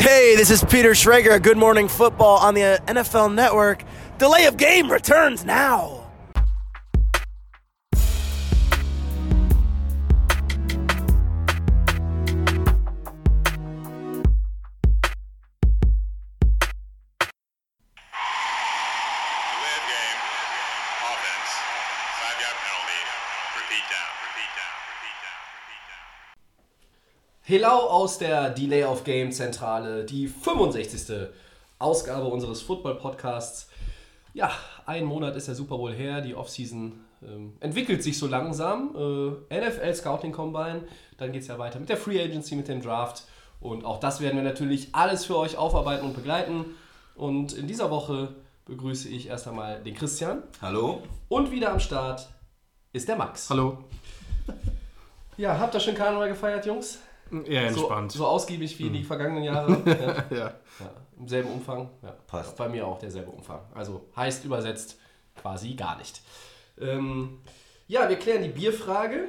Hey, this is Peter Schrager. Good Morning Football on the NFL Network. Delay of game returns now. Hello aus der Delay of Game Zentrale, die 65. Ausgabe unseres Football-Podcasts. Ja, ein Monat ist der Super Bowl her, die Offseason entwickelt sich so langsam. NFL Scouting Combine, dann geht es ja weiter mit der Free Agency, mit dem Draft. Und auch das werden wir natürlich alles für euch aufarbeiten und begleiten. Und in dieser Woche begrüße ich erst einmal den Christian. Hallo. Und wieder am Start ist der Max. Hallo. Ja, habt ihr schön Karneval gefeiert, Jungs? Ja, entspannt. So ausgiebig wie die vergangenen Jahre. Ja. Im selben Umfang. Ja, passt. Bei mir auch derselbe Umfang. Also heißt übersetzt quasi gar nicht. Ja, wir klären die Bierfrage.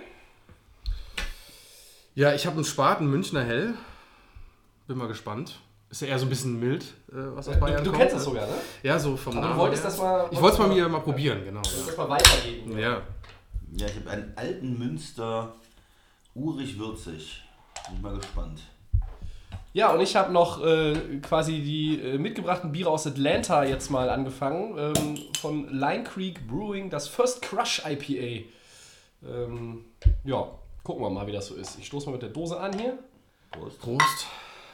Ja, ich habe einen Spaten Münchner Hell. Bin mal gespannt. Ist ja eher so ein bisschen mild, was aus Bayern Du kommt. kennst das sogar, ne? Ja, so vom Aber Namen du wolltest her. das mal... Ich wollte es mal mir probieren, genau. Du wolltest das mal weitergeben. Ja. Ja, ich habe einen alten Münster urig-würzig. Bin mal gespannt. Ja, und ich habe noch quasi die mitgebrachten Biere aus Atlanta jetzt mal angefangen. Von Line Creek Brewing, das First Crush IPA. Ja, gucken wir mal, wie das so ist. Ich stoße mal mit der Dose an hier. Prost. Prost.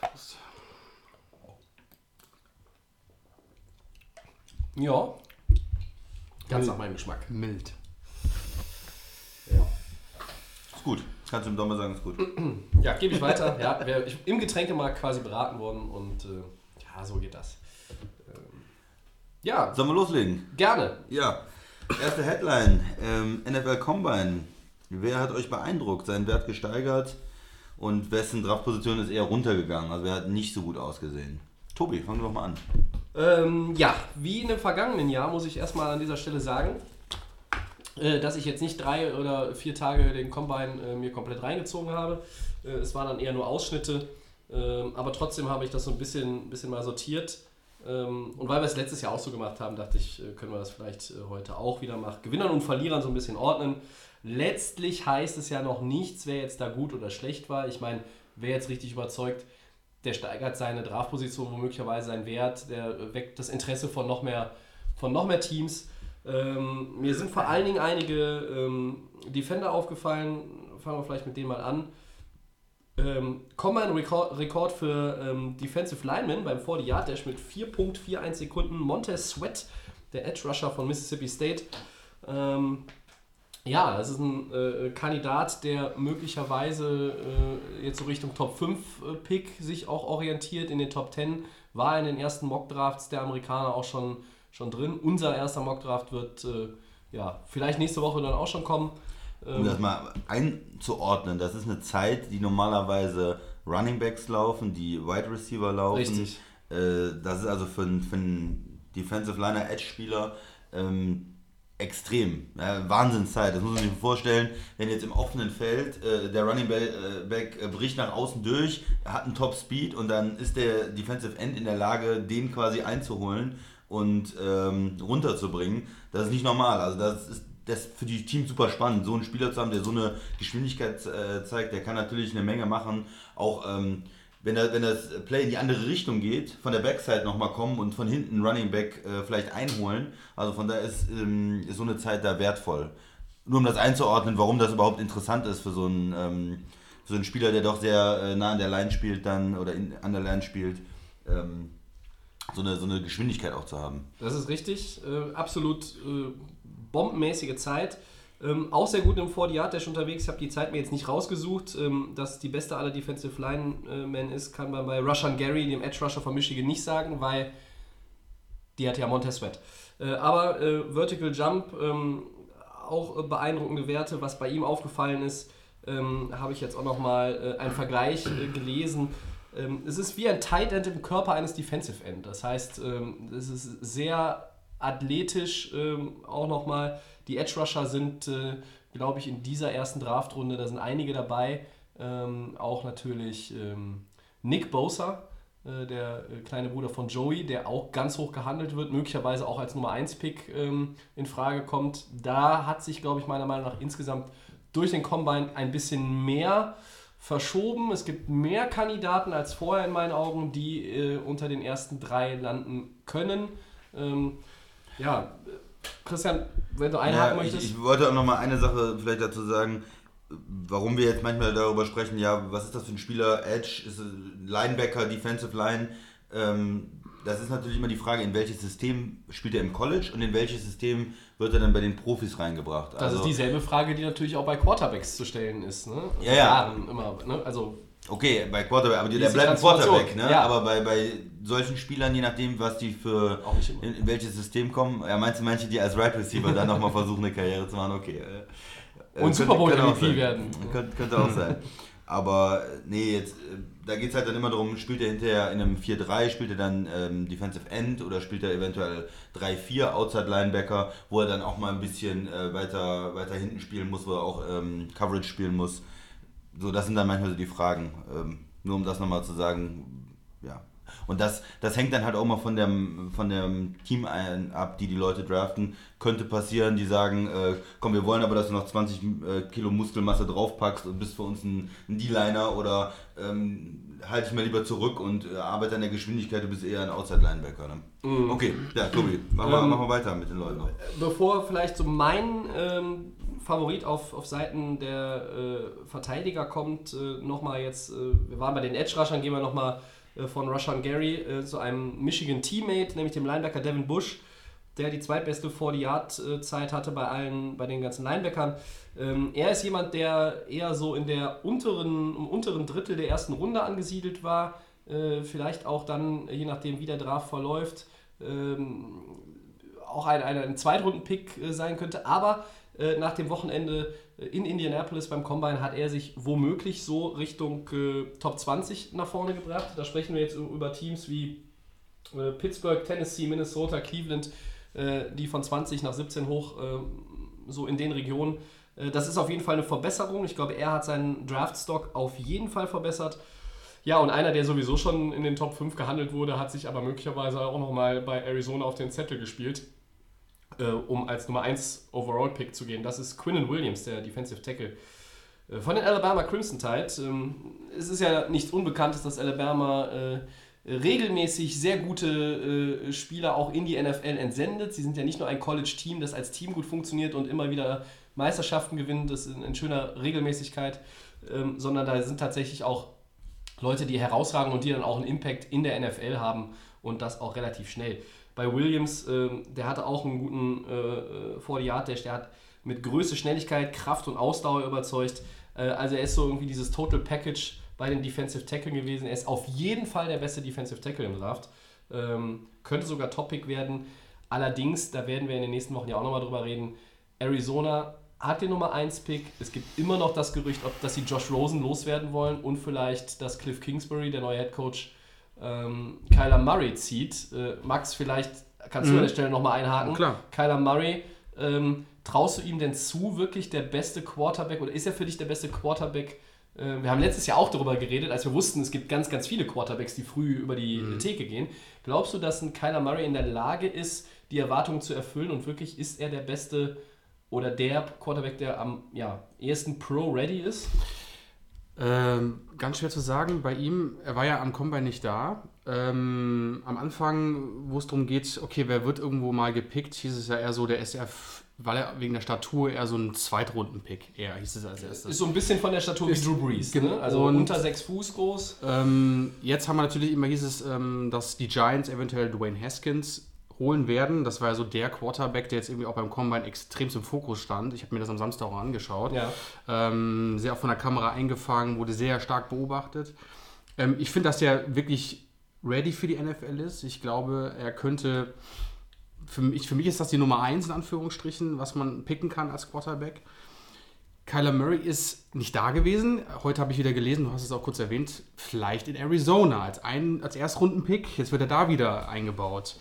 Ja, ganz nach meinem Geschmack. Mild. Ja. Ist gut. Kannst du im Sommer sagen, ist gut. Ja, gebe ich weiter. Ja, im Getränkemarkt quasi beraten worden und ja, so geht das. Ja, Sollen wir loslegen? gerne. Ja. Erste Headline. NFL Combine. Wer hat euch beeindruckt? Seinen Wert gesteigert? Und wessen Draftposition ist eher runtergegangen? Also wer hat nicht so gut ausgesehen? Tobi, fang doch mal an. Ja, wie in dem vergangenen Jahr muss ich erstmal an dieser Stelle sagen, dass ich jetzt nicht 3 oder 4 Tage den Combine mir komplett reingezogen habe. Es waren dann eher nur Ausschnitte, aber trotzdem habe ich das so ein bisschen mal sortiert. Und weil wir es letztes Jahr auch so gemacht haben, dachte ich, können wir das vielleicht heute auch wieder machen. Gewinnern und Verlierern so ein bisschen ordnen. Letztlich heißt es ja noch nichts, wer jetzt da gut oder schlecht war. Ich meine, wer jetzt richtig überzeugt, der steigert seine Draftposition, womöglicherweise seinen Wert, der weckt das Interesse von noch mehr Teams. Mir sind vor allen Dingen einige Defender aufgefallen, fangen wir vielleicht mit denen mal an. Combine-Rekord für Defensive Lineman beim 40-Yard-Dash mit 4,41 Sekunden. Montez Sweat, der Edge-Rusher von Mississippi State. Ja, das ist ein Kandidat, der möglicherweise jetzt so Richtung Top 5 Pick sich auch orientiert. In den Top 10 war in den ersten Mock-Drafts der Amerikaner auch schon drin. Unser erster Mock-Draft wird ja, vielleicht nächste Woche dann auch schon kommen. Um das mal einzuordnen, das ist eine Zeit, die normalerweise Running Backs laufen, die Wide Receiver laufen. Richtig. Das ist also für einen Defensive Liner Edge-Spieler extrem. Wahnsinnszeit. Das muss man sich vorstellen, wenn jetzt im offenen Feld der Running Back bricht nach außen durch, hat einen Top Speed und dann ist der Defensive End in der Lage, den quasi einzuholen und runterzubringen. Das ist nicht normal. Also das ist für die Teams super spannend, so einen Spieler zu haben, der so eine Geschwindigkeit zeigt. Der kann natürlich eine Menge machen. Auch wenn das Play in die andere Richtung geht, von der Backside nochmal kommen und von hinten Running Back vielleicht einholen. Also von daher ist so eine Zeit da wertvoll. Nur um das einzuordnen, warum das überhaupt interessant ist für so einen Spieler, der doch sehr nah an der Line spielt dann oder an der Line spielt. So eine Geschwindigkeit auch zu haben. Das ist richtig. Absolut bombenmäßige Zeit. Auch sehr gut im 40-Yard-Dash unterwegs. Ich habe die Zeit mir jetzt nicht rausgesucht. Dass die beste aller Defensive Linemen ist, kann man bei Rashan Gary, dem Edge-Rusher von Michigan, nicht sagen, weil die hat ja Montez Sweat. Aber Vertical Jump, auch beeindruckende Werte. Was bei ihm aufgefallen ist, habe ich jetzt auch nochmal einen Vergleich gelesen. Es ist wie ein Tight End im Körper eines Defensive End. Das heißt, es ist sehr athletisch auch nochmal. Die Edge Rusher sind, glaube ich, in dieser ersten Draftrunde, da sind einige dabei. Auch natürlich Nick Bosa, der kleine Bruder von Joey, der auch ganz hoch gehandelt wird, möglicherweise auch als Nummer 1 Pick in Frage kommt. Da hat sich, glaube ich, meiner Meinung nach insgesamt durch den Combine ein bisschen mehr verschoben. Es gibt mehr Kandidaten als vorher in meinen Augen, die unter den ersten 3 landen können. Christian, wenn du einhaken möchtest. Ich wollte auch noch mal eine Sache vielleicht dazu sagen, warum wir jetzt manchmal darüber sprechen, ja, was ist das für ein Spieler, Edge, ist Linebacker, Defensive Line, das ist natürlich immer die Frage, in welches System spielt er im College und in welches System wird er dann bei den Profis reingebracht. Das ist dieselbe Frage, die natürlich auch bei Quarterbacks zu stellen ist. Ne? Ja. Jahren immer, ne? Also okay, bei Quarterback, aber der bleibt ein Quarterback, ne? Ja. Aber bei solchen Spielern, je nachdem, was die in welches System kommen, meinst du manche, die als Right Receiver dann nochmal versuchen, eine Karriere zu machen, okay. Und Super Bowl MVP werden. Könnte auch sein. Aber nee, jetzt, da geht es halt dann immer darum, spielt er hinterher in einem 4-3, spielt er dann Defensive End oder spielt er eventuell 3-4 Outside Linebacker, wo er dann auch mal ein bisschen weiter hinten spielen muss, wo er auch Coverage spielen muss. So, das sind dann manchmal so die Fragen. Nur um das nochmal zu sagen, ja. Und das hängt dann halt auch mal von dem Team ab, die Leute draften. Könnte passieren, die sagen, komm, wir wollen aber, dass du noch 20 Kilo Muskelmasse draufpackst und bist für uns ein D-Liner oder halte ich mal lieber zurück und arbeite an der Geschwindigkeit, du bist eher ein Outside-Linebacker. Ne? Okay, ja, Tobi, machen wir weiter mit den Leuten noch. Bevor vielleicht so mein Favorit auf Seiten der Verteidiger kommt, nochmal jetzt, wir waren bei den Edge-Rushern, gehen wir nochmal von Rashan Gary zu einem Michigan-Teammate, nämlich dem Linebacker Devin Bush, der die zweitbeste 40-Yard-Zeit hatte bei den ganzen Linebackern. Er ist jemand, der eher so im unteren Drittel der ersten Runde angesiedelt war, vielleicht auch dann, je nachdem wie der Draft verläuft, auch ein Zweitrunden-Pick sein könnte, aber nach dem Wochenende in Indianapolis beim Combine hat er sich womöglich so Richtung Top 20 nach vorne gebracht. Da sprechen wir jetzt über Teams wie Pittsburgh, Tennessee, Minnesota, Cleveland, die von 20 nach 17 hoch, so in den Regionen. Das ist auf jeden Fall eine Verbesserung. Ich glaube, er hat seinen Draftstock auf jeden Fall verbessert. Ja, und einer, der sowieso schon in den Top 5 gehandelt wurde, hat sich aber möglicherweise auch nochmal bei Arizona auf den Zettel gespielt, um als Nummer 1 Overall-Pick zu gehen. Das ist Quinnen Williams, der Defensive Tackle von den Alabama Crimson Tide. Es ist ja nichts Unbekanntes, dass Alabama regelmäßig sehr gute Spieler auch in die NFL entsendet. Sie sind ja nicht nur ein College-Team, das als Team gut funktioniert und immer wieder Meisterschaften gewinnt, das in schöner Regelmäßigkeit, sondern da sind tatsächlich auch Leute, die herausragen und die dann auch einen Impact in der NFL haben und das auch relativ schnell. Bei Williams, der hatte auch einen guten 40-Yard-Dash, der hat mit Größe, Schnelligkeit, Kraft und Ausdauer überzeugt. Also er ist so irgendwie dieses Total Package bei den Defensive Tackle gewesen. Er ist auf jeden Fall der beste Defensive Tackle im Draft. Könnte sogar Top-Pick werden. Allerdings, da werden wir in den nächsten Wochen ja auch nochmal drüber reden, Arizona hat den Nummer 1 Pick. Es gibt immer noch das Gerücht, dass sie Josh Rosen loswerden wollen und vielleicht, dass Cliff Kingsbury, der neue Head Coach, Kyler Murray zieht. Max, vielleicht kannst du an der Stelle nochmal einhaken. Klar. Kyler Murray, traust du ihm denn zu, wirklich der beste Quarterback, oder ist er für dich der beste Quarterback? Wir haben letztes Jahr auch darüber geredet, als wir wussten, es gibt ganz, ganz viele Quarterbacks, die früh über die Theke gehen. Glaubst du, dass ein Kyler Murray in der Lage ist, die Erwartungen zu erfüllen und wirklich ist er der beste oder der Quarterback, der am ehesten Pro-ready ist? Ganz schwer zu sagen. Bei ihm, er war ja am Combine nicht da. Am Anfang, wo es darum geht, okay, wer wird irgendwo mal gepickt, hieß es ja eher so, der ist ja, weil er wegen der Statur eher so ein Zweitrunden-Pick, eher hieß es als erstes. Ist so ein bisschen von der Statur wie Drew Brees, ne? Also unter 6 Fuß groß. Jetzt haben wir natürlich immer hieß es, dass die Giants eventuell Dwayne Haskins holen werden. Das war ja so der Quarterback, der jetzt irgendwie auch beim Combine extrem im Fokus stand. Ich habe mir das am Samstag auch angeschaut. Ja. Sehr auch von der Kamera eingefangen, wurde sehr stark beobachtet. Ich finde, dass der wirklich ready für die NFL ist. Ich glaube, er könnte, für mich ist das die Nummer 1 in Anführungsstrichen, was man picken kann als Quarterback. Kyler Murray ist nicht da gewesen. Heute habe ich wieder gelesen, du hast es auch kurz erwähnt, vielleicht in Arizona als Erstrunden-Pick. Jetzt wird er da wieder eingebaut.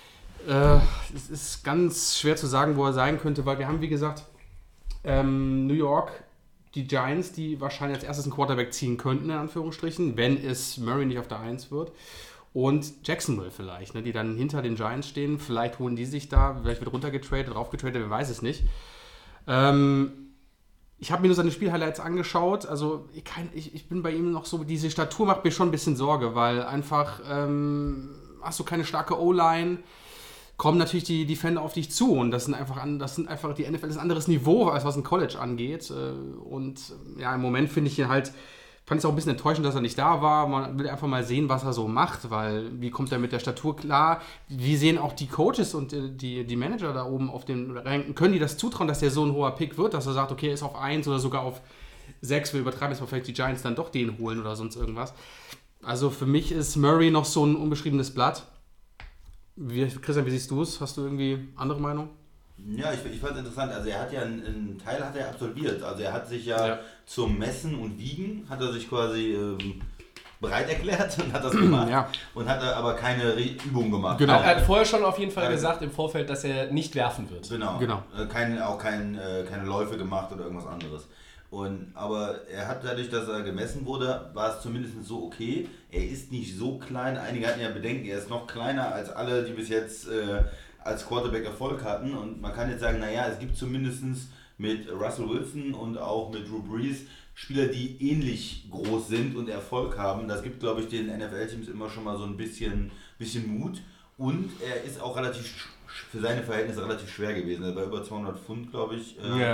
Es ist ganz schwer zu sagen, wo er sein könnte, weil wir haben, wie gesagt, New York, die Giants, die wahrscheinlich als erstes einen Quarterback ziehen könnten, in Anführungsstrichen, wenn es Murray nicht auf der 1 wird. und Jacksonville vielleicht, ne, die dann hinter den Giants stehen. Vielleicht holen die sich da, vielleicht wird runtergetradet, raufgetradet, wer weiß es nicht. Ich habe mir nur seine Spielhighlights angeschaut. Also ich bin bei ihm noch so, diese Statur macht mir schon ein bisschen Sorge, weil einfach hast du keine starke O-Line, kommen natürlich die Defender auf dich zu und das sind einfach die NFL ist ein anderes Niveau, als was ein College angeht. Und ja, im Moment fand ich es auch ein bisschen enttäuschend, dass er nicht da war. Man will einfach mal sehen, was er so macht, weil wie kommt er mit der Statur klar? Wie sehen auch die Coaches und die Manager da oben auf den Ränken? Können die das zutrauen, dass der so ein hoher Pick wird, dass er sagt, okay, er ist auf 1 oder sogar auf 6, wir übertreiben jetzt mal, vielleicht die Giants dann doch den holen oder sonst irgendwas. Also für mich ist Murray noch so ein unbeschriebenes Blatt. Christian, wie siehst du es? Hast du irgendwie andere Meinung? Ja, ich fand es interessant. Also er hat ja einen Teil hat er absolviert. Also er hat sich ja zum Messen und Wiegen, hat er sich quasi bereit erklärt und hat das gemacht. Ja. Und hat aber keine Übung gemacht. Genau. Er hat vorher schon auf jeden Fall gesagt im Vorfeld, dass er nicht werfen wird. Genau. Keine Läufe gemacht oder irgendwas anderes. Aber er hat dadurch, dass er gemessen wurde, war es zumindest so okay. Er ist nicht so klein. Einige hatten ja Bedenken, er ist noch kleiner als alle, die bis jetzt als Quarterback Erfolg hatten. Und man kann jetzt sagen, naja, es gibt zumindest mit Russell Wilson und auch mit Drew Brees Spieler, die ähnlich groß sind und Erfolg haben. Das gibt, glaube ich, den NFL-Teams immer schon mal so ein bisschen Mut. Und er ist auch für seine Verhältnisse relativ schwer gewesen. Er war über 200 Pfund, glaube ich,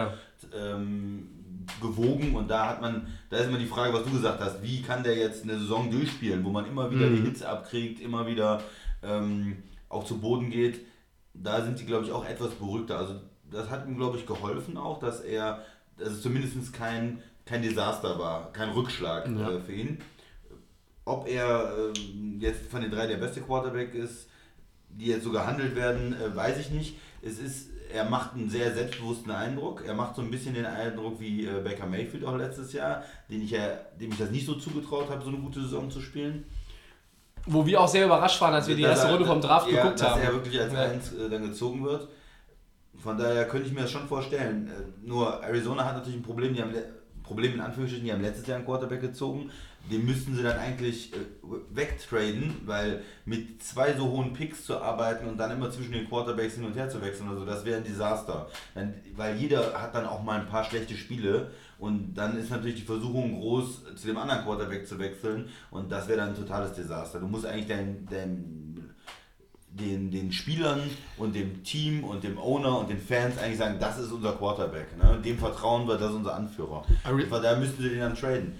gewogen. Und da ist immer die Frage, was du gesagt hast, wie kann der jetzt eine Saison durchspielen, wo man immer wieder die Hits abkriegt, immer wieder auch zu Boden geht. Da sind die, glaube ich, auch etwas beruhigter. Also das hat ihm, glaube ich, geholfen auch, dass es zumindest kein Desaster war, kein Rückschlag für ihn. Ob er jetzt von den 3 der beste Quarterback ist, die jetzt so gehandelt werden, weiß ich nicht. Er macht einen sehr selbstbewussten Eindruck. Er macht so ein bisschen den Eindruck wie Baker Mayfield auch letztes Jahr, dem ich das nicht so zugetraut habe, so eine gute Saison zu spielen. Wo wir auch sehr überrascht waren, als wir die erste Runde vom Draft geguckt haben. Dass er wirklich als 1 dann gezogen wird. Von daher könnte ich mir das schon vorstellen. Nur Arizona hat natürlich ein Problem, in Anführungsstrichen, die haben letztes Jahr einen Quarterback gezogen. Den müssten sie dann eigentlich wegtraden, weil mit 2 so hohen Picks zu arbeiten und dann immer zwischen den Quarterbacks hin und her zu wechseln, also das wäre ein Desaster. Weil jeder hat dann auch mal ein paar schlechte Spiele und dann ist natürlich die Versuchung groß, zu dem anderen Quarterback zu wechseln und das wäre dann ein totales Desaster. Du musst eigentlich den Spielern und dem Team und dem Owner und den Fans eigentlich sagen, das ist unser Quarterback. Ne? Dem vertrauen wir, das ist unser Anführer. Von daher müssten sie den dann traden.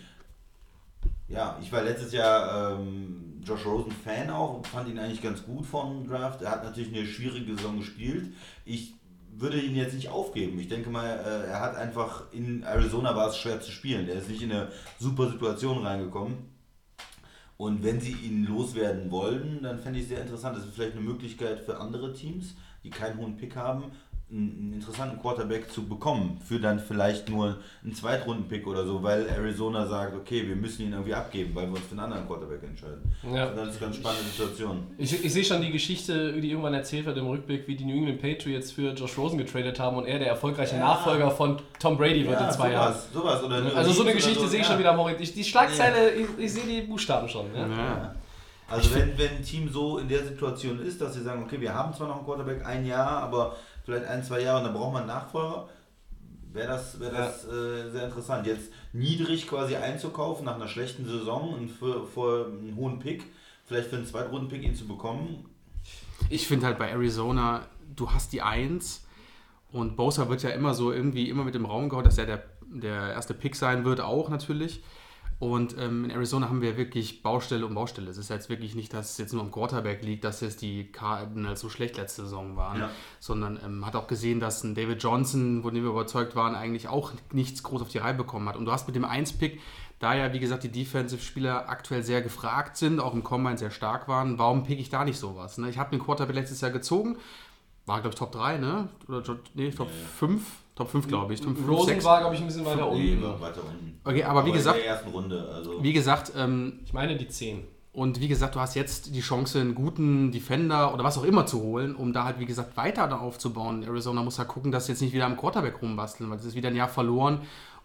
Ja, ich war letztes Jahr Josh Rosen Fan auch und fand ihn eigentlich ganz gut vom Draft. Er hat natürlich eine schwierige Saison gespielt. Ich würde ihn jetzt nicht aufgeben. Ich denke mal, er hat einfach, in Arizona war es schwer zu spielen. Er ist nicht in eine super Situation reingekommen. Und wenn sie ihn loswerden wollen, dann fände ich es sehr interessant. Das ist vielleicht eine Möglichkeit für andere Teams, die keinen hohen Pick haben, einen interessanten Quarterback zu bekommen. Für dann vielleicht nur einen Zweitrunden-Pick oder so, weil Arizona sagt, okay, wir müssen ihn irgendwie abgeben, weil wir uns für einen anderen Quarterback entscheiden. Ja. Das ist eine ganz spannende Situation. Ich sehe schon die Geschichte, die irgendwann erzählt wird im Rückblick, wie die New England Patriots für Josh Rosen getradet haben und er der erfolgreiche Nachfolger von Tom Brady wird in 2 Jahren. Sowas. Oder also so eine Geschichte sehe ich schon wieder am Horizont. Die Schlagzeile, ich sehe die Buchstaben schon. Ja. Also wenn ein Team so in der Situation ist, dass sie sagen, okay, wir haben zwar noch einen Quarterback 1 Jahr, aber vielleicht 1-2 Jahre und dann braucht man einen Nachfolger, wäre das sehr interessant. Jetzt niedrig quasi einzukaufen nach einer schlechten Saison und für einen hohen Pick, vielleicht für einen Zweitrunden-Pick ihn zu bekommen. Ich finde halt bei Arizona, du hast die 1 und Bosa wird ja immer mit dem Raum gehauen, dass er der erste Pick sein wird, auch natürlich. Und in Arizona haben wir wirklich Baustelle um Baustelle. Es ist jetzt wirklich nicht, dass es jetzt nur am Quarterback liegt, dass jetzt die Cardinals so schlecht letzte Saison waren, sondern hat auch gesehen, dass ein David Johnson, von dem wir überzeugt waren, eigentlich auch nichts groß auf die Reihe bekommen hat. Und du hast mit dem 1-Pick, da ja, wie gesagt, die Defensive-Spieler aktuell sehr gefragt sind, auch im Combine sehr stark waren, warum pick ich da nicht sowas? Ne? Ich habe den Quarterback letztes Jahr gezogen, war, glaube ich, Top 3, ne? Oder Top 5? Top 5, glaube ich. Top 5, Rosen 6. war, glaube ich, ein bisschen weiter unten. Okay, aber wie gesagt, in der ersten Runde, also. Wie gesagt, ich meine die 10. Und wie gesagt, du hast jetzt die Chance, einen guten Defender oder was auch immer zu holen, um da halt, wie gesagt, weiter da aufzubauen. Arizona muss halt gucken, dass sie jetzt nicht wieder am Quarterback rumbasteln, weil das ist wieder ein Jahr verloren.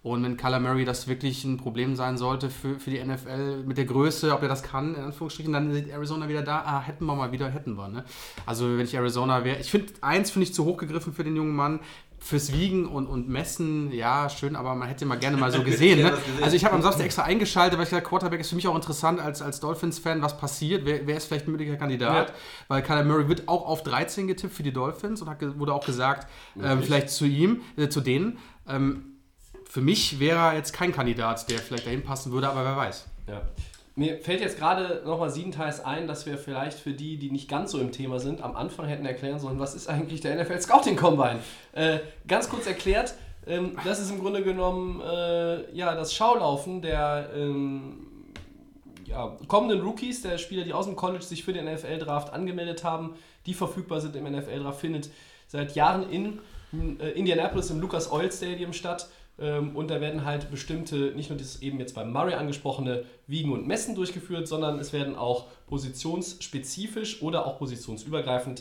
Und wenn Kyler Murray das wirklich ein Problem sein sollte für die NFL mit der Größe, ob er das kann, in Anführungsstrichen, dann sieht Arizona wieder da, hätten wir. Ne? Also wenn ich Arizona wäre, finde ich zu hoch gegriffen für den jungen Mann. Fürs Wiegen und Messen, ja, schön, aber man hätte mal gerne mal so gesehen. Ne? Also ich habe am Samstag extra eingeschaltet, weil ich gesagt, Quarterback ist für mich auch interessant als Dolphins-Fan, was passiert, wer ist vielleicht ein möglicher Kandidat, weil Kyler Murray wird auch auf 13 getippt für die Dolphins und wurde auch gesagt, vielleicht zu denen. Für mich wäre er jetzt kein Kandidat, der vielleicht dahin passen würde, aber wer weiß. Ja. Mir fällt jetzt gerade nochmal siebenteils ein, dass wir vielleicht für die nicht ganz so im Thema sind, am Anfang hätten erklären sollen, was ist eigentlich der NFL Scouting Combine? Ganz kurz erklärt, das ist im Grunde genommen das Schaulaufen der kommenden Rookies, der Spieler, die aus dem College sich für den NFL-Draft angemeldet haben, die verfügbar sind im NFL-Draft, findet seit Jahren in Indianapolis im Lucas Oil Stadium statt. Und da werden halt bestimmte, nicht nur das eben jetzt beim Murray angesprochene Wiegen und Messen durchgeführt, sondern es werden auch positionsspezifisch oder auch positionsübergreifend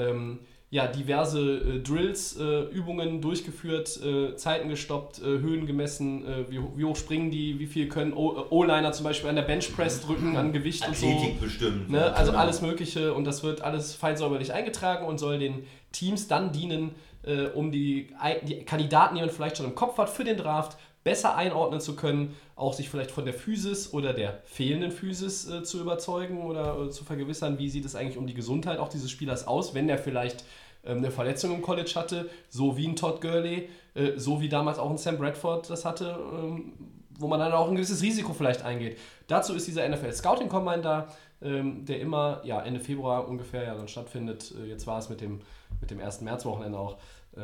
diverse Drills, Übungen durchgeführt, Zeiten gestoppt, Höhen gemessen, wie hoch springen die, wie viel können O-Liner zum Beispiel an der Benchpress drücken, an Gewicht und so. Athletik bestimmt. Ne? Also alles Mögliche und das wird alles fein säuberlich eingetragen und soll den Teams dann dienen, um die Kandidaten, die man vielleicht schon im Kopf hat, für den Draft besser einordnen zu können, auch sich vielleicht von der Physis oder der fehlenden Physis zu überzeugen oder zu vergewissern, wie sieht es eigentlich um die Gesundheit auch dieses Spielers aus, wenn der vielleicht eine Verletzung im College hatte, so wie ein Todd Gurley, so wie damals auch ein Sam Bradford das hatte, wo man dann auch ein gewisses Risiko vielleicht eingeht. Dazu ist dieser NFL Scouting Combine da, der immer Ende Februar ungefähr dann stattfindet. Jetzt war es mit dem 1. Märzwochenende auch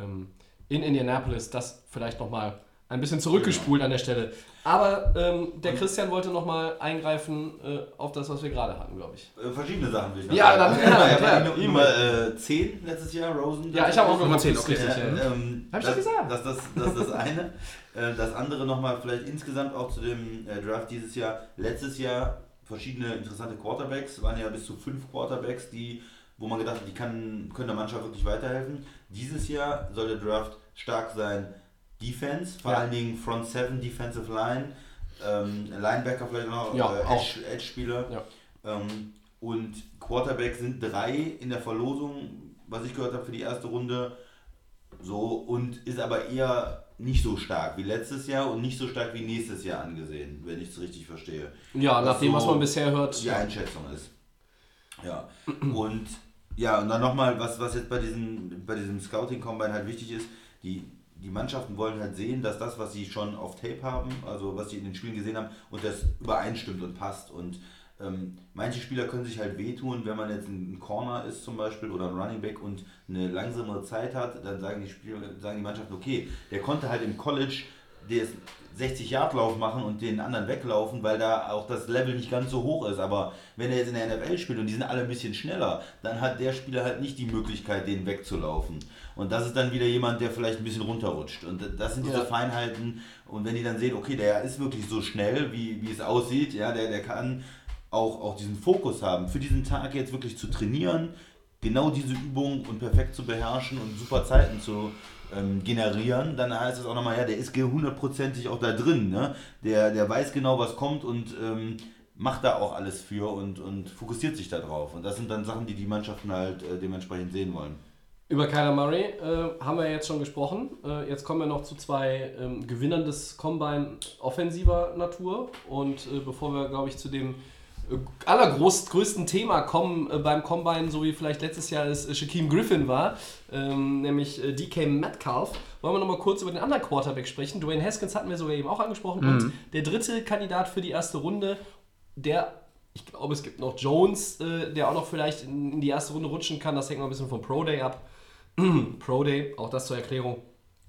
in Indianapolis. Das vielleicht nochmal ein bisschen zurückgespult an der Stelle. Aber der Christian wollte nochmal eingreifen auf das, was wir gerade hatten, glaube ich. Verschiedene Sachen will ich noch sagen. Er war Nummer 10 letztes Jahr, Rosen. Ja, ich habe auch Nummer 10, okay. Habe ich das gesagt? Das ist das eine. Das andere nochmal vielleicht insgesamt auch zu dem Draft dieses Jahr. Letztes Jahr verschiedene interessante Quarterbacks. Waren ja bis zu 5 Quarterbacks, wo man gedacht hat, die können der Mannschaft wirklich weiterhelfen. Dieses Jahr soll der Draft stark sein. Defense, vor allen Dingen Front 7, Defensive Line, Linebacker vielleicht noch, Edge-Spieler. Ja. Und Quarterback sind 3 in der Verlosung, was ich gehört habe für die erste Runde. So, und ist aber eher nicht so stark wie letztes Jahr und nicht so stark wie nächstes Jahr angesehen, wenn ich es richtig verstehe. Ja, nach dem, was man bisher hört. Die Einschätzung ist. Ja. Und dann nochmal, was jetzt bei diesem Scouting-Combine halt wichtig ist, die Mannschaften wollen halt sehen, dass das, was sie schon auf Tape haben, also was sie in den Spielen gesehen haben, und das übereinstimmt und passt. Und manche Spieler können sich halt wehtun, wenn man jetzt ein Corner ist zum Beispiel oder ein Running Back und eine langsamere Zeit hat, dann sagen die Mannschaften, okay, der konnte halt im College den 60-Yard-Lauf machen und den anderen weglaufen, weil da auch das Level nicht ganz so hoch ist. Aber wenn er jetzt in der NFL spielt und die sind alle ein bisschen schneller, dann hat der Spieler halt nicht die Möglichkeit, den wegzulaufen. Und das ist dann wieder jemand, der vielleicht ein bisschen runterrutscht. Und das sind diese Feinheiten. Und wenn die dann sehen, okay, der ist wirklich so schnell, wie es aussieht, ja, der kann auch diesen Fokus haben, für diesen Tag jetzt wirklich zu trainieren, genau diese Übung und perfekt zu beherrschen und super Zeiten zu generieren, dann heißt es auch nochmal, der ist 100%ig auch da drin, ne? Der weiß genau, was kommt und macht da auch alles für und fokussiert sich da drauf. Und das sind dann Sachen, die Mannschaften halt dementsprechend sehen wollen. Über Kyler Murray haben wir jetzt schon gesprochen. Jetzt kommen wir noch zu 2 Gewinnern des Combine offensiver Natur. Und bevor wir, glaube ich, zu dem allergrößten Thema kommen beim Combine, so wie vielleicht letztes Jahr es Shaquem Griffin war, nämlich DK Metcalf, wollen wir nochmal kurz über den anderen Quarterback sprechen. Dwayne Haskins hatten wir sogar eben auch angesprochen. Und der dritte Kandidat für die erste Runde, ich glaube, es gibt noch Jones, der auch noch vielleicht in die erste Runde rutschen kann. Das hängt noch ein bisschen vom Pro Day ab. Pro Day, auch das zur Erklärung.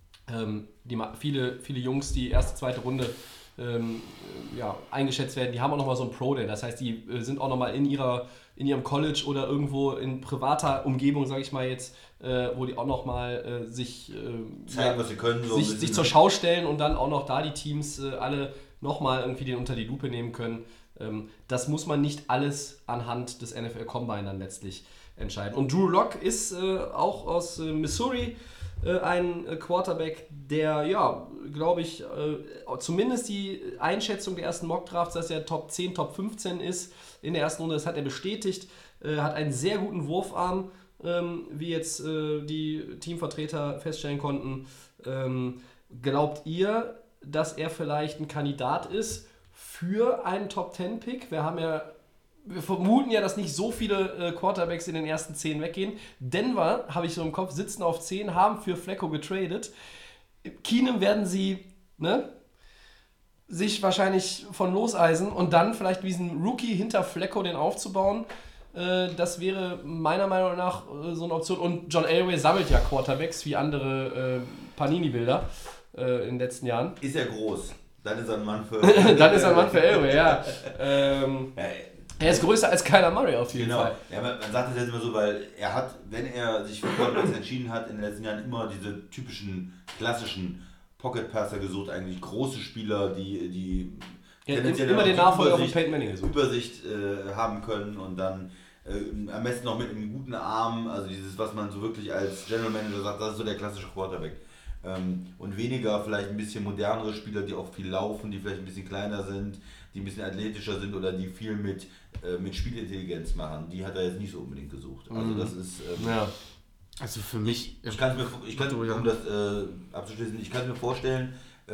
Viele Jungs, die erste, zweite Runde eingeschätzt werden, die haben auch nochmal so ein Pro Day. Das heißt, die sind auch nochmal in ihrem College oder irgendwo in privater Umgebung, sage ich mal jetzt, wo die auch nochmal sich zeigen, was sie können, so sich zur Schau stellen und dann auch noch da die Teams alle nochmal irgendwie den unter die Lupe nehmen können. Das muss man nicht alles anhand des NFL Combine dann letztlich entscheiden. Und Drew Lock ist auch aus Missouri, ein Quarterback, der, ja, glaube ich, zumindest die Einschätzung der ersten Mockdrafts, dass er Top 10, Top 15 ist in der ersten Runde, das hat er bestätigt, hat einen sehr guten Wurfarm, wie jetzt die Teamvertreter feststellen konnten. Glaubt ihr, dass er vielleicht ein Kandidat ist für einen Top-10-Pick? Wir vermuten ja, dass nicht so viele Quarterbacks in den ersten 10 weggehen. Denver, habe ich so im Kopf, sitzen auf 10, haben für Flacco getradet. Keenum werden sie sich wahrscheinlich von loseisen und dann vielleicht diesen Rookie hinter Flacco den aufzubauen. Das wäre meiner Meinung nach so eine Option. Und John Elway sammelt ja Quarterbacks wie andere Panini-Bilder in den letzten Jahren. Ist er groß? Dann ist er ein Mann für... Dann ist er ein Mann für Elway, ja. Er ist größer als Kyler Murray auf jeden Fall. Ja, man sagt das jetzt immer so, weil er hat, wenn er sich für Quarterbacks entschieden hat, in den letzten Jahren immer diese typischen, klassischen Pocket-Passer gesucht, eigentlich große Spieler, die tendenziell immer den Nachfolger von Peyton Manning gesucht. Übersicht haben können und dann am besten noch mit einem guten Arm, also dieses, was man so wirklich als General Manager sagt, das ist so der klassische Quarterback. Und weniger vielleicht ein bisschen modernere Spieler, die auch viel laufen, die vielleicht ein bisschen kleiner sind, die ein bisschen athletischer sind oder die viel mit Spielintelligenz machen. Die hat er jetzt nicht so unbedingt gesucht. Also das ist... Also für mich... Ich kann um das abzuschließen, ich kann es mir vorstellen,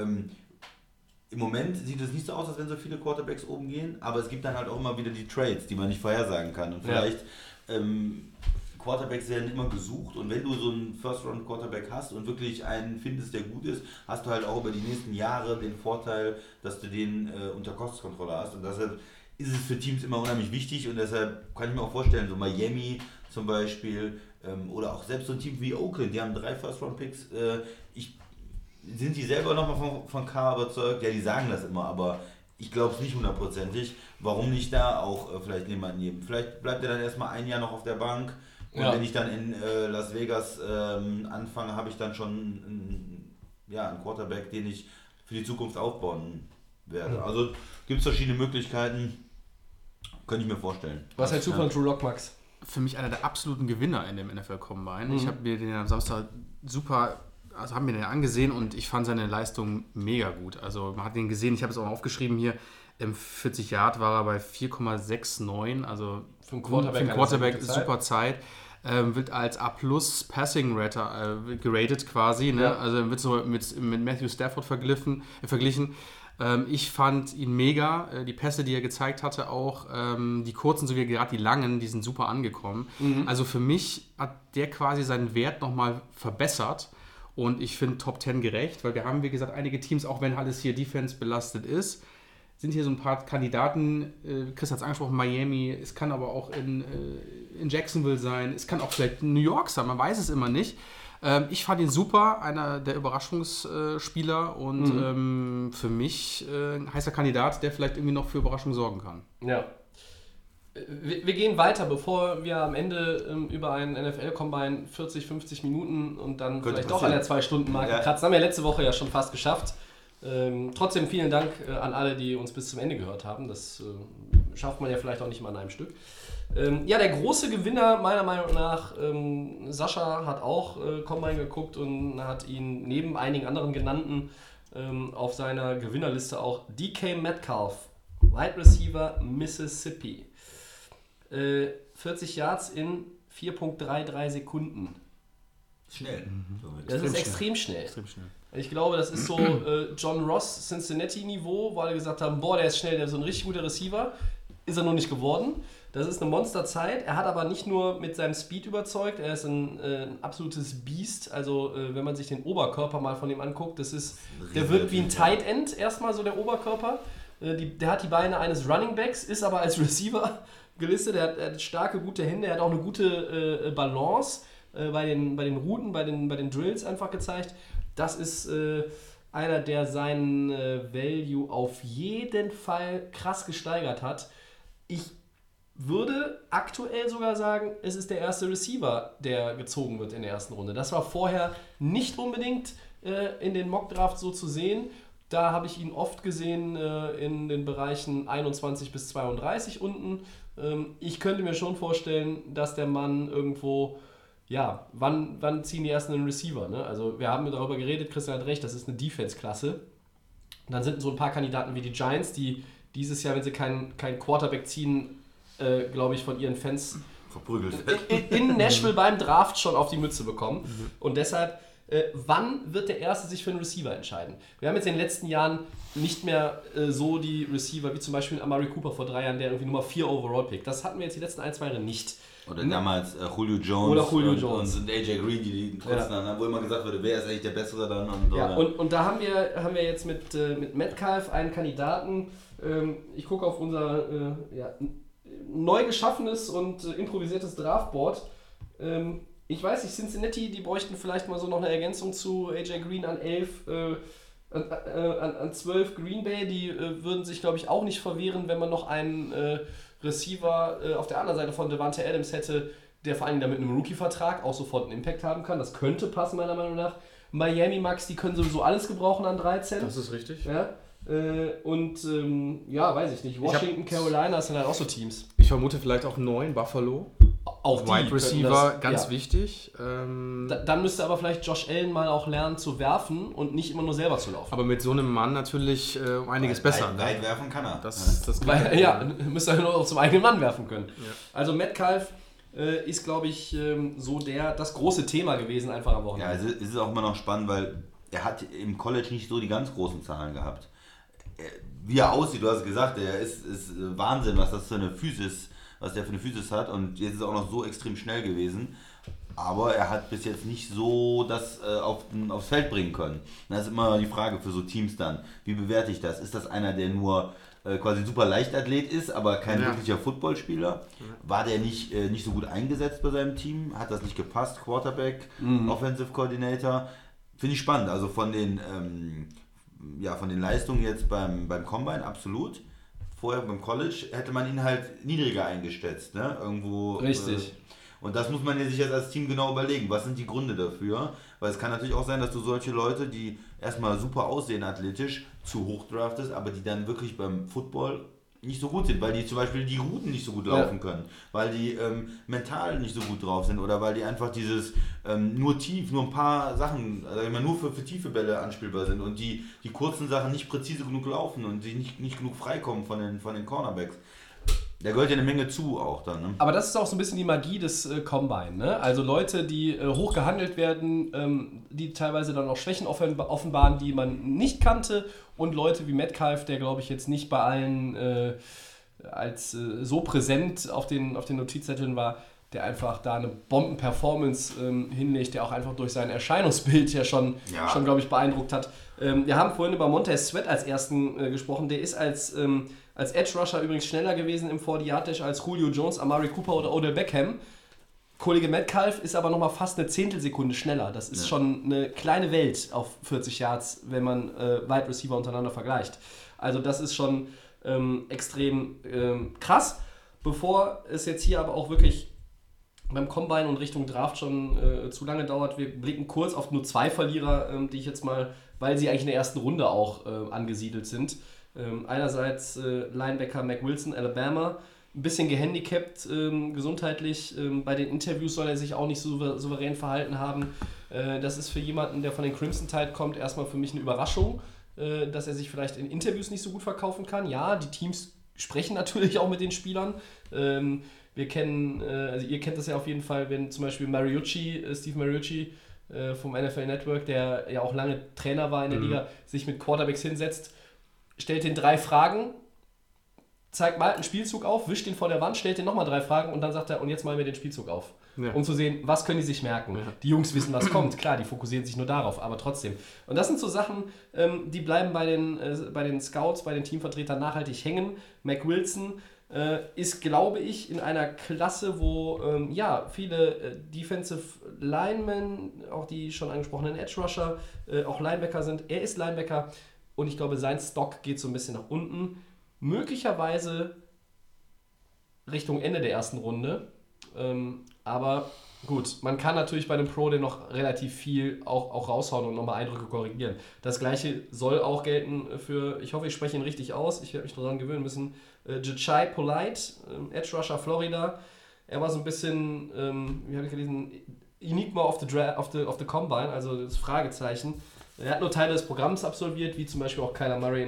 im Moment sieht es nicht so aus, als wenn so viele Quarterbacks oben gehen, aber es gibt dann halt auch immer wieder die Trades, die man nicht vorhersagen kann. Und vielleicht... Quarterbacks werden immer gesucht und wenn du so einen First-Round-Quarterback hast und wirklich einen findest, der gut ist, hast du halt auch über die nächsten Jahre den Vorteil, dass du den unter Kostenkontrolle hast und deshalb ist es für Teams immer unheimlich wichtig und deshalb kann ich mir auch vorstellen, so Miami zum Beispiel oder auch selbst so ein Team wie Oakland, die haben 3 First-Round-Picks, sind die selber nochmal von Carr überzeugt? Ja, die sagen das immer, aber ich glaube es nicht hundertprozentig. Warum nicht da auch vielleicht jemanden nehmen? Vielleicht bleibt er dann erstmal ein Jahr noch auf der Bank. Und wenn ich dann in Las Vegas anfange, habe ich dann schon einen Quarterback, den ich für die Zukunft aufbauen werde. Also gibt es verschiedene Möglichkeiten, könnte ich mir vorstellen. Was hältst du von Drew Lock, Max? Für mich einer der absoluten Gewinner in dem NFL Combine. Ich habe mir den am Samstag haben mir den angesehen und ich fand seine Leistung mega gut. Also man hat den gesehen, ich habe es auch aufgeschrieben hier, 40 Yard war er bei 4,69, also für einen Quarterback super Zeit. Wird als A+ Passing Rater geratet quasi, ne? Ja. Also wird so mit Matthew Stafford verglichen. Ich fand ihn mega, die Pässe, die er gezeigt hatte auch, die kurzen sowie gerade die langen, die sind super angekommen. Also für mich hat der quasi seinen Wert nochmal verbessert und ich finde Top 10 gerecht, weil wir haben, wie gesagt, einige Teams, auch wenn alles hier Defense belastet ist, sind hier so ein paar Kandidaten, Chris hat es angesprochen, Miami, es kann aber auch in Jacksonville sein, es kann auch vielleicht New York sein, man weiß es immer nicht. Ich fand ihn super, einer der Überraschungsspieler und für mich ein heißer Kandidat, der vielleicht irgendwie noch für Überraschungen sorgen kann. Ja. Wir gehen weiter, bevor wir am Ende über einen NFL-Combine 40, 50 Minuten und dann vielleicht doch an der 2-Stunden-Marke kratzen. Haben wir letzte Woche ja schon fast geschafft. Trotzdem vielen Dank an alle, die uns bis zum Ende gehört haben. Das schafft man ja vielleicht auch nicht mal an einem Stück. Der große Gewinner meiner Meinung nach, Sascha hat auch Combine geguckt und hat ihn neben einigen anderen genannten auf seiner Gewinnerliste auch DK Metcalf, Wide Receiver Mississippi. 40 Yards in 4,33 Sekunden. Schnell. Das ist extrem schnell. Ich glaube, das ist so John Ross Cincinnati-Niveau, weil wir gesagt haben, boah, der ist schnell, der ist so ein richtig guter Receiver. Ist er noch nicht geworden. Das ist eine Monsterzeit. Er hat aber nicht nur mit seinem Speed überzeugt, er ist ein absolutes Biest. Also wenn man sich den Oberkörper mal von ihm anguckt, der wirkt wie ein Tight End erstmal so der Oberkörper. Der hat die Beine eines Running Backs, ist aber als Receiver gelistet. Er hat starke, gute Hände, er hat auch eine gute Balance bei den Routen, bei den Drills einfach gezeigt. Das ist einer, der seinen Value auf jeden Fall krass gesteigert hat. Ich würde aktuell sogar sagen, es ist der erste Receiver, der gezogen wird in der ersten Runde. Das war vorher nicht unbedingt in den Mockdrafts so zu sehen. Da habe ich ihn oft gesehen in den Bereichen 21 bis 32 unten. Ich könnte mir schon vorstellen, dass der Mann irgendwo ja, wann ziehen die ersten einen Receiver? Ne? Also wir haben darüber geredet, Christian hat recht, das ist eine Defense-Klasse. Und dann sind so ein paar Kandidaten wie die Giants, die dieses Jahr, wenn sie keinen Quarterback ziehen, glaube ich, von ihren Fans verprügelt in Nashville beim Draft schon auf die Mütze bekommen. Und deshalb, wann wird der Erste sich für einen Receiver entscheiden? Wir haben jetzt in den letzten Jahren nicht mehr so die Receiver, wie zum Beispiel Amari Cooper vor 3 Jahren, der irgendwie Nummer 4 Overall pickt. Das hatten wir jetzt die letzten 1-2 Jahre nicht. Oder damals Julio Jones Jones. Und AJ Green, die kurz dann, wo immer gesagt wurde, wer ist eigentlich der Bessere dann. Und da haben wir jetzt mit Metcalf einen Kandidaten. Ich gucke auf unser neu geschaffenes und improvisiertes Draftboard. Ich weiß nicht, Cincinnati, die bräuchten vielleicht mal so noch eine Ergänzung zu AJ Green an 11, an 12 Green Bay. Die würden sich, glaube ich, auch nicht verwehren, wenn man noch einen Receiver auf der anderen Seite von Devante Adams hätte, der vor allem da mit einem Rookie-Vertrag auch sofort einen Impact haben kann. Das könnte passen, meiner Meinung nach. Miami Max, die können sowieso alles gebrauchen an 13. Das ist richtig. Ja. Weiß ich nicht. Washington, Carolina, das sind halt auch so Teams. Ich vermute vielleicht auch 9, Buffalo. Auch Wide Receiver, ganz wichtig. Dann müsste aber vielleicht Josh Allen mal auch lernen zu werfen und nicht immer nur selber zu laufen. Aber mit so einem Mann natürlich einiges besser. Weit werfen kann er. Müsste er nur auch zum eigenen Mann werfen können. Ja. Also Metcalf ist, glaube ich, das große Thema gewesen einfach am Wochenende. Ja, es ist auch immer noch spannend, weil er hat im College nicht so die ganz großen Zahlen gehabt. Wie er aussieht, du hast gesagt, er ist Wahnsinn, was der für eine Physis hat, und jetzt ist er auch noch so extrem schnell gewesen, aber er hat bis jetzt nicht so das aufs Feld bringen können. Das ist immer die Frage für so Teams dann, wie bewerte ich das? Ist das einer, der nur quasi super Leichtathlet ist, aber kein wirklicher Footballspieler? War der nicht so gut eingesetzt bei seinem Team? Hat das nicht gepasst? Quarterback, Offensive Coordinator? Finde ich spannend, also von den Leistungen jetzt beim Combine absolut. Vorher beim College hätte man ihn halt niedriger eingeschätzt, ne? Irgendwo. Richtig. Und das muss man sich jetzt als Team genau überlegen. Was sind die Gründe dafür? Weil es kann natürlich auch sein, dass du solche Leute, die erstmal super aussehen athletisch, zu hoch draftest, aber die dann wirklich beim Football nicht so gut sind, weil die zum Beispiel die Routen nicht so gut laufen können, weil die mental nicht so gut drauf sind oder weil die einfach dieses nur ein paar Sachen, also immer nur für tiefe Bälle anspielbar sind und die kurzen Sachen nicht präzise genug laufen und die nicht genug freikommen von den Cornerbacks. Da gehört ja eine Menge zu auch dann. Ne? Aber das ist auch so ein bisschen die Magie des Combine. Ne? Also Leute, die hoch gehandelt werden, die teilweise dann auch Schwächen offenbaren, die man nicht kannte, und Leute wie Metcalf, der, glaube ich, jetzt nicht bei allen als so präsent auf den Notizzetteln war, der einfach da eine Bomben-Performance hinlegt, der auch einfach durch sein Erscheinungsbild schon glaube ich, beeindruckt hat. Wir haben vorhin über Montez Sweat als ersten gesprochen. Der ist als Edge-Rusher übrigens schneller gewesen im 40-Yard-Dash als Julio Jones, Amari Cooper oder Odell Beckham. Kollege Metcalf ist aber nochmal fast eine Zehntelsekunde schneller. Das ist schon eine kleine Welt auf 40 Yards, wenn man Wide Receiver untereinander vergleicht. Also das ist schon extrem krass. Bevor es jetzt hier aber auch wirklich beim Combine und Richtung Draft schon zu lange dauert, wir blicken kurz auf nur 2 Verlierer, die ich jetzt mal, weil sie eigentlich in der ersten Runde auch angesiedelt sind. Einerseits Linebacker Mac Wilson, Alabama, ein bisschen gehandicapt gesundheitlich. Bei den Interviews soll er sich auch nicht souverän verhalten haben. Das ist für jemanden, der von den Crimson Tide kommt, erstmal für mich eine Überraschung, dass er sich vielleicht in Interviews nicht so gut verkaufen kann. Ja, die Teams sprechen natürlich auch mit den Spielern. Ihr kennt das ja auf jeden Fall, wenn zum Beispiel Steve Mariucci vom NFL Network, der ja auch lange Trainer war in der Liga, sich mit Quarterbacks hinsetzt, stellt den 3 Fragen, zeigt mal einen Spielzug auf, wischt den vor der Wand, stellt den nochmal 3 Fragen und dann sagt er, und jetzt malen wir den Spielzug auf. Ja. Um zu sehen, was können die sich merken. Ja. Die Jungs wissen, was kommt. Klar, die fokussieren sich nur darauf, aber trotzdem. Und das sind so Sachen, die bleiben bei den Scouts, bei den Teamvertretern nachhaltig hängen. Mac Wilson ist, glaube ich, in einer Klasse, wo viele Defensive Linemen, auch die schon angesprochenen Edge Rusher, auch Linebacker sind. Er ist Linebacker und ich glaube, sein Stock geht so ein bisschen nach unten. Möglicherweise Richtung Ende der ersten Runde. Aber gut, man kann natürlich bei einem Pro Day noch relativ viel auch raushauen und nochmal Eindrücke korrigieren. Das gleiche soll auch gelten für, ich hoffe, ich spreche ihn richtig aus, ich werde mich daran gewöhnen müssen, Jachai Polite, Edge Rusher Florida. Er war so ein bisschen, wie habe ich gelesen, Enigma of the Combine, also das Fragezeichen. Er hat nur Teile des Programms absolviert, wie zum Beispiel auch Kyler Murray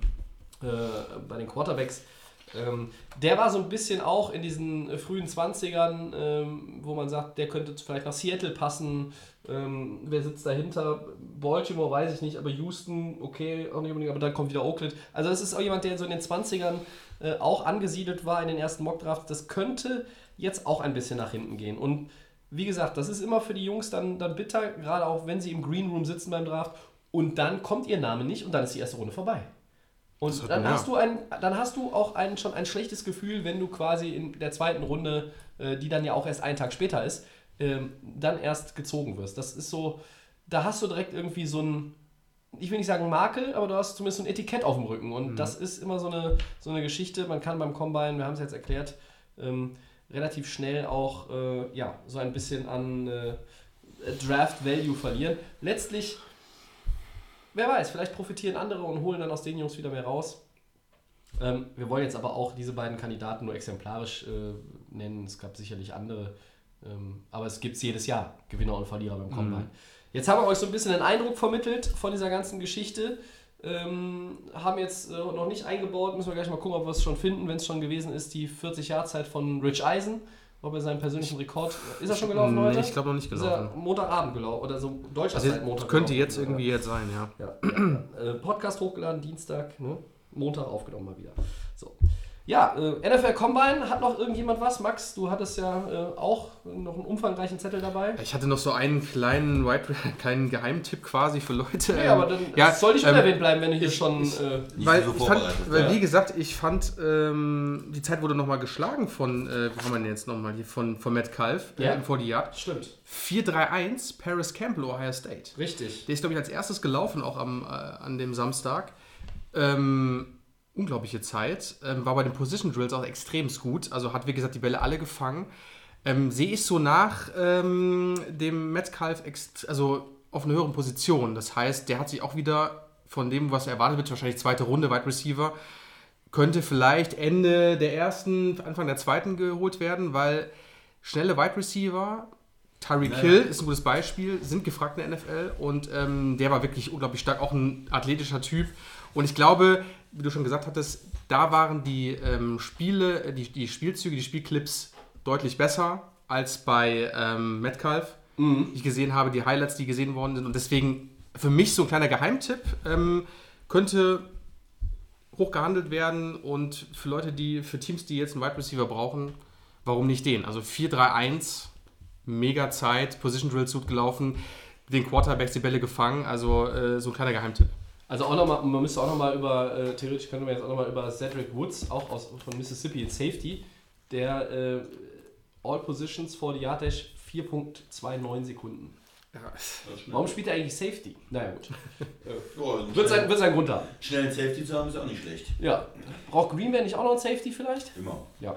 bei den Quarterbacks. Der war so ein bisschen auch in diesen frühen 20ern, wo man sagt, der könnte vielleicht nach Seattle passen. Wer sitzt dahinter? Baltimore, weiß ich nicht, aber Houston, okay, auch nicht unbedingt, aber dann kommt wieder Oakland. Also das ist auch jemand, der so in den 20ern auch angesiedelt war in den ersten Mockdrafts. Das könnte jetzt auch ein bisschen nach hinten gehen. Und wie gesagt, das ist immer für die Jungs dann bitter, gerade auch wenn sie im Green Room sitzen beim Draft und dann kommt ihr Name nicht und dann ist die erste Runde vorbei. Und dann hast du auch schon ein schlechtes Gefühl, wenn du quasi in der zweiten Runde, die dann ja auch erst einen Tag später ist, dann erst gezogen wirst. Das ist so, da hast du direkt irgendwie so ein, ich will nicht sagen Makel, aber du hast zumindest so ein Etikett auf dem Rücken. Und das ist immer so eine Geschichte. Man kann beim Combine, wir haben es jetzt erklärt, relativ schnell auch so ein bisschen an Draft Value verlieren. Letztlich, wer weiß, vielleicht profitieren andere und holen dann aus den Jungs wieder mehr raus. Wir wollen jetzt aber auch diese beiden Kandidaten nur exemplarisch nennen. Es gab sicherlich andere, aber es gibt es jedes Jahr, Gewinner und Verlierer beim Combine. Jetzt haben wir euch so ein bisschen einen Eindruck vermittelt von dieser ganzen Geschichte. Haben jetzt noch nicht eingebaut, müssen wir gleich mal gucken, ob wir es schon finden, wenn es schon gewesen ist, die 40-Jahr-Zeit von Rich Eisen, ob er seinen persönlichen Rekord, ist er schon gelaufen heute? Nee, ich glaube noch nicht gelaufen. Ist er Montagabend gelaufen, oder so deutscher Zeit Montag. Könnte jetzt irgendwie jetzt sein, ja. Podcast hochgeladen, Dienstag, ne? Montag aufgenommen mal wieder. So. Ja, NFL Combine, hat noch irgendjemand was? Max, du hattest ja auch noch einen umfangreichen Zettel dabei. Ich hatte noch so einen kleinen Geheimtipp quasi für Leute. Nee, aber dann soll nicht unerwähnt bleiben, wenn du hier schon... Weil, wie gesagt, ich fand, die Zeit wurde nochmal geschlagen von, wie haben wir denn jetzt nochmal hier, von Metcalf im 40 Yard. Stimmt. 4-3-1, Paris Campbell, Ohio State. Richtig. Der ist, glaube ich, als erstes gelaufen, auch an dem Samstag. Unglaubliche Zeit. War bei den Position Drills auch extrem gut. Also hat, wie gesagt, die Bälle alle gefangen. Sehe ich so nach dem Metcalf auf einer höheren Position. Das heißt, der hat sich auch wieder von dem, was erwartet wird, wahrscheinlich zweite Runde, Wide Receiver, könnte vielleicht Ende der ersten, Anfang der zweiten geholt werden, weil schnelle Wide Receiver, Tyreek Hill ist ein gutes Beispiel, sind gefragt in der NFL und der war wirklich unglaublich stark, auch ein athletischer Typ. Und ich glaube, wie du schon gesagt hattest, da waren die Spiele, die Spielzüge, die Spielclips deutlich besser als bei Metcalf, die ich gesehen habe, die Highlights, die gesehen worden sind. Und deswegen für mich so ein kleiner Geheimtipp, könnte hoch gehandelt werden und für Teams, die jetzt einen Wide Receiver brauchen, warum nicht den? Also 4-3-1, mega Zeit, Position Drills gut gelaufen, den Quarterbacks die Bälle gefangen, also so ein kleiner Geheimtipp. Also auch nochmal, man müsste auch nochmal theoretisch könnte man jetzt auch nochmal über Cedric Woods, auch von Mississippi, Safety, der All Positions for the Yard Dash 4.29 Sekunden. Ja. Warum spielt er eigentlich Safety? Naja, gut. Wird seinen Grund haben. Schnell einen Safety zu haben ist auch nicht schlecht. Ja. Braucht Green Bay nicht auch noch einen Safety vielleicht? Immer. Ja.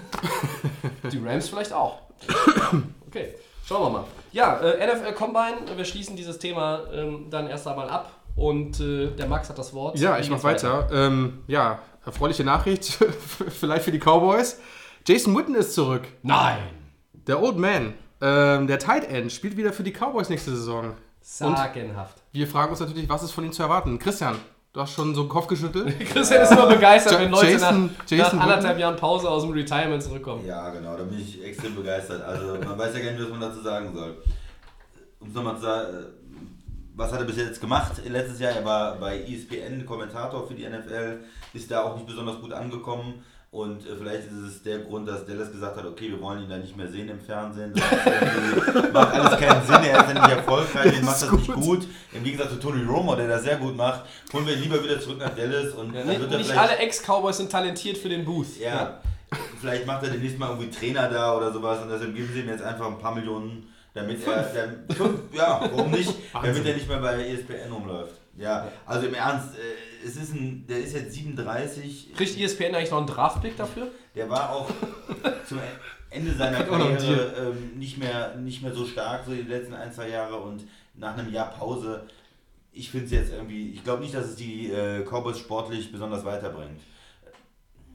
Die Rams vielleicht auch. Okay, schauen wir mal. Ja, NFL Combine, wir schließen dieses Thema dann erst einmal ab. Und der Max hat das Wort. Ja, ich mach weiter. Erfreuliche Nachricht, vielleicht für die Cowboys. Jason Witten ist zurück. Nein! Der Old Man, der Tight End, spielt wieder für die Cowboys nächste Saison. Sagenhaft. Und wir fragen uns natürlich, was ist von ihm zu erwarten? Christian, du hast schon so den Kopf geschüttelt. Christian ist immer begeistert, wenn Leute nach Jason anderthalb Jahren Pause aus dem Retirement zurückkommen. Ja, genau, da bin ich extrem begeistert. Also man weiß ja gar nicht, was man dazu sagen soll. Um es nochmal zu sagen, was hat er bis jetzt gemacht? Letztes Jahr, er war bei ESPN Kommentator für die NFL, ist da auch nicht besonders gut angekommen und vielleicht ist es der Grund, dass Dallas gesagt hat, okay, wir wollen ihn da nicht mehr sehen im Fernsehen. Das macht alles keinen Sinn, er ist ja nicht erfolgreich, er macht das nicht gut. Im Gegensatz zu Tony Romo, der das sehr gut macht, holen wir ihn lieber wieder zurück nach Dallas. Und ja, nicht alle Ex-Cowboys sind talentiert für den Booth. Ja, vielleicht macht er demnächst mal irgendwie Trainer da oder sowas und deshalb geben sie ihm jetzt einfach ein paar Millionen, damit warum nicht? Damit er nicht mehr bei ESPN rumläuft. Ja, also im Ernst, der ist jetzt 37. Kriegt ESPN eigentlich noch einen Draftpick dafür? Der war auch zum Ende seiner Karriere nicht mehr so stark, so die letzten 1-2 Jahre und nach einem Jahr Pause. Ich finde es jetzt irgendwie, ich glaube nicht, dass es die Cowboys sportlich besonders weiterbringt.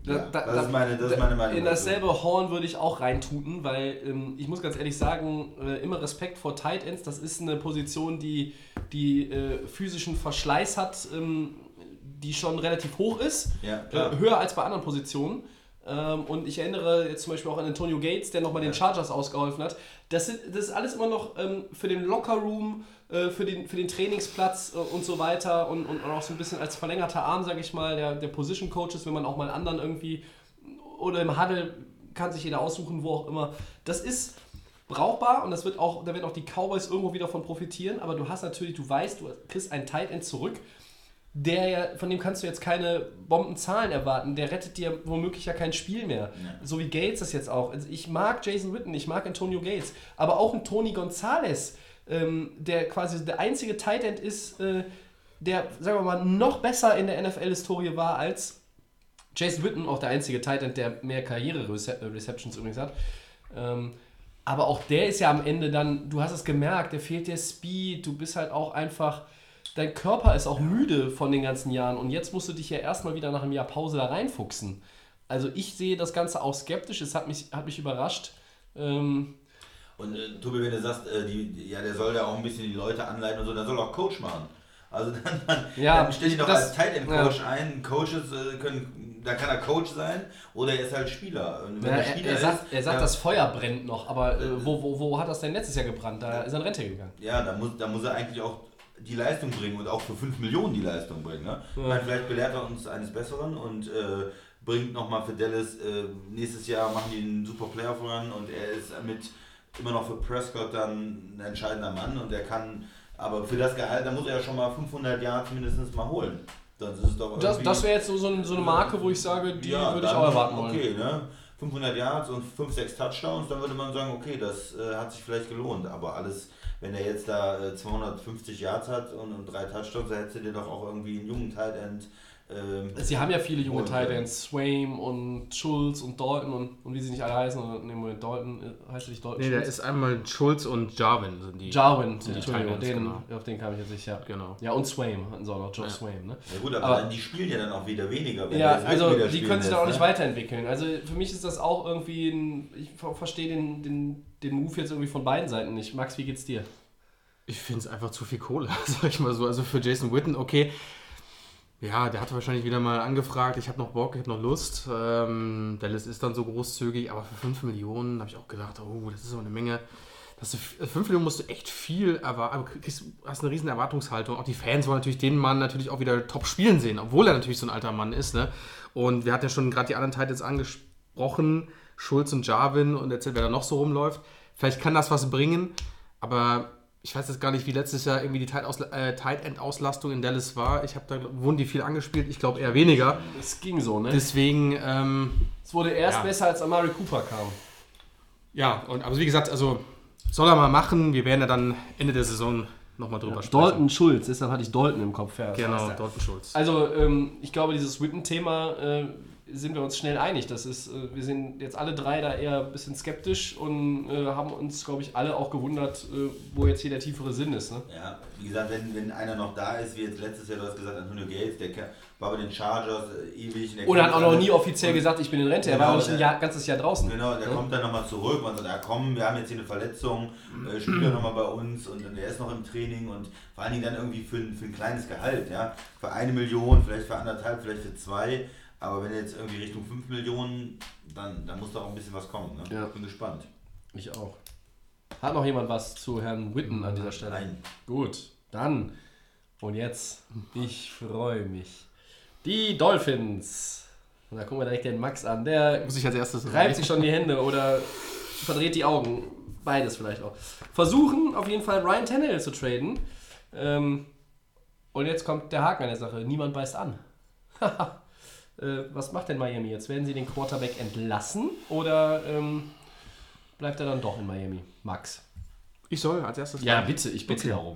Das ist meine Meinung. In dasselbe Horn würde ich auch reintuten, weil ich muss ganz ehrlich sagen, immer Respekt vor Tight Ends. Das ist eine Position, die physischen Verschleiß hat, die schon relativ hoch ist, höher als bei anderen Positionen. Und ich erinnere jetzt zum Beispiel auch an Antonio Gates, der nochmal den Chargers ausgeholfen hat. Das ist alles immer noch für den Lockerroom, für den Trainingsplatz und so weiter und auch so ein bisschen als verlängerter Arm, sage ich mal, der Position Coaches, wenn man auch mal einen anderen irgendwie oder im Huddle kann sich jeder aussuchen, wo auch immer. Das ist brauchbar und da werden auch die Cowboys irgendwo wieder von profitieren, aber du weißt, du kriegst einen Tight End zurück, von dem kannst du jetzt keine Bombenzahlen erwarten, der rettet dir womöglich ja kein Spiel mehr. Ja. So wie Gates das jetzt auch. Also ich mag Jason Witten, ich mag Antonio Gates, aber auch ein Tony Gonzalez, der quasi der einzige Tight End ist, der, sagen wir mal, noch besser in der NFL-Historie war als Jason Witten, auch der einzige Tight End, der mehr Karriere-Receptions übrigens hat. Aber auch der ist ja am Ende dann, du hast es gemerkt, der fehlt dir Speed, du bist halt auch einfach, dein Körper ist auch müde von den ganzen Jahren und jetzt musst du dich ja erstmal wieder nach einem Jahr Pause da reinfuchsen. Also ich sehe das Ganze auch skeptisch, es hat mich überrascht. Und Tobi, wenn du sagst, der soll ja auch ein bisschen die Leute anleiten und so, dann soll auch Coach machen. Also dann stell dich doch als Tight End Coach ein. Coaches da kann er Coach sein oder er ist halt Spieler. Und wenn er sagt, das Feuer brennt noch, aber wo hat das denn letztes Jahr gebrannt? Da ist er in Rente gegangen. Ja, da muss er eigentlich auch die Leistung bringen und auch für 5 Millionen die Leistung bringen. Ne? Ja. Ich meine, vielleicht belehrt er uns eines Besseren und bringt nochmal für Dallas, nächstes Jahr machen die einen super Player voran und er ist immer noch für Prescott dann ein entscheidender Mann und er kann, aber für das Gehalt, da muss er ja schon mal 500 Yards mindestens mal holen. Sonst ist es doch das wäre jetzt so eine Marke, wo ich sage, die würde ich auch erwarten wollen. Okay, ne? 500 Yards und 5-6 Touchdowns, dann würde man sagen, okay, das hat sich vielleicht gelohnt, aber alles, wenn er jetzt da 250 Yards hat und 3 Touchdowns, dann hättest du dir doch auch irgendwie einen jungen Tight End. Sie haben ja viele junge Tight Ends, Swaim und Schulz und Dalton und wie sie nicht alle heißen. Moment, Dalton, heißt er nicht Dalton? Nee, Schulz? der ist einmal Schulz und Jarwin sind die. Jarwin sind die Tight Ends, genau. Auf den kam ich jetzt nicht, ja. Genau. Ja, und Swaim hatten sie auch noch, Joe Swaim, ne? Ja gut, aber die spielen ja dann auch wieder weniger. Ja, also die können sich dann auch nicht weiterentwickeln. Also für mich ist das auch irgendwie, ich verstehe den Move jetzt irgendwie von beiden Seiten nicht. Max, wie geht's dir? Ich finde es einfach zu viel Kohle, sag ich mal so. Also für Jason Witten, okay. Ja, der hatte wahrscheinlich wieder mal angefragt, ich habe noch Bock, ich habe noch Lust. Dallas ist dann so großzügig, aber für 5 Millionen habe ich auch gedacht, oh, das ist aber eine Menge. 5 Millionen musst du echt viel erwarten, aber hast eine riesen Erwartungshaltung. Auch die Fans wollen natürlich den Mann natürlich auch wieder top spielen sehen, obwohl er natürlich so ein alter Mann ist. Ne? Und wir hatten ja schon gerade die anderen Titans angesprochen, Schulz und Jarwin und erzählt, wer da noch so rumläuft. Vielleicht kann das was bringen, aber ich weiß jetzt gar nicht, wie letztes Jahr irgendwie die Tight End Auslastung in Dallas war. Wurden die viel angespielt? Ich glaube eher weniger. Es ging so, ne? Deswegen, es wurde erst besser, als Amari Cooper kam. Ja, aber wie gesagt, also soll er mal machen. Wir werden ja dann Ende der Saison nochmal drüber sprechen. Dalton Schulz, deshalb hatte ich Dalton im Kopf. Ja, genau, Dalton Schulz. Also, ich glaube, dieses Witten-Thema sind wir uns schnell einig. Wir sind jetzt alle drei da eher ein bisschen skeptisch und haben uns, glaube ich, alle auch gewundert, wo jetzt hier der tiefere Sinn ist. Ne? Ja, wie gesagt, wenn einer noch da ist, wie jetzt letztes Jahr, du hast gesagt, Antonio Gates, der war bei den Chargers ewig. Oder hat auch noch nie offiziell gesagt, ich bin in Rente. Genau, er war auch nicht ein ganzes Jahr draußen. Genau, der kommt dann nochmal zurück und sagt, ja komm, wir haben jetzt hier eine Verletzung, spielt er nochmal bei uns und der ist noch im Training und vor allen Dingen dann irgendwie für ein kleines Gehalt, ja, für 1 Million, vielleicht für 1,5, vielleicht für 2. Aber wenn jetzt irgendwie Richtung 5 Millionen, dann muss da auch ein bisschen was kommen. Ne? Ja. Bin gespannt. Ich auch. Hat noch jemand was zu Herrn Witten an dieser Stelle? Nein. Gut, dann. Und jetzt, ich freue mich. Die Dolphins. Und da gucken wir direkt den Max an. Der muss ich als erstes reibt sich schon die Hände oder verdreht die Augen. Beides vielleicht auch. Versuchen auf jeden Fall Ryan Tannehill zu traden. Und jetzt kommt der Haken an der Sache. Niemand beißt an. Was macht denn Miami jetzt? Werden sie den Quarterback entlassen oder bleibt er dann doch in Miami? Max? Ich soll als erstes. Ja, bitte, ich bitte darum.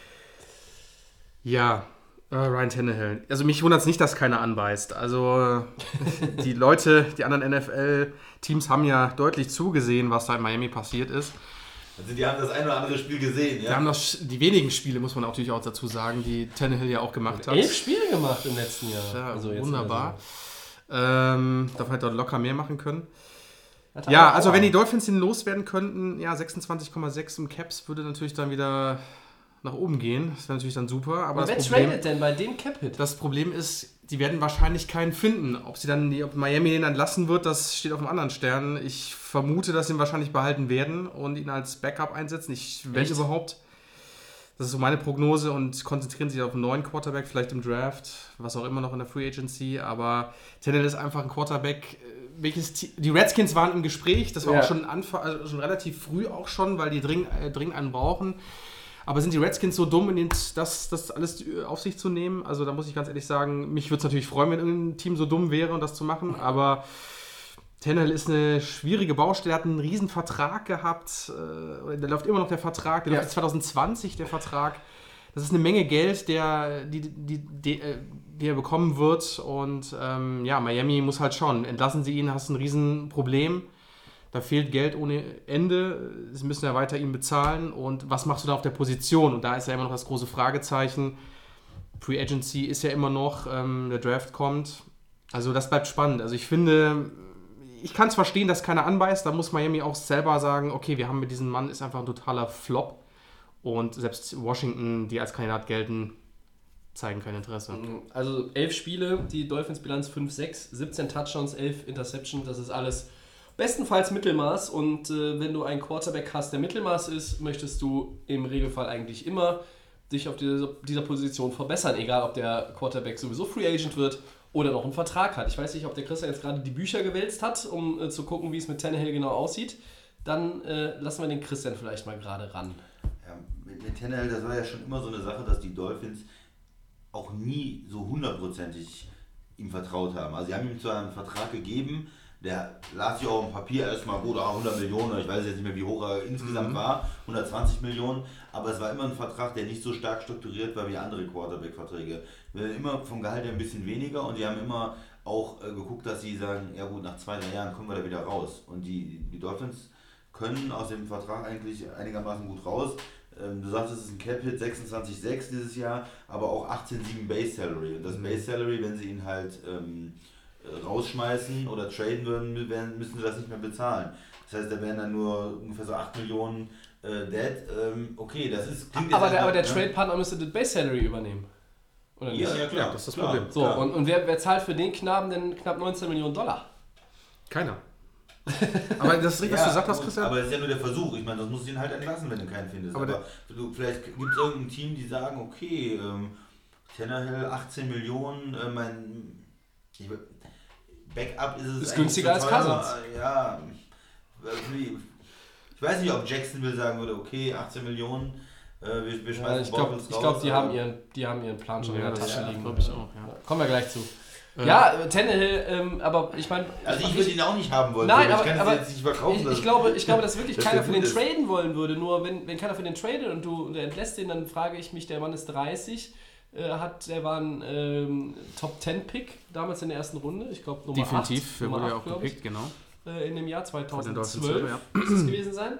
Ja, Ryan Tannehill. Also mich wundert es nicht, dass keiner anbeißt. Also die Leute, die anderen NFL-Teams haben ja deutlich zugesehen, was da in Miami passiert ist. Also die haben das ein oder andere Spiel gesehen, ja? Wir haben noch die wenigen Spiele, muss man natürlich auch dazu sagen, die Tannehill ja auch gemacht hat. 11 Spiele gemacht im letzten Jahr. Ja, also wunderbar. Darf halt dort locker mehr machen können. Ja, also wenn die Dolphins den loswerden könnten, ja, 26,6 im Caps würde natürlich dann wieder nach oben gehen. Das wäre natürlich dann super. Aber wer tradet denn bei dem Cap-Hit? Das Problem ist, die werden wahrscheinlich keinen finden. Ob Miami den entlassen wird, das steht auf einem anderen Stern. Ich vermute, dass sie ihn wahrscheinlich behalten werden und ihn als Backup einsetzen. Wenn überhaupt. Das ist so meine Prognose und konzentrieren sich auf einen neuen Quarterback, vielleicht im Draft, was auch immer noch in der Free Agency. Aber Tannehill ist einfach ein Quarterback, die Redskins waren im Gespräch, das war auch schon schon relativ früh auch schon, weil die dringend einen brauchen. Aber sind die Redskins so dumm, das alles auf sich zu nehmen? Also da muss ich ganz ehrlich sagen, mich würde es natürlich freuen, wenn irgendein Team so dumm wäre und das zu machen, aber Tannehill ist eine schwierige Baustelle, hat einen riesen Vertrag gehabt, der läuft immer noch der Vertrag, der läuft 2020 der Vertrag. Das ist eine Menge Geld, die er bekommen wird und Miami muss halt schauen, entlassen sie ihn, hast ein riesen Problem. Da fehlt Geld ohne Ende. Sie müssen ja weiter ihn bezahlen. Und was machst du da auf der Position? Und da ist ja immer noch das große Fragezeichen. Free Agency ist ja immer noch, der Draft kommt. Also das bleibt spannend. Also ich finde, ich kann es verstehen, dass keiner anbeißt. Da muss Miami auch selber sagen, okay, wir haben mit diesem Mann, ist einfach ein totaler Flop. Und selbst Washington, die als Kandidat gelten, zeigen kein Interesse. Also 11 Spiele, die Dolphins-Bilanz 5-6, 17 Touchdowns, 11 Interceptions. Das ist alles bestenfalls Mittelmaß und wenn du einen Quarterback hast, der Mittelmaß ist, möchtest du im Regelfall eigentlich immer dich auf dieser Position verbessern, egal ob der Quarterback sowieso Free Agent wird oder noch einen Vertrag hat. Ich weiß nicht, ob der Christian jetzt gerade die Bücher gewälzt hat, um zu gucken, wie es mit Tannehill genau aussieht. Dann lassen wir den Christian vielleicht mal gerade ran. Ja, mit Tannehill, das war ja schon immer so eine Sache, dass die Dolphins auch nie so hundertprozentig ihm vertraut haben. Also sie haben ihm zwar einen Vertrag gegeben, der las sich auch auf dem Papier erstmal gut, 100 Millionen, ich weiß jetzt nicht mehr, wie hoch er insgesamt war, 120 Millionen, aber es war immer ein Vertrag, der nicht so stark strukturiert war wie andere Quarterback-Verträge. Immer vom Gehalt her ein bisschen weniger und die haben immer auch geguckt, dass sie sagen, ja gut, nach 2-3 Jahren kommen wir da wieder raus. Und die Dolphins können aus dem Vertrag eigentlich einigermaßen gut raus. Du sagst, es ist ein Cap-Hit, 26,6 dieses Jahr, aber auch 18,7 Base-Salary. Und das Base-Salary, wenn sie ihn halt rausschmeißen oder traden würden, müssen sie das nicht mehr bezahlen. Das heißt, da wären dann nur ungefähr so 8 Millionen dead. Okay, das ist... Aber der Trade-Partner müsste das Base-Salary übernehmen. Oder nicht? Ja, klar. Das ist das Problem. So, und wer zahlt für den Knaben denn knapp 19 Millionen $? Keiner. Aber das ist richtig, was du gesagt hast, Christian. Aber das ist ja nur der Versuch. Ich meine, das musst du ihn halt entlassen, wenn du keinen findest. Aber vielleicht gibt es irgendein Team, die sagen, okay, Tannehill 18 Millionen, Backup ist es ist günstiger als Cousins. Ja, ich weiß nicht, ob Jacksonville sagen würde, okay, 18 Millionen, wir schmeißen ich glaube, die haben ihren Plan schon in der Tasche liegen. Glaube ich auch, ja. Kommen wir gleich zu. Ja, Tannehill, aber ich meine... Also ich würde ihn auch nicht haben wollen. Nein, ich kann es jetzt nicht verkaufen. Ich glaube, dass wirklich keiner für den traden wollen würde. Nur wenn keiner für den tradet und du entlässt den, dann frage ich mich, der Mann ist 30, der war ein Top-10-Pick damals in der ersten Runde. Ich glaube Nummer 8. Definitiv, wurde ja auch gepickt, genau. In dem Jahr 2012 selber, ist es gewesen sein.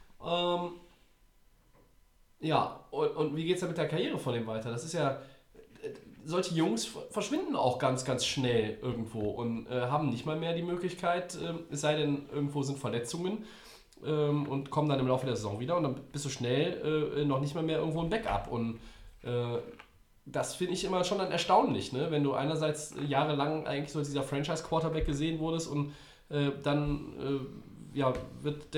Ja, und wie geht es dann mit der Karriere von dem weiter? Das ist ja... Solche Jungs verschwinden auch ganz, ganz schnell irgendwo und haben nicht mal mehr die Möglichkeit, es sei denn, irgendwo sind Verletzungen und kommen dann im Laufe der Saison wieder und dann bist du schnell noch nicht mal mehr irgendwo ein Backup. Und das finde ich immer schon dann erstaunlich, ne? Wenn du einerseits jahrelang eigentlich so als dieser Franchise-Quarterback gesehen wurdest und dann wird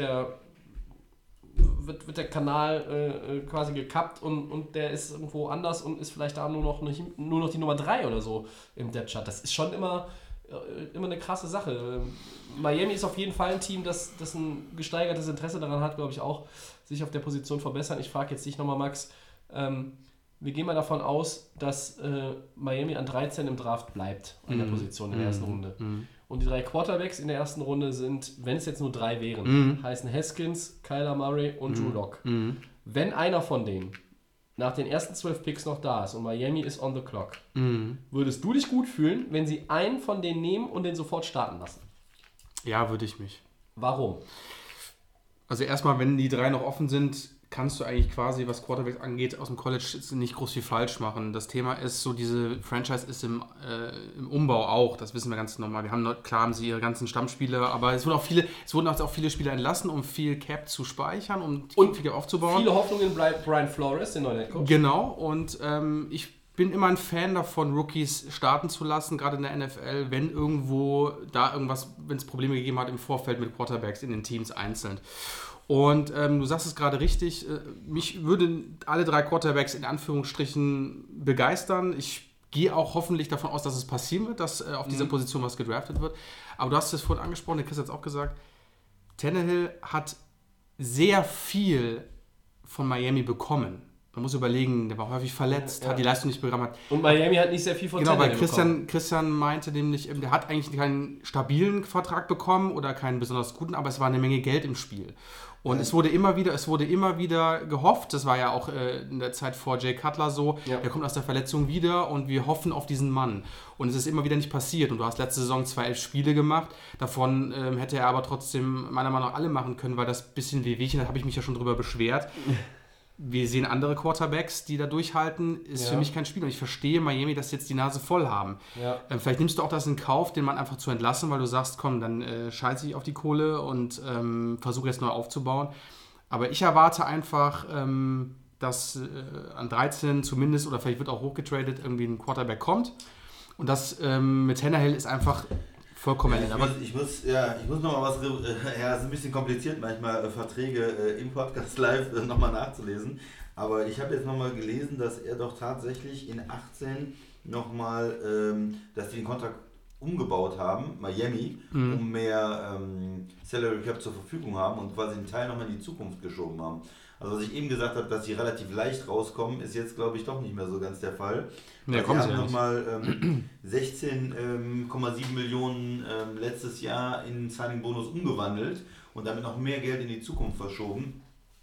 der Kanal quasi gekappt und der ist irgendwo anders und ist vielleicht da nur noch die Nummer 3 oder so im Depth-Chart. Das ist schon immer eine krasse Sache. Miami ist auf jeden Fall ein Team, das ein gesteigertes Interesse daran hat, glaube ich auch, sich auf der Position verbessern. Ich frage jetzt dich nochmal, Max, wir gehen mal davon aus, dass Miami an 13 im Draft bleibt, an der Position in der ersten Runde. Und die 3 Quarterbacks in der ersten Runde sind, wenn es jetzt nur 3 wären, heißen Haskins, Kyler Murray und Drew Lock. Wenn einer von denen nach den ersten 12 Picks noch da ist und Miami ist on the clock, würdest du dich gut fühlen, wenn sie einen von denen nehmen und den sofort starten lassen? Ja, würde ich mich. Warum? Also erstmal, wenn die 3 noch offen sind, kannst du eigentlich quasi, was Quarterbacks angeht, aus dem College nicht groß viel falsch machen. Das Thema ist so, diese Franchise ist im Umbau auch, das wissen wir ganz normal. Klar haben sie ihre ganzen Stammspieler, aber es wurden auch viele Spieler entlassen, um viel Cap zu speichern, um viel Cap aufzubauen. Viele Hoffnungen bleibt Brian Flores, den neuen Headcoach. Genau, und ich bin immer ein Fan davon, Rookies starten zu lassen, gerade in der NFL, wenn es Probleme gegeben hat im Vorfeld mit Quarterbacks in den Teams einzeln. Und du sagst es gerade richtig, mich würden alle 3 Quarterbacks in Anführungsstrichen begeistern. Ich gehe auch hoffentlich davon aus, dass es passieren wird, dass auf dieser Position was gedraftet wird. Aber du hast es vorhin angesprochen, der Chris hat es auch gesagt, Tannehill hat sehr viel von Miami bekommen. Man muss überlegen, der war häufig verletzt, hat die Leistung nicht bekommen. Und Miami hat nicht sehr viel von Tannehill bekommen. Genau, weil Christian meinte nämlich, der hat eigentlich keinen stabilen Vertrag bekommen oder keinen besonders guten, aber es war eine Menge Geld im Spiel. Und es wurde immer wieder gehofft, das war ja auch in der Zeit vor Jay Cutler so, der kommt aus der Verletzung wieder und wir hoffen auf diesen Mann. Und es ist immer wieder nicht passiert. Und du hast letzte Saison 11 Spiele gemacht, davon hätte er aber trotzdem meiner Meinung nach alle machen können, weil das bisschen Wehwehchen, da habe ich mich ja schon drüber beschwert. Wir sehen andere Quarterbacks, die da durchhalten, ist für mich kein Spiel. Und ich verstehe Miami, dass sie jetzt die Nase voll haben. Ja. Vielleicht nimmst du auch das in Kauf, den Mann einfach zu entlassen, weil du sagst, komm, dann scheiße ich auf die Kohle und versuche jetzt neu aufzubauen. Aber ich erwarte einfach, dass an 13 zumindest, oder vielleicht wird auch hochgetradet, irgendwie ein Quarterback kommt. Und das mit Tannehill ist einfach vollkommen. Ich muss noch mal was, es ist ein bisschen kompliziert manchmal, Verträge im Podcast live nochmal nachzulesen, aber ich habe jetzt nochmal gelesen, dass er doch tatsächlich in 18 nochmal, dass die den Kontrakt umgebaut haben, Miami, um mehr Salary Cap zur Verfügung haben und quasi einen Teil nochmal in die Zukunft geschoben haben. Also was ich eben gesagt habe, dass sie relativ leicht rauskommen, ist jetzt glaube ich doch nicht mehr so ganz der Fall. Nee, wir haben nochmal 16,7 Millionen letztes Jahr in Signing-Bonus umgewandelt und damit noch mehr Geld in die Zukunft verschoben.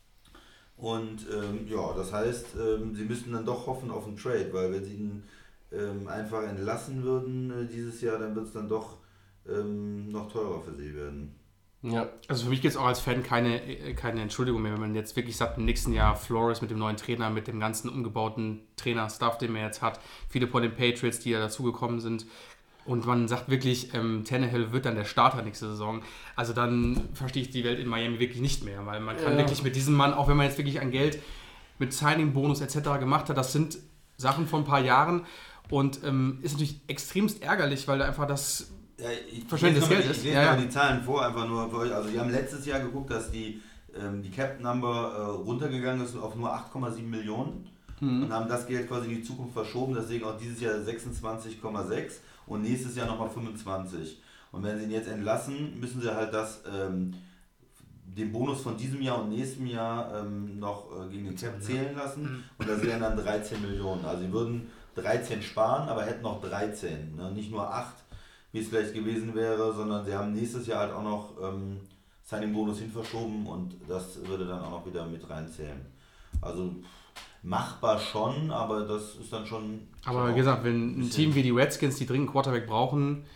Und das heißt, sie müssten dann doch hoffen auf einen Trade, weil wenn sie ihn einfach entlassen würden dieses Jahr, dann wird es dann doch noch teurer für sie werden. Ja. Also für mich gibt es auch als Fan keine Entschuldigung mehr, wenn man jetzt wirklich sagt, im nächsten Jahr Flores mit dem neuen Trainer, mit dem ganzen umgebauten Trainer-Stuff, den man jetzt hat, viele von den Patriots, die ja dazugekommen sind, und man sagt wirklich, Tannehill wird dann der Starter nächste Saison, also dann verstehe ich die Welt in Miami wirklich nicht mehr, weil man kann wirklich mit diesem Mann, auch wenn man jetzt wirklich an Geld mit Signing-Bonus etc. gemacht hat, das sind Sachen von ein paar Jahren und ist natürlich extremst ärgerlich, weil da einfach das verschwendetes Geld ist. Ich lese mal die Zahlen vor, einfach nur für euch. Also wir haben letztes Jahr geguckt, dass die Cap Number runtergegangen ist auf nur 8,7 Millionen und haben das Geld quasi in die Zukunft verschoben, deswegen auch dieses Jahr 26,6 und nächstes Jahr nochmal 25. Und wenn sie ihn jetzt entlassen, müssen sie halt den Bonus von diesem Jahr und nächstem Jahr noch gegen den Cap zählen lassen und das wären dann 13 Millionen. Also sie würden 13 sparen, aber hätten noch 13, ne? Nicht nur 8, wie es vielleicht gewesen wäre, sondern sie haben nächstes Jahr halt auch noch seinen Bonus hin verschoben und das würde dann auch noch wieder mit reinzählen. Also machbar schon, aber das ist dann schon... Aber wie gesagt, wenn ein Team wie die Redskins, die dringend Quarterback brauchen...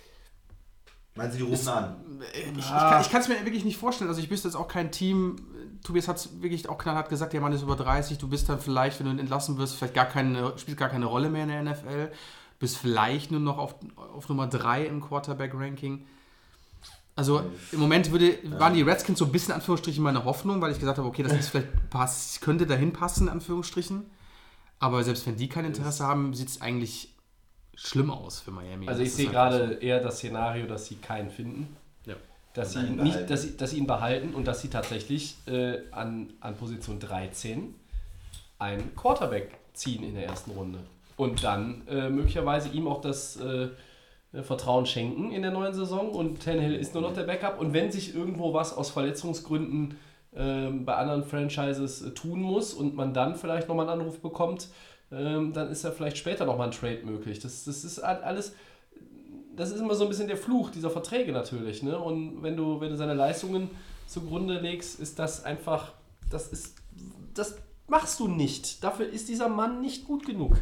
Meinst du, die rufen an? Ich kann es mir wirklich nicht vorstellen. Also ich wüsste jetzt auch kein Team... Tobias hat es wirklich auch knallhart gesagt, der Mann ist über 30, du bist dann vielleicht, wenn du entlassen wirst, vielleicht spielst gar keine Rolle mehr in der NFL. Bist vielleicht nur noch auf Nummer 3 im Quarterback-Ranking. Also im Moment waren die Redskins so ein bisschen in Anführungsstrichen meine Hoffnung, weil ich gesagt habe, okay, das ist vielleicht könnte dahin passen, in Anführungsstrichen. Aber selbst wenn die kein Interesse haben, sieht es eigentlich schlimm aus für Miami. Also ich sehe gerade eher das Szenario, dass sie keinen finden. Ja. Dass sie ihn behalten und dass sie tatsächlich an Position 13 einen Quarterback ziehen in der ersten Runde. Und dann möglicherweise ihm auch das Vertrauen schenken in der neuen Saison. Und Tannehill ist nur noch der Backup. Und wenn sich irgendwo was aus Verletzungsgründen bei anderen Franchises tun muss und man dann vielleicht nochmal einen Anruf bekommt, dann ist ja vielleicht später nochmal ein Trade möglich. Das ist alles... Das ist immer so ein bisschen der Fluch dieser Verträge natürlich. Ne? Und wenn du seine Leistungen zugrunde legst, ist das einfach... Das machst du nicht. Dafür ist dieser Mann nicht gut genug.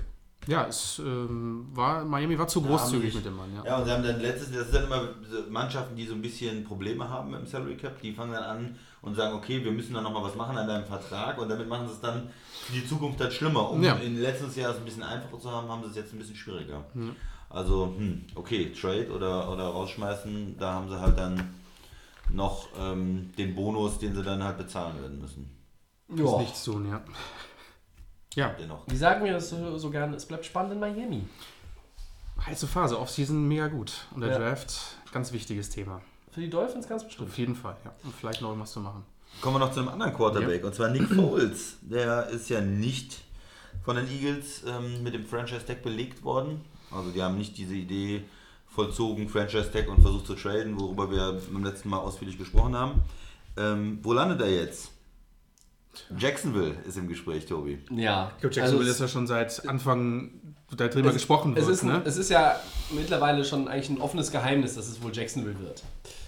Ja, Miami war zu großzügig mit dem Mann. Ja, ja, und sie haben dann das sind dann immer Mannschaften, die so ein bisschen Probleme haben im Salary Cap, die fangen dann an und sagen, okay, wir müssen dann nochmal was machen an deinem Vertrag und damit machen sie es dann für die Zukunft halt schlimmer. Um in letztes Jahr es ein bisschen einfacher zu haben, haben sie es jetzt ein bisschen schwieriger. Ja. Also, okay, Trade oder rausschmeißen, da haben sie halt dann noch den Bonus, den sie dann halt bezahlen werden müssen. Ist nichts tun, ja. Ja. Dennoch. Die sagen mir das so gerne, es bleibt spannend in Miami. Heiße Phase, Offseason mega gut. Und der Draft, ganz wichtiges Thema. Für die Dolphins ganz bestimmt. Auf jeden Fall, ja. Und vielleicht noch irgendwas zu machen. Kommen wir noch zu einem anderen Quarterback, und zwar Nick Foles. Der ist ja nicht von den Eagles mit dem Franchise-Tag belegt worden. Also die haben nicht diese Idee vollzogen, Franchise-Tag und versucht zu traden, worüber wir beim letzten Mal ausführlich gesprochen haben. Wo landet er jetzt? Jacksonville ist im Gespräch, Tobi. Ja. Ich glaube, Jacksonville ist ja schon seit Anfang, darüber gesprochen wird. Es ist ja mittlerweile schon eigentlich ein offenes Geheimnis, dass es wohl Jacksonville wird.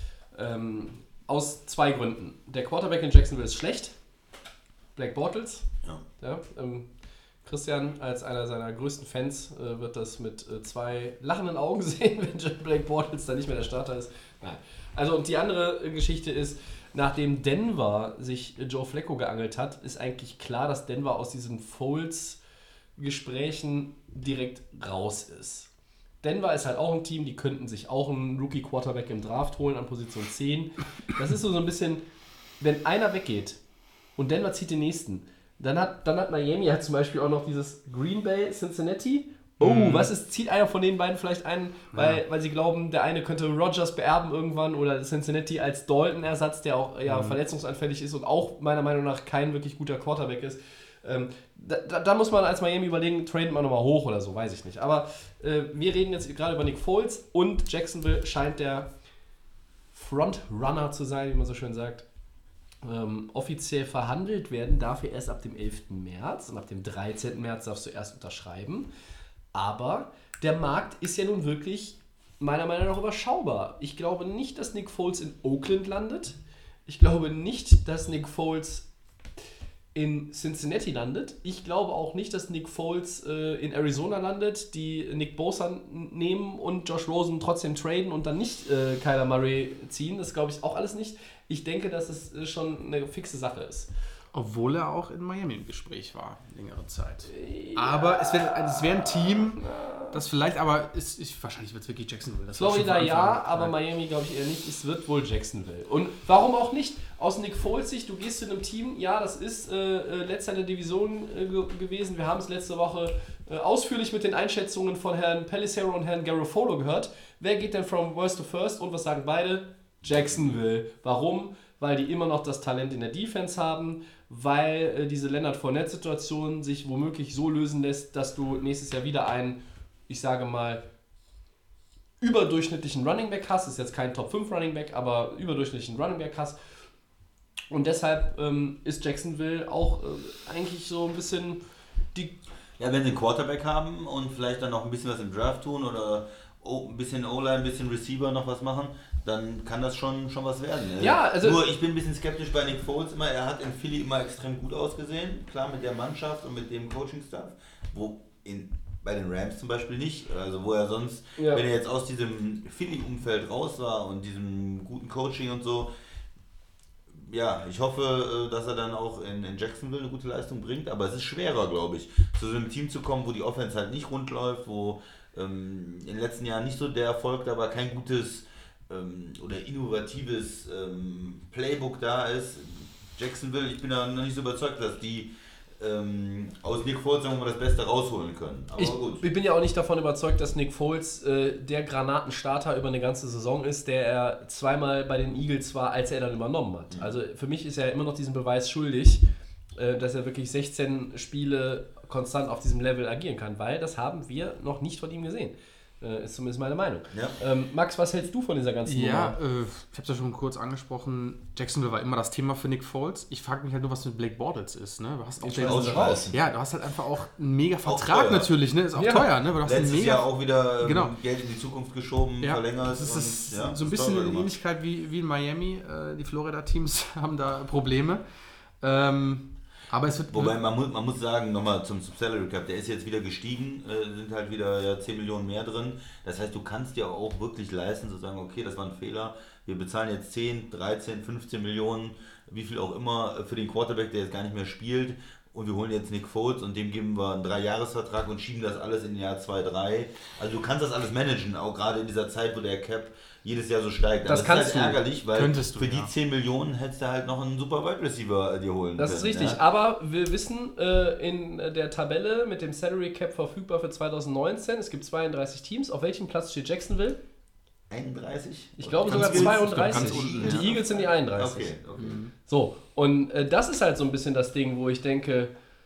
Aus 2 Gründen. Der Quarterback in Jacksonville ist schlecht. Blake Bortles. Ja, Christian, als einer seiner größten Fans, wird das mit 2 lachenden Augen sehen, wenn Blake Bortles dann nicht mehr der Starter ist. Nein. Also, und die andere Geschichte ist, nachdem Denver sich Joe Flacco geangelt hat, ist eigentlich klar, dass Denver aus diesen Foles-Gesprächen direkt raus ist. Denver ist halt auch ein Team, die könnten sich auch einen Rookie-Quarterback im Draft holen an Position 10. Das ist so ein bisschen, wenn einer weggeht und Denver zieht den nächsten, dann hat Miami halt zum Beispiel auch noch dieses Green Bay, Cincinnati. Zieht einer von den beiden vielleicht ein, weil sie glauben, der eine könnte Rodgers beerben irgendwann oder Cincinnati als Dalton-Ersatz, der auch verletzungsanfällig ist und auch meiner Meinung nach kein wirklich guter Quarterback ist. Da muss man als Miami überlegen, traden wir nochmal hoch oder so, weiß ich nicht. Aber wir reden jetzt gerade über Nick Foles und Jacksonville scheint der Frontrunner zu sein, wie man so schön sagt. Offiziell verhandelt werden darf er erst ab dem 11. März und ab dem 13. März darfst du erst unterschreiben. Aber der Markt ist ja nun wirklich meiner Meinung nach überschaubar. Ich glaube nicht, dass Nick Foles in Oakland landet. Ich glaube nicht, dass Nick Foles in Cincinnati landet. Ich glaube auch nicht, dass Nick Foles in Arizona landet, die Nick Bosa nehmen und Josh Rosen trotzdem traden und dann nicht Kyler Murray ziehen. Das glaube ich auch alles nicht. Ich denke, dass es schon eine fixe Sache ist. Obwohl er auch in Miami im Gespräch war, längere Zeit. Ja. Aber es wäre ein Team, das vielleicht, wahrscheinlich wird es wirklich Jacksonville. Florida ja, aber Miami glaube ich eher nicht. Es wird wohl Jacksonville. Und warum auch nicht? Aus Nick Foles Sicht, du gehst zu einem Team, ja, das ist letzter in der Division gewesen. Wir haben es letzte Woche ausführlich mit den Einschätzungen von Herrn Pelissero und Herrn Garofolo gehört. Wer geht denn from worst to first? Und was sagen beide? Jacksonville. Warum? Weil die immer noch das Talent in der Defense haben, weil diese Leonard Fournette-Situation sich womöglich so lösen lässt, dass du nächstes Jahr wieder einen, ich sage mal, überdurchschnittlichen Running Back hast. Ist jetzt kein Top 5 Running Back, aber überdurchschnittlichen Running Back hast. Und deshalb ist Jacksonville auch eigentlich so ein bisschen die... Ja, wenn sie einen Quarterback haben und vielleicht dann noch ein bisschen was im Draft tun oder ein bisschen O-Line, ein bisschen Receiver noch was machen, dann kann das schon was werden. Ja, also nur ich bin ein bisschen skeptisch bei Nick Foles immer. Er hat in Philly immer extrem gut ausgesehen. Klar, mit der Mannschaft und mit dem Coaching-Staff. Bei den Rams zum Beispiel nicht. Also wo er sonst, wenn er jetzt aus diesem Philly-Umfeld raus war und diesem guten Coaching und so, ja, ich hoffe, dass er dann auch in Jacksonville eine gute Leistung bringt. Aber es ist schwerer, glaube ich, zu so einem Team zu kommen, wo die Offense halt nicht rund läuft, wo in den letzten Jahren nicht so der Erfolg da war, kein gutes oder innovatives Playbook da ist. Jacksonville, ich bin da noch nicht so überzeugt, dass die aus Nick Foles, sagen wir mal, das Beste rausholen können. Aber gut. Ich bin ja auch nicht davon überzeugt, dass Nick Foles der Granatenstarter über eine ganze Saison ist, der er zweimal bei den Eagles war, als er dann übernommen hat. Mhm. Also für mich ist er immer noch diesen Beweis schuldig, dass er wirklich 16 Spiele konstant auf diesem Level agieren kann, weil das haben wir noch nicht von ihm gesehen. Ist zumindest meine Meinung. Ja. Max, was hältst du von dieser ganzen Nummer? Ja, ich habe es ja schon kurz angesprochen. Jacksonville war immer das Thema für Nick Foles. Ich frage mich halt nur, was mit Blake Bortles ist. Ne? Du hast auch du hast halt einfach auch einen mega Vertrag natürlich. Ne? Ist auch teuer. Ne? Du hast letztes Jahr auch wieder Geld in die Zukunft geschoben, verlängert. Das ist so ein bisschen eine Ähnlichkeit wie in Miami. Die Florida-Teams haben da Probleme. Aber es wird... Wobei man muss sagen, nochmal zum Salary Cap, der ist jetzt wieder gestiegen, sind halt wieder 10 Millionen mehr drin. Das heißt, du kannst dir auch wirklich leisten zu sagen, okay, das war ein Fehler, wir bezahlen jetzt 10, 13, 15 Millionen, wie viel auch immer, für den Quarterback, der jetzt gar nicht mehr spielt. Und wir holen jetzt Nick Foles und dem geben wir einen 3-Jahres-Vertrag und schieben das alles in Jahr 2, 3. Also du kannst das alles managen, auch gerade in dieser Zeit, wo der Cap jedes Jahr so steigt. Das aber kannst ist halt ärgerlich, weil für die 10 Millionen hättest du halt noch einen super Wide Receiver dir holen können. Das ist richtig, aber wir wissen in der Tabelle mit dem Salary Cap verfügbar für 2019, es gibt 32 Teams. Auf welchem Platz steht Jacksonville? 31? Ich glaube sogar Ganz 32. unten, Die Eagles sind die 31. Okay. So, und das ist halt so ein bisschen das Ding, wo ich denke,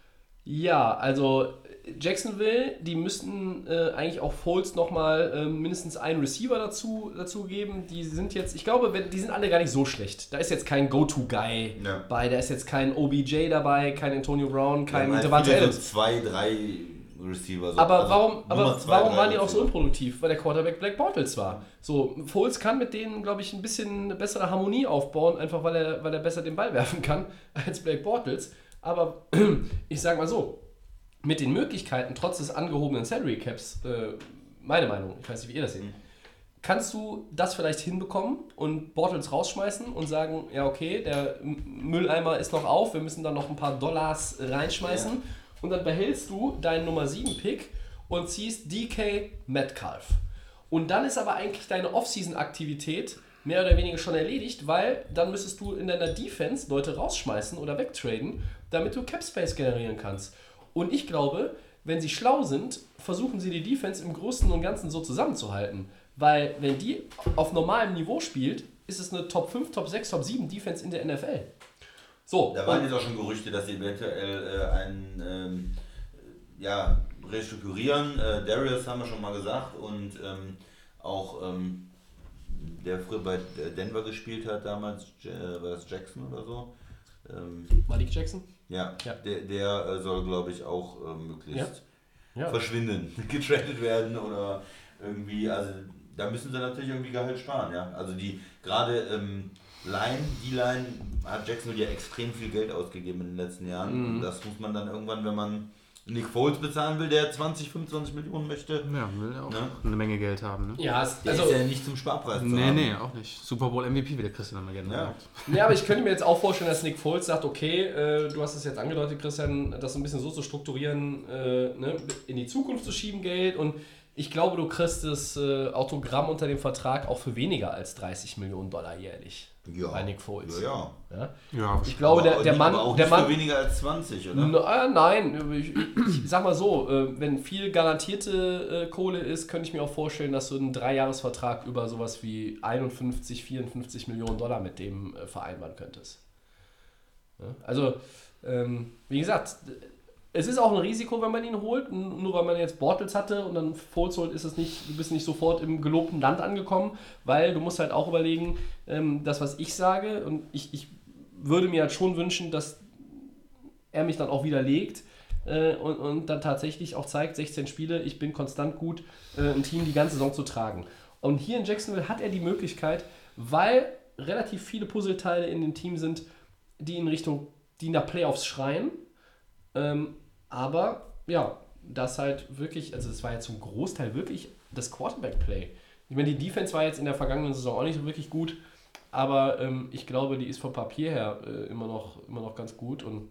ja, also Jacksonville, die müssten eigentlich auch Foles nochmal mindestens einen Receiver dazu geben. Die sind jetzt, ich glaube, die sind alle gar nicht so schlecht. Da ist jetzt kein Go-To-Guy bei, da ist jetzt kein OBJ dabei, kein Antonio Brown, kein Devante Adams. 2, 3 Receiver. So. Aber also warum waren die auch so unproduktiv? Weil der Quarterback Black Bortles war. So, Foles kann mit denen, glaube ich, ein bisschen eine bessere Harmonie aufbauen, einfach weil er besser den Ball werfen kann als Black Bortles. Aber ich sage mal so, mit den Möglichkeiten, trotz des angehobenen Salary Caps, meine Meinung, ich weiß nicht, wie ihr das seht, kannst du das vielleicht hinbekommen und Bortles rausschmeißen und sagen, ja okay, der Mülleimer ist noch auf, wir müssen da noch ein paar Dollars reinschmeißen. Ja. Und dann behältst du deinen Nummer 7 Pick und ziehst DK Metcalf. Und dann ist aber eigentlich deine Offseason-Aktivität mehr oder weniger schon erledigt, weil dann müsstest du in deiner Defense Leute rausschmeißen oder wegtraden, damit du Cap Space generieren kannst. Und ich glaube, wenn sie schlau sind, versuchen sie die Defense im Großen und Ganzen so zusammenzuhalten. Weil wenn die auf normalem Niveau spielt, ist es eine Top 5, Top 6, Top 7 Defense in der NFL. So, da waren jetzt auch schon Gerüchte, dass sie eventuell restrukturieren. Darius haben wir schon mal gesagt und auch der früher bei Denver gespielt hat damals, war das Jackson oder so? Malik Jackson? Ja. Der soll, glaube ich, auch möglichst verschwinden, getradet werden oder irgendwie, also da müssen sie natürlich irgendwie Gehalt sparen, ja. Also die gerade Line hat Jacksonville ja extrem viel Geld ausgegeben in den letzten Jahren. Mhm. Das muss man dann irgendwann, wenn man Nick Foles bezahlen will, der 20, 25 Millionen möchte. Ja, will auch eine Menge Geld haben. Ne? Ja, der ist ja nicht zum Sparpreis zu haben. Nee, auch nicht. Super Bowl MVP will der Christian immer gerne sagen. Ja, aber ich könnte mir jetzt auch vorstellen, dass Nick Foles sagt, okay, du hast es jetzt angedeutet, Christian, das so ein bisschen so zu strukturieren, in die Zukunft zu schieben Geld und ich glaube, du kriegst das Autogramm unter dem Vertrag auch für weniger als $30 Millionen jährlich. Ja. Bei Nick Foles. Ja. Ich glaube, der Mann. Auch nicht für weniger als 20, oder? Nein, ich sag mal so, wenn viel garantierte Kohle ist, könnte ich mir auch vorstellen, dass du einen 3-Jahres-Vertrag über sowas wie 51, 54 Millionen Dollar mit dem vereinbaren könntest. Ja? Also, wie gesagt, es ist auch ein Risiko, wenn man ihn holt. Nur weil man jetzt Bortles hatte und dann Foles holt, du bist nicht sofort im gelobten Land angekommen, weil du musst halt auch überlegen, das, was ich sage, und ich würde mir halt schon wünschen, dass er mich dann auch widerlegt und dann tatsächlich auch zeigt, 16 Spiele, ich bin konstant gut, ein Team die ganze Saison zu tragen. Und hier in Jacksonville hat er die Möglichkeit, weil relativ viele Puzzleteile in dem Team sind, die nach Playoffs schreien, aber ja, das halt wirklich, also das war ja zum Großteil wirklich das Quarterback-Play. Ich meine, die Defense war jetzt in der vergangenen Saison auch nicht so wirklich gut, aber ich glaube, die ist vom Papier her immer noch ganz gut und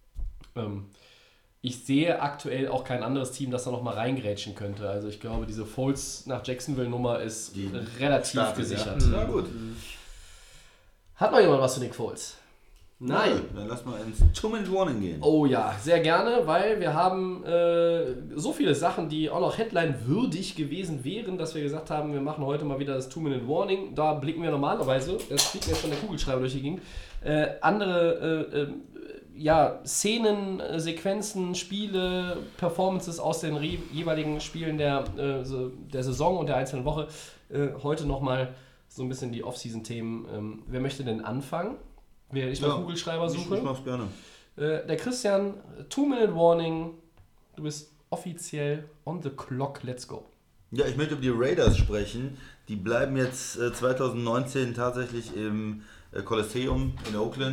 ich sehe aktuell auch kein anderes Team, das da noch mal reingrätschen könnte. Also ich glaube, diese Foles nach Jacksonville-Nummer ist relativ gesichert. Ja, gut. Hat noch jemand was zu Nick Foles? Nein. Dann lass mal ins 2-Minute-Warning gehen. Oh ja, sehr gerne, weil wir haben so viele Sachen, die auch noch Headline-würdig gewesen wären, dass wir gesagt haben, wir machen heute mal wieder das 2-Minute-Warning. Da blicken wir normalerweise, das fliegt mir schon der Kugelschreiber durch die Gegend, andere Szenen, Sequenzen, Spiele, Performances aus den jeweiligen Spielen der Saison und der einzelnen Woche. Heute nochmal so ein bisschen die Off-Season-Themen. Wer möchte denn anfangen? Während ich meinen Kugelschreiber suche. Ich mach's gerne. Der Christian, 2-Minute-Warning. Du bist offiziell on the clock. Let's go. Ja, ich möchte über die Raiders sprechen. Die bleiben jetzt 2019 tatsächlich im Coliseum in Oakland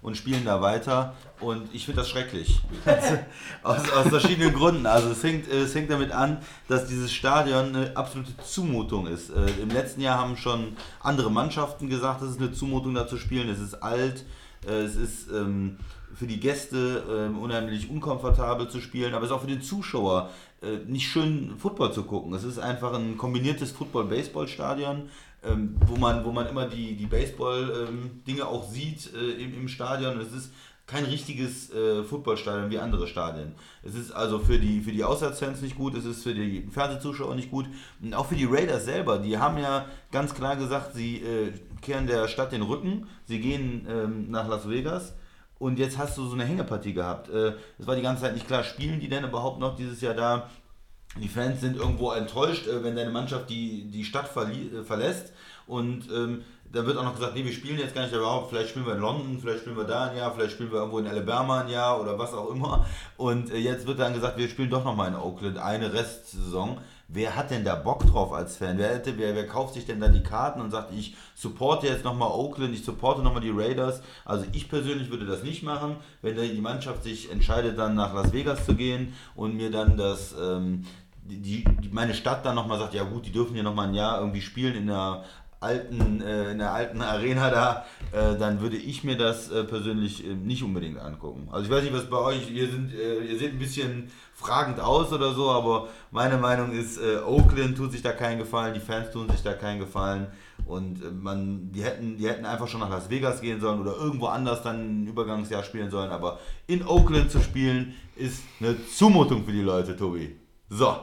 und spielen da weiter. Und ich finde das schrecklich. aus verschiedenen Gründen. Also es hängt damit an, dass dieses Stadion eine absolute Zumutung ist. Im letzten Jahr haben schon andere Mannschaften gesagt, es ist eine Zumutung, da zu spielen. Es ist alt, es ist für die Gäste unheimlich unkomfortabel zu spielen, aber es ist auch für den Zuschauer nicht schön, Football zu gucken. Es ist einfach ein kombiniertes Football-Baseball-Stadion, wo man immer die Baseball-Dinge auch sieht im Stadion. Es ist kein richtiges Footballstadion wie andere Stadien. Es ist also für die Auswärtsfans nicht gut, es ist für die Fernsehzuschauer nicht gut und auch für die Raiders selber. Die haben ja ganz klar gesagt, sie kehren der Stadt den Rücken, sie gehen nach Las Vegas. Und jetzt hast du so eine Hängepartie gehabt. Es war die ganze Zeit nicht klar, spielen die denn überhaupt noch dieses Jahr da? Die Fans sind irgendwo enttäuscht, wenn deine Mannschaft die Stadt verlässt. Und da wird auch noch gesagt, nee, wir spielen jetzt gar nicht überhaupt. Vielleicht spielen wir in London, vielleicht spielen wir da ein Jahr, vielleicht spielen wir irgendwo in Alabama ein Jahr oder was auch immer. Und jetzt wird dann gesagt, wir spielen doch nochmal in Oakland eine Restsaison. Wer hat denn da Bock drauf als Fan? Wer kauft sich denn da die Karten und sagt, ich supporte jetzt nochmal Oakland, ich supporte nochmal die Raiders? Also ich persönlich würde das nicht machen, wenn die Mannschaft sich entscheidet, dann nach Las Vegas zu gehen und mir dann meine Stadt dann nochmal sagt, ja gut, die dürfen hier nochmal ein Jahr irgendwie spielen in der alten Arena da, dann würde ich mir das persönlich nicht unbedingt angucken. Also ich weiß nicht, was bei euch, ihr seht ein bisschen fragend aus oder so, aber meine Meinung ist, Oakland tut sich da keinen Gefallen, die Fans tun sich da keinen Gefallen und die hätten einfach schon nach Las Vegas gehen sollen oder irgendwo anders dann ein Übergangsjahr spielen sollen, aber in Oakland zu spielen ist eine Zumutung für die Leute, Tobi. So.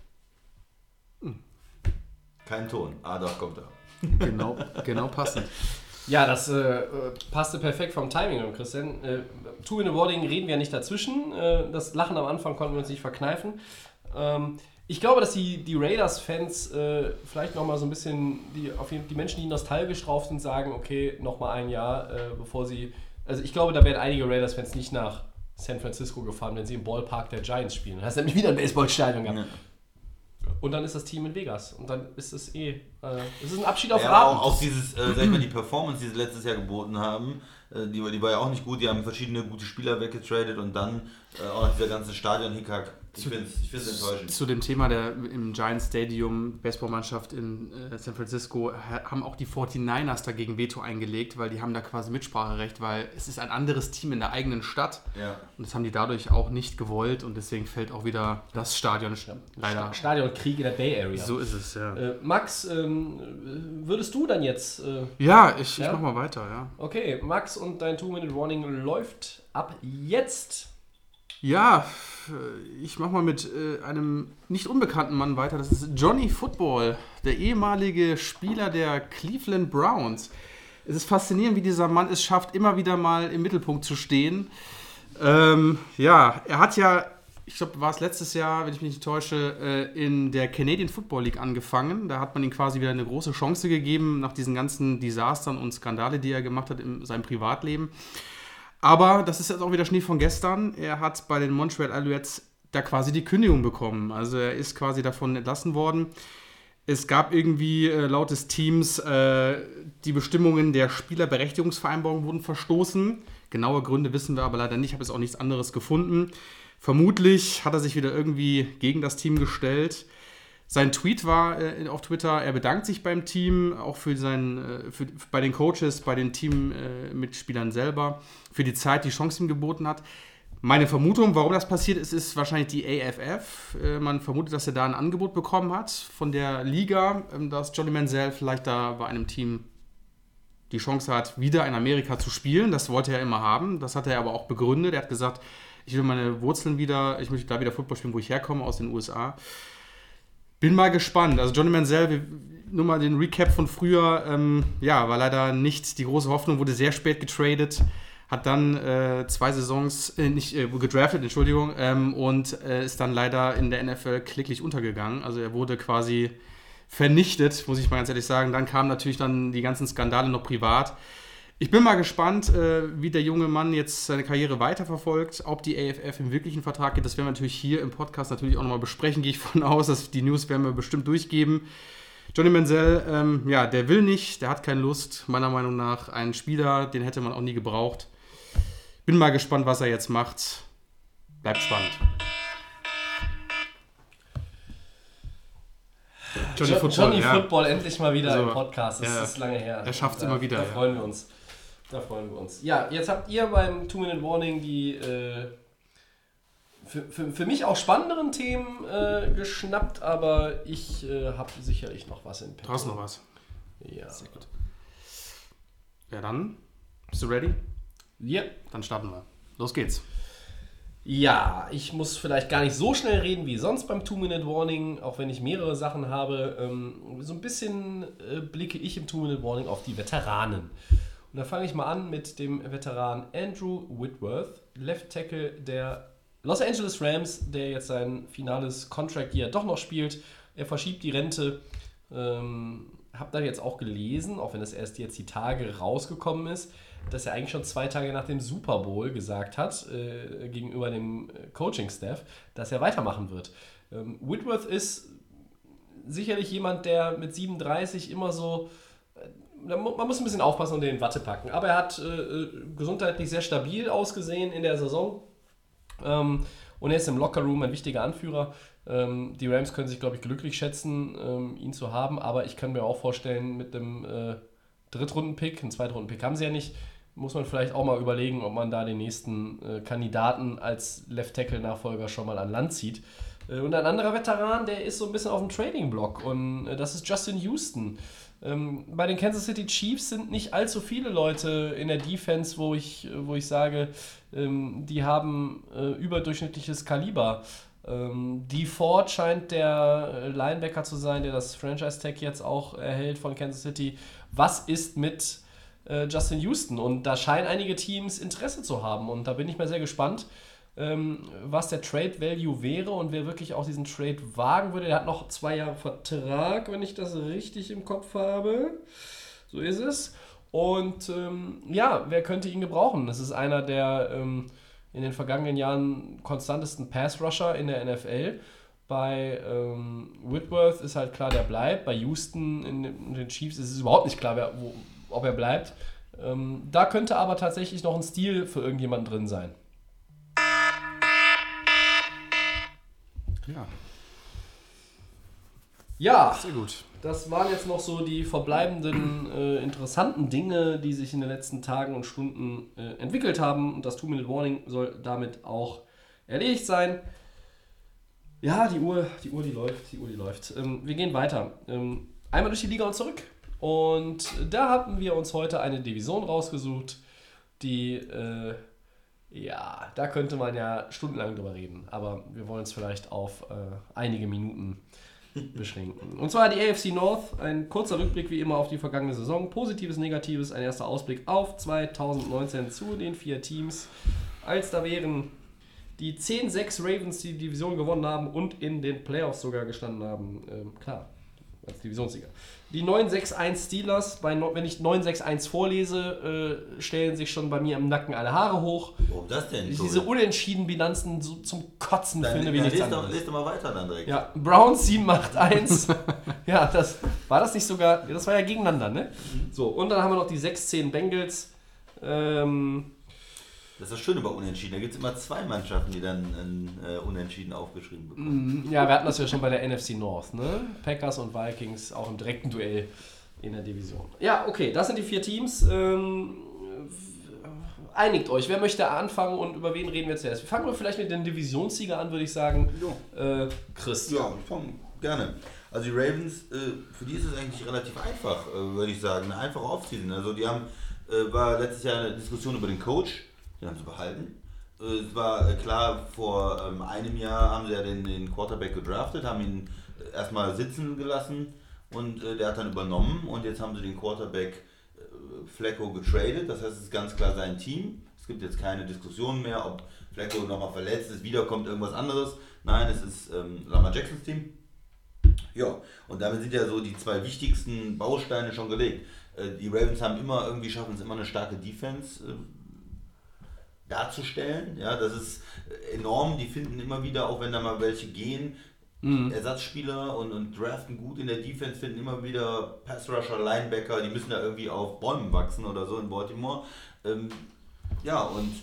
Kein Ton. Ah, doch, kommt da. Genau passend. Ja, das passte perfekt vom Timing, Christian. 2-Minute-Warning reden wir ja nicht dazwischen. Das Lachen am Anfang konnten wir uns nicht verkneifen. Ich glaube, dass die Raiders-Fans vielleicht nochmal so ein bisschen, die Menschen, die nostalgisch drauf sind, sagen, okay, nochmal ein Jahr, bevor sie... Also ich glaube, da werden einige Raiders-Fans nicht nach San Francisco gefahren, wenn sie im Ballpark der Giants spielen. Da hast du nämlich wieder ein Baseballstadion gehabt. Ja. Und dann ist das Team in Vegas. Und dann ist es es ist ein Abschied auf Raten. Auch dieses, sag ich mal, die Performance, die sie letztes Jahr geboten haben, die war ja auch nicht gut. Die haben verschiedene gute Spieler weggetradet und dann auch dieser ganze Stadion-Hickhack. Ich finde es enttäuschend. Zu dem Thema im Giants Stadium, Baseballmannschaft in San Francisco, haben auch die 49ers dagegen Veto eingelegt, weil die haben da quasi Mitspracherecht, weil es ist ein anderes Team in der eigenen Stadt. Ja. Und das haben die dadurch auch nicht gewollt und deswegen fällt auch wieder das Stadion leider. Stadionkrieg in der Bay Area. So ist es, ja. Max, würdest du dann jetzt... ich mach mal weiter, ja. Okay, Max, und dein 2-Minute-Warning läuft ab jetzt. Ja, ich mache mal mit einem nicht unbekannten Mann weiter. Das ist Johnny Football, der ehemalige Spieler der Cleveland Browns. Es ist faszinierend, wie dieser Mann es schafft, immer wieder mal im Mittelpunkt zu stehen. Er hat ja, ich glaube, war es letztes Jahr, wenn ich mich nicht täusche, in der Canadian Football League angefangen. Da hat man ihm quasi wieder eine große Chance gegeben, nach diesen ganzen Desastern und Skandale, die er gemacht hat in seinem Privatleben. Aber das ist jetzt auch wieder Schnee von gestern. Er hat bei den Montreal Alouettes da quasi die Kündigung bekommen. Also er ist quasi davon entlassen worden. Es gab irgendwie laut des Teams die Bestimmungen der Spielerberechtigungsvereinbarung wurden verstoßen. Genaue Gründe wissen wir aber leider nicht. Ich habe jetzt auch nichts anderes gefunden. Vermutlich hat er sich wieder irgendwie gegen das Team gestellt. Sein Tweet war auf Twitter, er bedankt sich beim Team, auch für bei den Coaches, bei den Teammitspielern selber, für die Zeit, die Chance ihm geboten hat. Meine Vermutung, warum das passiert ist, ist wahrscheinlich die AFF. Man vermutet, dass er da ein Angebot bekommen hat von der Liga, dass Johnny Manziel vielleicht da bei einem Team die Chance hat, wieder in Amerika zu spielen. Das wollte er immer haben. Das hat er aber auch begründet. Er hat gesagt, ich will meine Wurzeln wieder, ich möchte da wieder Football spielen, wo ich herkomme, aus den USA. Bin mal gespannt. Also Johnny Manziel, nur mal den Recap von früher, war leider nicht die große Hoffnung, wurde sehr spät getradet, hat dann 2 Saisons gedraftet, und ist dann leider in der NFL kläglich untergegangen. Also er wurde quasi vernichtet, muss ich mal ganz ehrlich sagen. Dann kamen natürlich dann die ganzen Skandale noch privat. Ich bin mal gespannt, wie der junge Mann jetzt seine Karriere weiterverfolgt, ob die AFF im wirklichen Vertrag geht. Das werden wir natürlich hier im Podcast natürlich auch nochmal besprechen, gehe ich von aus. Dass die News werden wir bestimmt durchgeben. Johnny Manziel, der will nicht, der hat keine Lust. Meiner Meinung nach ein Spieler, den hätte man auch nie gebraucht. Bin mal gespannt, was er jetzt macht. Bleibt spannend. Johnny Football endlich mal wieder im Podcast. Das ist lange her. Er schafft es immer wieder. Da freuen wir uns. Ja, jetzt habt ihr beim 2-Minute-Warning die für mich auch spannenderen Themen geschnappt, aber ich habe sicherlich noch was in petto. Du hast noch was? Ja. Sehr gut. Ja, dann. Bist du ready? Ja. Dann starten wir. Los geht's. Ja, ich muss vielleicht gar nicht so schnell reden wie sonst beim 2-Minute-Warning, auch wenn ich mehrere Sachen habe. So ein bisschen blicke ich im 2-Minute-Warning auf die Veteranen. Und da fange ich mal an mit dem Veteran Andrew Whitworth, Left Tackle der Los Angeles Rams, der jetzt sein finales Contract Year doch noch spielt. Er verschiebt die Rente. Hab da jetzt auch gelesen, auch wenn es erst jetzt die Tage rausgekommen ist, dass er eigentlich schon 2 Tage nach dem Super Bowl gesagt hat, gegenüber dem Coaching-Staff, dass er weitermachen wird. Whitworth ist sicherlich jemand, der mit 37 immer so, man muss ein bisschen aufpassen und den in Watte packen, aber er hat gesundheitlich sehr stabil ausgesehen in der Saison und er ist im Lockerroom ein wichtiger Anführer. Die Rams können sich, glaube ich, glücklich schätzen, ihn zu haben, aber ich kann mir auch vorstellen, mit dem Drittrunden-Pick, einen Zweitrunden-Pick haben sie ja nicht, muss man vielleicht auch mal überlegen, ob man da den nächsten Kandidaten als Left-Tackle-Nachfolger schon mal an Land zieht. Und ein anderer Veteran, der ist so ein bisschen auf dem Trading-Block und das ist Justin Houston. Bei den Kansas City Chiefs sind nicht allzu viele Leute in der Defense, wo ich sage, die haben überdurchschnittliches Kaliber. Dee Ford scheint der Linebacker zu sein, der das Franchise-Tag jetzt auch erhält von Kansas City. Was ist mit Justin Houston? Und da scheinen einige Teams Interesse zu haben. Und da bin ich mal sehr gespannt, was der Trade-Value wäre und wer wirklich auch diesen Trade wagen würde. Der hat noch 2 Jahre Vertrag, wenn ich das richtig im Kopf habe. So ist es. Und wer könnte ihn gebrauchen? Das ist einer der in den vergangenen Jahren konstantesten Pass-Rusher in der NFL. Bei Whitworth ist halt klar, der bleibt. Bei Houston in den Chiefs ist es überhaupt nicht klar, ob er bleibt. Da könnte aber tatsächlich noch ein Stil für irgendjemanden drin sein. Ja, sehr gut. Das waren jetzt noch so die verbleibenden interessanten Dinge, die sich in den letzten Tagen und Stunden entwickelt haben. Und das 2-Minute-Warning soll damit auch erledigt sein. Ja, die Uhr läuft. Wir gehen weiter. Einmal durch die Liga und zurück. Und da haben wir uns heute eine Division rausgesucht, die, da könnte man ja stundenlang drüber reden. Aber wir wollen es vielleicht auf einige Minuten beschränken. Und zwar die AFC North, ein kurzer Rückblick wie immer auf die vergangene Saison, Positives, Negatives, ein erster Ausblick auf 2019 zu den 4 Teams, als da wären die 10-6 Ravens, die die Division gewonnen haben und in den Playoffs sogar gestanden haben, klar, als Divisionssieger. Die 9-6-1 Steelers, wenn ich 9-6-1 vorlese, stellen sich schon bei mir im Nacken alle Haare hoch. Warum das denn? Diese unentschieden Bilanzen so zum Kotzen finde wie nichts anderes. Lest doch mal weiter dann direkt. Ja, Browns 7-8-1. Ja, das war ja gegeneinander, ne? So, und dann haben wir noch die 6-10 Bengals. Das ist das Schöne bei Unentschieden. Da gibt es immer 2 Mannschaften, die dann Unentschieden aufgeschrieben bekommen. Ja, wir hatten das ja schon bei der NFC North, ne? Packers und Vikings auch im direkten Duell in der Division. Ja, okay, das sind die 4 Teams. Einigt euch, wer möchte anfangen und über wen reden wir zuerst? Wir fangen vielleicht mit den Divisionssieger an, würde ich sagen. Ja. Chris. Ja, ich fange gerne. Also die Ravens, für die ist es eigentlich relativ einfach, würde ich sagen. Eine einfache Offseason. Also die haben, war letztes Jahr eine Diskussion über den Coach. Den haben sie behalten. Es war klar, vor einem Jahr haben sie ja den Quarterback gedraftet, haben ihn erstmal sitzen gelassen und der hat dann übernommen und jetzt haben sie den Quarterback Flacco getradet. Das heißt, es ist ganz klar sein Team. Es gibt jetzt keine Diskussion mehr, ob Flacco nochmal verletzt ist, wiederkommt irgendwas anderes. Nein, es ist Lamar Jacksons Team. Ja, und damit sind ja so die 2 wichtigsten Bausteine schon gelegt. Die Ravens schaffen es immer eine starke Defense darzustellen. Ja, das ist enorm. Die finden immer wieder, auch wenn da mal welche gehen, Ersatzspieler und draften gut in der Defense, finden immer wieder Pass-Rusher, Linebacker, die müssen da irgendwie auf Bäumen wachsen oder so in Baltimore. Und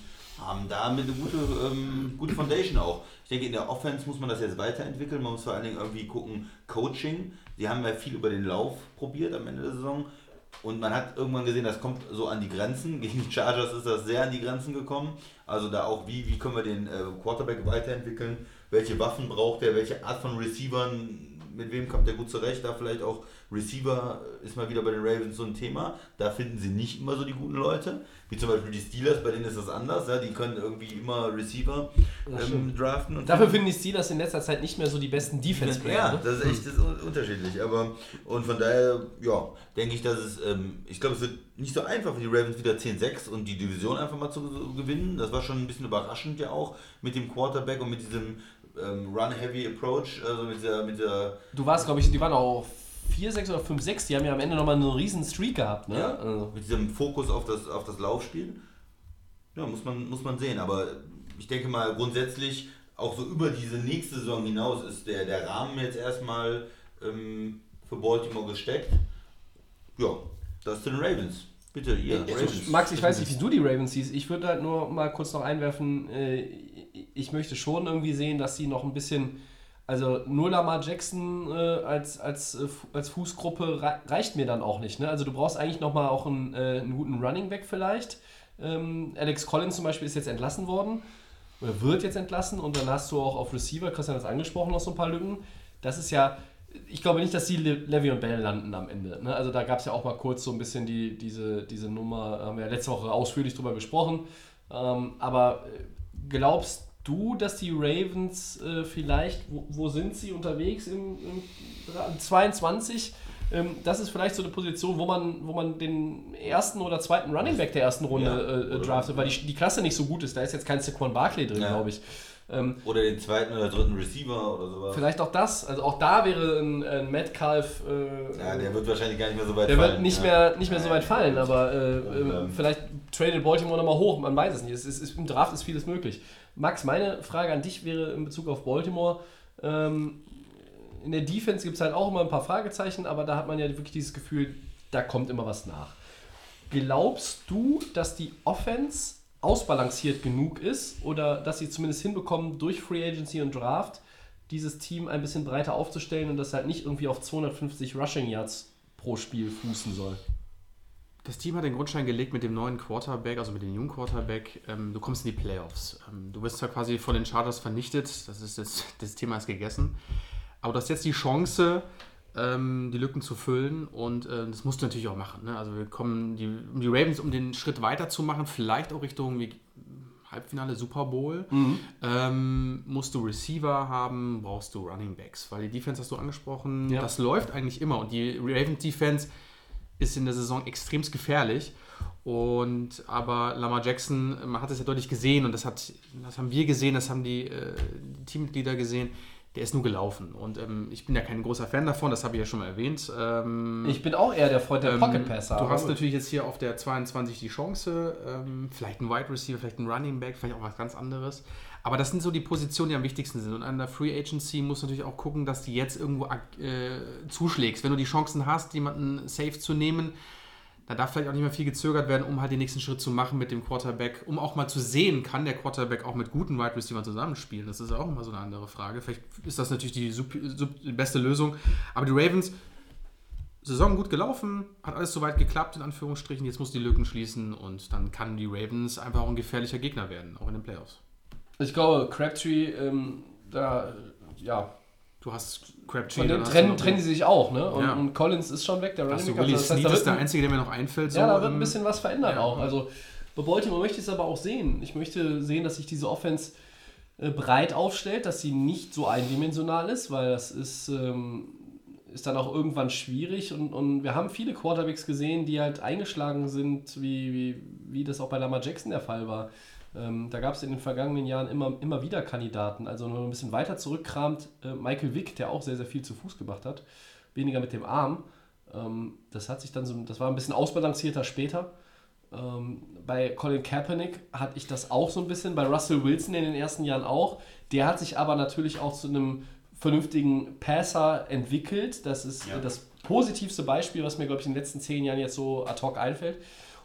haben damit eine gute Foundation auch. Ich denke, in der Offense muss man das jetzt weiterentwickeln. Man muss vor allen Dingen irgendwie gucken, Coaching. Sie haben ja viel über den Lauf probiert am Ende der Saison. Und man hat irgendwann gesehen, das kommt so an die Grenzen. Gegen die Chargers ist das sehr an die Grenzen gekommen. Also da auch, wie können wir den Quarterback weiterentwickeln? Welche Waffen braucht er? Welche Art von Receivern? Mit wem kommt der gut zurecht? Da vielleicht auch Receiver ist mal wieder bei den Ravens so ein Thema. Da finden sie nicht immer so die guten Leute. Wie zum Beispiel die Steelers, bei denen ist das anders. Ja? Die können irgendwie immer Receiver draften. Und dafür finden die Steelers in letzter Zeit nicht mehr so die besten Defense-Player. Ja, das ist echt unterschiedlich. Und von daher, ja, denke ich, dass es, ich glaube, es wird nicht so einfach für die Ravens wieder 10-6 und die Division einfach mal zu gewinnen. Das war schon ein bisschen überraschend ja auch mit dem Quarterback und mit diesem Run-Heavy-Approach, also mit der Du warst, glaube ich, die waren auch 4-6 oder 5-6, die haben ja am Ende nochmal einen riesen Streak gehabt, ne? Ja, also mit diesem Fokus auf das Laufspiel. Ja, muss man sehen, aber ich denke mal grundsätzlich auch so über diese nächste Saison hinaus ist der Rahmen jetzt erstmal für Baltimore gesteckt. Ja, das zu den Ravens. Bitte, ihr Ravens. Max, ich weiß nicht, wie du die Ravens siehst. Ich würde halt nur mal kurz noch einwerfen, ich möchte schon irgendwie sehen, dass sie noch ein bisschen, also nur Lamar Jackson als Fußgruppe reicht mir dann auch nicht. Ne? Also du brauchst eigentlich nochmal auch einen guten Running Back vielleicht. Alex Collins zum Beispiel ist jetzt entlassen worden, oder wird jetzt entlassen, und dann hast du auch auf Receiver, Christian hat es angesprochen, noch so ein paar Lücken. Das ist ja, ich glaube nicht, dass die Le'Veon Bell landen am Ende. Ne? Also da gab es ja auch mal kurz so ein bisschen diese Nummer, haben wir ja letzte Woche ausführlich drüber gesprochen. Aber glaubst du, dass die Ravens vielleicht, wo sind sie unterwegs im 22? Das ist vielleicht so eine Position, wo man den ersten oder zweiten Running Back der ersten Runde draftet, weil die Klasse nicht so gut ist. Da ist jetzt kein Saquon Barkley drin, glaube ich. Oder den zweiten oder dritten Receiver oder sowas. Vielleicht auch das. Also auch da wäre ein Metcalf. Der wird wahrscheinlich gar nicht mehr so weit fallen. Der wird nicht mehr so weit fallen, aber vielleicht tradet Baltimore nochmal hoch, man weiß es nicht. Im Draft ist vieles möglich. Max, meine Frage an dich wäre in Bezug auf Baltimore. In der Defense gibt es halt auch immer ein paar Fragezeichen, aber da hat man ja wirklich dieses Gefühl, da kommt immer was nach. Glaubst du, dass die Offense ausbalanciert genug ist oder dass sie zumindest hinbekommen, durch Free Agency und Draft dieses Team ein bisschen breiter aufzustellen und das halt nicht irgendwie auf 250 Rushing Yards pro Spiel fußen soll? Das Team hat den Grundstein gelegt mit dem neuen Quarterback, also mit dem jungen Quarterback. Du kommst in die Playoffs. Du wirst ja quasi von den Chargers vernichtet. Das Thema ist gegessen. Aber du hast jetzt die Chance, die Lücken zu füllen, und das musst du natürlich auch machen. Ne? Also wir kommen die Ravens, um den Schritt weiterzumachen, vielleicht auch Richtung wie Halbfinale Super Bowl, musst du Receiver haben, brauchst du Running Backs, weil die Defense hast du angesprochen, das läuft eigentlich immer, und die Ravens Defense ist in der Saison extrem gefährlich. Aber Lamar Jackson, man hat es ja deutlich gesehen, und das haben wir gesehen, das haben die Teammitglieder gesehen. Der ist nur gelaufen, und ich bin ja kein großer Fan davon, das habe ich ja schon mal erwähnt. Ich bin auch eher der Freund der Pocket Passer. Du hast natürlich jetzt hier auf der 22 die Chance, vielleicht ein Wide Receiver, vielleicht ein Running Back, vielleicht auch was ganz anderes. Aber das sind so die Positionen, die am wichtigsten sind. Und an der Free Agency musst du natürlich auch gucken, dass du jetzt irgendwo zuschlägst. Wenn du die Chancen hast, jemanden safe zu nehmen, da darf vielleicht auch nicht mehr viel gezögert werden, um halt den nächsten Schritt zu machen mit dem Quarterback, um auch mal zu sehen, kann der Quarterback auch mit guten Wide Receivers zusammenspielen. Das ist auch immer so eine andere Frage. Vielleicht ist das natürlich die beste Lösung. Aber die Ravens, Saison gut gelaufen, hat alles soweit geklappt, in Anführungsstrichen. Jetzt muss die Lücken schließen, und dann kann die Ravens einfach auch ein gefährlicher Gegner werden, auch in den Playoffs. Ich glaube, Crabtree, Du hast Crabtree. Von dem trennen die sich auch, ne? Und Collins ist schon weg, der Running Back. Das ist der einzige, der mir noch einfällt. Ja, da wird ein bisschen was verändern auch. Also bei Baltimore möchte ich es aber auch sehen. Ich möchte sehen, dass sich diese Offense breit aufstellt, dass sie nicht so eindimensional ist, weil das ist dann auch irgendwann schwierig. Und wir haben viele Quarterbacks gesehen, die halt eingeschlagen sind, wie das auch bei Lamar Jackson der Fall war. Da gab es in den vergangenen Jahren immer wieder Kandidaten. Also wenn man ein bisschen weiter zurückkramt, Michael Vick, der auch sehr, sehr viel zu Fuß gemacht hat, weniger mit dem Arm. Das war ein bisschen ausbalancierter später. Bei Colin Kaepernick hatte ich das auch so ein bisschen, bei Russell Wilson in den ersten Jahren auch. Der hat sich aber natürlich auch zu einem vernünftigen Passer entwickelt. Das ist das positivste Beispiel, was mir, glaube ich, in den letzten 10 Jahren jetzt so ad hoc einfällt.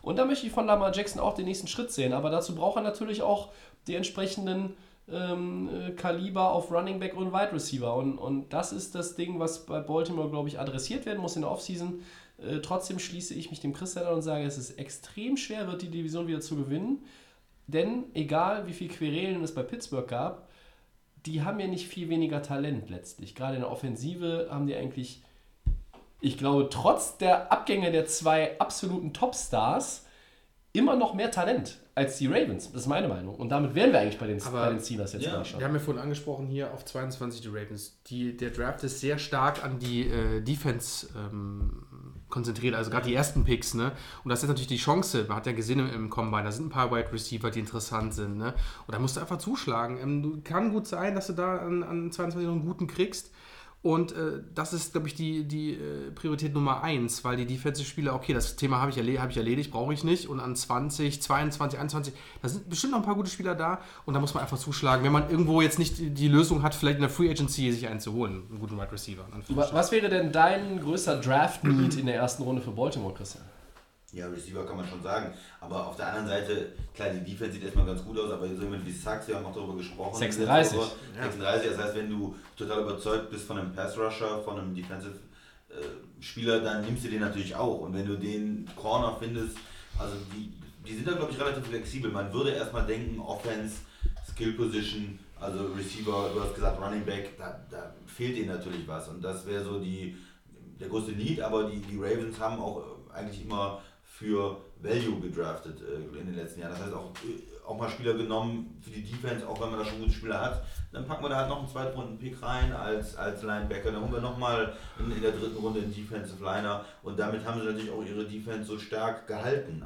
Und da möchte ich von Lamar Jackson auch den nächsten Schritt sehen. Aber dazu braucht er natürlich auch die entsprechenden Kaliber auf Running Back und Wide Receiver. Und das ist das Ding, was bei Baltimore, glaube ich, adressiert werden muss in der Offseason. Trotzdem schließe ich mich dem Christian an und sage, es ist extrem schwer, wird die Division wieder zu gewinnen. Denn egal, wie viel Querelen es bei Pittsburgh gab, die haben ja nicht viel weniger Talent letztlich. Gerade in der Offensive haben die eigentlich, ich glaube, trotz der Abgänge der 2 absoluten Topstars immer noch mehr Talent als die Ravens. Das ist meine Meinung. Und damit wären wir eigentlich bei den Steelers jetzt mal schon. Wir haben ja vorhin angesprochen, hier auf 22 die Ravens. Der Draft ist sehr stark an die Defense konzentriert, also gerade die ersten Picks. Ne? Und das ist natürlich die Chance, man hat ja gesehen im Combine, da sind ein paar Wide Receiver, die interessant sind. Ne? Und da musst du einfach zuschlagen. Kann gut sein, dass du da an 22 noch einen guten kriegst. Und das ist, glaube ich, die Priorität Nummer 1, weil die Defensive-Spieler, okay, das Thema habe ich erledigt, brauche ich nicht. Und an 20, 22, 21, da sind bestimmt noch ein paar gute Spieler da. Und da muss man einfach zuschlagen, wenn man irgendwo jetzt nicht die Lösung hat, vielleicht in der Free Agency sich einen zu holen, einen guten Wide Receiver. Was wäre denn dein größter Draft-Need in der ersten Runde für Baltimore, Christian? Ja, Receiver kann man schon sagen. Aber auf der anderen Seite, klar, die Defense sieht erstmal ganz gut aus, aber so jemand wie Sachs, wir haben auch darüber gesprochen. 36. 36, das heißt, wenn du total überzeugt bist von einem Pass-Rusher, von einem Defensive-Spieler, dann nimmst du den natürlich auch. Und wenn du den Corner findest, also die sind da, glaube ich, relativ flexibel. Man würde erstmal denken, Offense, Skill-Position, also Receiver, du hast gesagt Running Back, da fehlt ihnen natürlich was. Und das wäre so der größte Need, aber die Ravens haben auch eigentlich immer für Value gedraftet in den letzten Jahren. Das heißt auch mal Spieler genommen für die Defense, auch wenn man da schon gute Spieler hat. Dann packen wir da halt noch einen Zweitrunden-Pick rein als Linebacker. Dann holen wir nochmal in der 3. Runde einen Defensive Liner. Und damit haben sie natürlich auch ihre Defense so stark gehalten.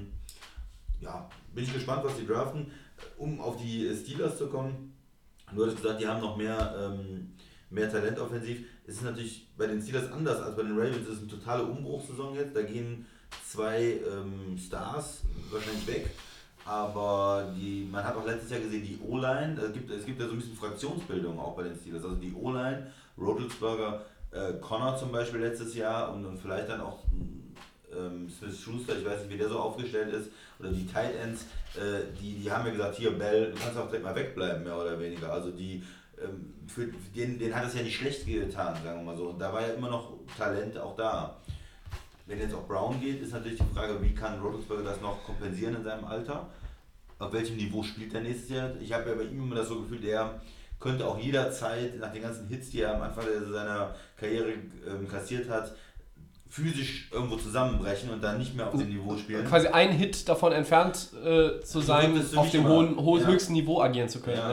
Bin ich gespannt, was die draften. Um auf die Steelers zu kommen, du hattest gesagt, die haben noch mehr Talent offensiv. Es ist natürlich bei den Steelers anders als bei den Ravens. Es ist eine totale Umbruchssaison jetzt. Da gehen 2 Stars wahrscheinlich weg. Aber man hat auch letztes Jahr gesehen, die O-Line, es gibt ja so ein bisschen Fraktionsbildung auch bei den Steelers. Also die O-Line, Roethlisberger, Connor zum Beispiel letztes Jahr und vielleicht dann auch Smith-Schuster, ich weiß nicht, wie der so aufgestellt ist, oder die Tight Ends, die haben ja gesagt, hier Bell, du kannst auch direkt mal wegbleiben, mehr oder weniger. Also für den hat es ja nicht schlecht getan, sagen wir mal so. Und da war ja immer noch Talent auch da. Wenn jetzt auch Brown geht, ist natürlich die Frage, wie kann Roethlisberger das noch kompensieren in seinem Alter? Auf welchem Niveau spielt er nächstes Jahr? Ich habe ja bei ihm immer das so Gefühl, der könnte auch jederzeit, nach den ganzen Hits, die er am Anfang seiner Karriere kassiert hat, physisch irgendwo zusammenbrechen und dann nicht mehr auf dem Niveau spielen. Quasi ein Hit davon entfernt zu sein, auf dem höchsten Niveau agieren zu können.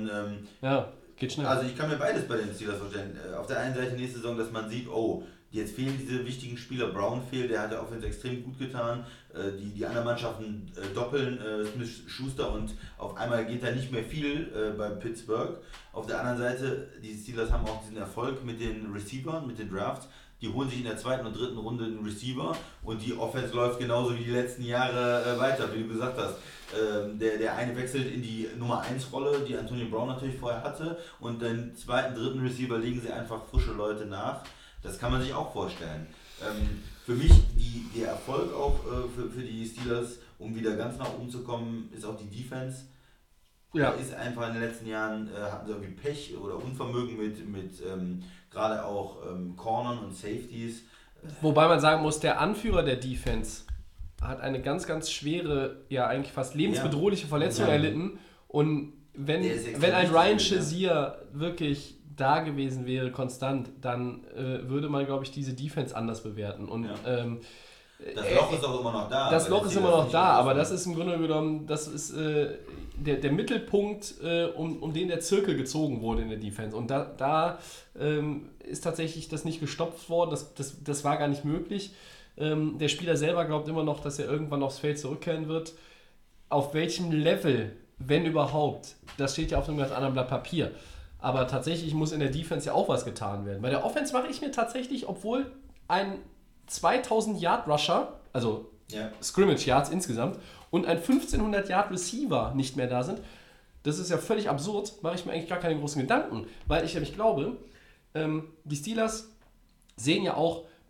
Geht schnell. Also ich kann mir beides bei den Steelers vorstellen. Auf der einen Seite nächste Saison, dass man sieht, jetzt fehlen diese wichtigen Spieler. Brown fehlt, der hat der Offense extrem gut getan. Die anderen Mannschaften doppeln Smith-Schuster und auf einmal geht da nicht mehr viel bei Pittsburgh. Auf der anderen Seite, die Steelers haben auch diesen Erfolg mit den Receivern, mit den Drafts. Die holen sich in der 2. und 3. Runde einen Receiver und die Offense läuft genauso wie die letzten Jahre weiter, wie du gesagt hast. Der eine wechselt in die Nummer 1 Rolle, die Antonio Brown natürlich vorher hatte, und den 2., 3. Receiver legen sie einfach frische Leute nach. Das kann man sich auch vorstellen. Für mich der Erfolg auch für die Steelers, um wieder ganz nach oben zu kommen, ist auch die Defense. Ja. Ist einfach in den letzten Jahren, hatten sie irgendwie Pech oder Unvermögen mit gerade auch Cornern und Safeties. Wobei man sagen muss, der Anführer der Defense hat eine ganz, ganz schwere, ja eigentlich fast lebensbedrohliche Verletzung erlitten. Und wenn ein Ryan Shazier wirklich da gewesen wäre, konstant, dann würde man, glaube ich, diese Defense anders bewerten. Und das Loch ist auch immer noch da. Das Loch ist immer noch da, aber das ist im Grunde genommen, das ist der Mittelpunkt, um den der Zirkel gezogen wurde in der Defense. Und da ist tatsächlich das nicht gestopft worden, das war gar nicht möglich. Der Spieler selber glaubt immer noch, dass er irgendwann aufs Feld zurückkehren wird. Auf welchem Level, wenn überhaupt, das steht ja auf einem ganz anderen Blatt Papier. Aber tatsächlich muss in der Defense ja auch was getan werden. Bei der Offense mache ich mir tatsächlich, obwohl ein 2000-Yard-Rusher, also Scrimmage-Yards insgesamt, und ein 1500-Yard-Receiver nicht mehr da sind, das ist ja völlig absurd, mache ich mir eigentlich gar keine großen Gedanken. Weil ich nämlich glaube, die Steelers sehen ja auch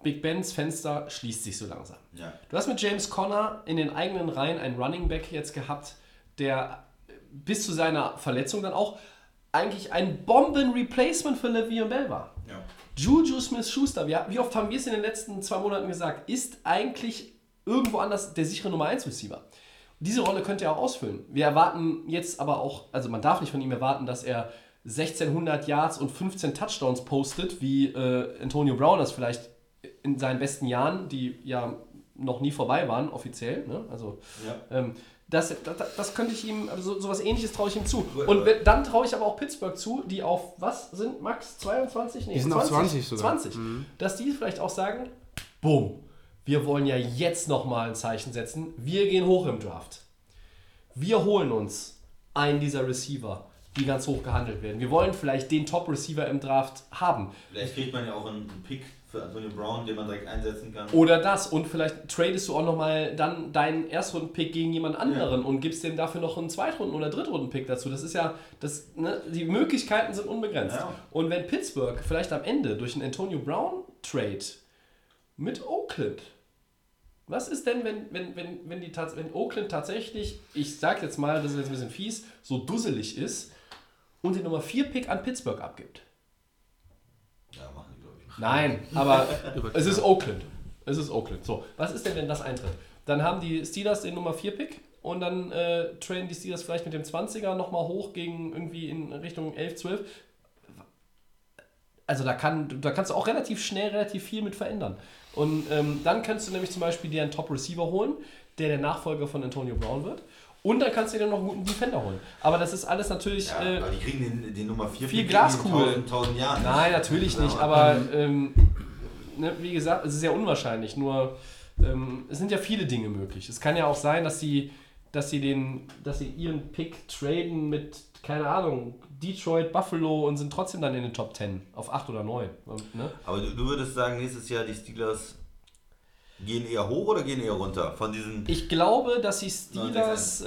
Big Bens Fenster schließt sich so langsam. Ja. Du hast mit James Conner in den eigenen Reihen einen Running Back jetzt gehabt, der bis zu seiner Verletzung dann auch eigentlich ein Bomben-Replacement für Le'Veon Bell war. Ja. Juju Smith-Schuster, wie oft haben wir es in den letzten 2 Monaten gesagt, ist eigentlich irgendwo anders der sichere Nummer 1 Receiver. Diese Rolle könnte er auch ausfüllen. Wir erwarten jetzt aber auch, also man darf nicht von ihm erwarten, dass er 1600 Yards und 15 Touchdowns postet, wie Antonio Brown das vielleicht in seinen besten Jahren, die ja noch nie vorbei waren, offiziell. Ne? Also Ja. das könnte ich ihm, also sowas Ähnliches traue ich ihm zu. Und dann traue ich aber auch Pittsburgh zu, die auf, was sind Max, 22? Nee, Die sind auf 20 sogar. 20. Dass die vielleicht auch sagen, boom, wir wollen ja jetzt nochmal ein Zeichen setzen, wir gehen hoch im Draft. Wir holen uns einen dieser Receiver, die ganz hoch gehandelt werden. Wir wollen vielleicht den Top-Receiver im Draft haben. Vielleicht kriegt man ja auch einen Pick für Antonio Brown, den man direkt einsetzen kann. Oder das. Und vielleicht tradest du auch nochmal dann deinen Erstrunden-Pick gegen jemand anderen und gibst dem dafür noch einen Zweitrunden- oder Drittrunden-Pick dazu. Das ist ja, die Möglichkeiten sind unbegrenzt. Ja. Und wenn Pittsburgh vielleicht am Ende durch einen Antonio Brown-Trade mit Oakland, was ist denn, wenn Oakland tatsächlich, ich sag jetzt mal, das ist jetzt ein bisschen fies, so dusselig ist und den Nummer 4-Pick an Pittsburgh abgibt? Ja, machen die, glaube ich. Nein, aber es ist Oakland. Es ist Oakland. So, was ist denn, wenn das eintritt? Dann haben die Steelers den Nummer 4-Pick und dann traden die Steelers vielleicht mit dem 20er nochmal hoch gegen irgendwie in Richtung 11, 12. Also da kannst du auch relativ schnell relativ viel mit verändern. Und dann kannst du nämlich zum Beispiel dir einen Top-Receiver holen, der Nachfolger von Antonio Brown wird. Und dann kannst du dir noch einen guten Defender holen. Aber das ist alles natürlich... Ja, aber die kriegen den Nummer 4 viel Glaskugel. 1000 Jahren. Nein, natürlich nicht. Aber wie gesagt, es ist sehr unwahrscheinlich. Nur es sind ja viele Dinge möglich. Es kann ja auch sein, dass sie ihren Pick traden mit, keine Ahnung, Detroit, Buffalo und sind trotzdem dann in den Top 10 auf 8 oder 9. Ne? Aber du würdest sagen, nächstes Jahr die Steelers gehen eher hoch oder gehen eher runter? Von diesen Ich glaube, dass die Steelers,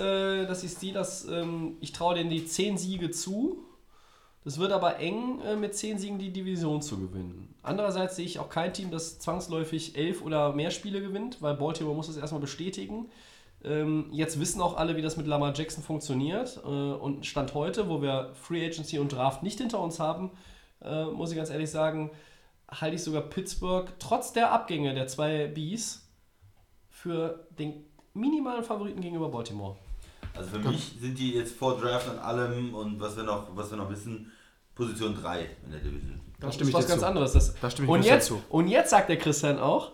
ich traue denen die 10 Siege zu. Das wird aber eng, mit 10 Siegen die Division zu gewinnen. Andererseits sehe ich auch kein Team, das zwangsläufig 11 oder mehr Spiele gewinnt, weil Baltimore muss es erstmal bestätigen. Jetzt wissen auch alle, wie das mit Lamar Jackson funktioniert. Und Stand heute, wo wir Free Agency und Draft nicht hinter uns haben, muss ich ganz ehrlich sagen, halte ich sogar Pittsburgh trotz der Abgänge der 2 Bs für den minimalen Favoriten gegenüber Baltimore. Also für mich sind die jetzt vor Draft an allem und was wir noch wissen, Position 3 in der Division. Das ist was ganz anderes. Da stimme ich dazu. Und jetzt sagt der Christian auch,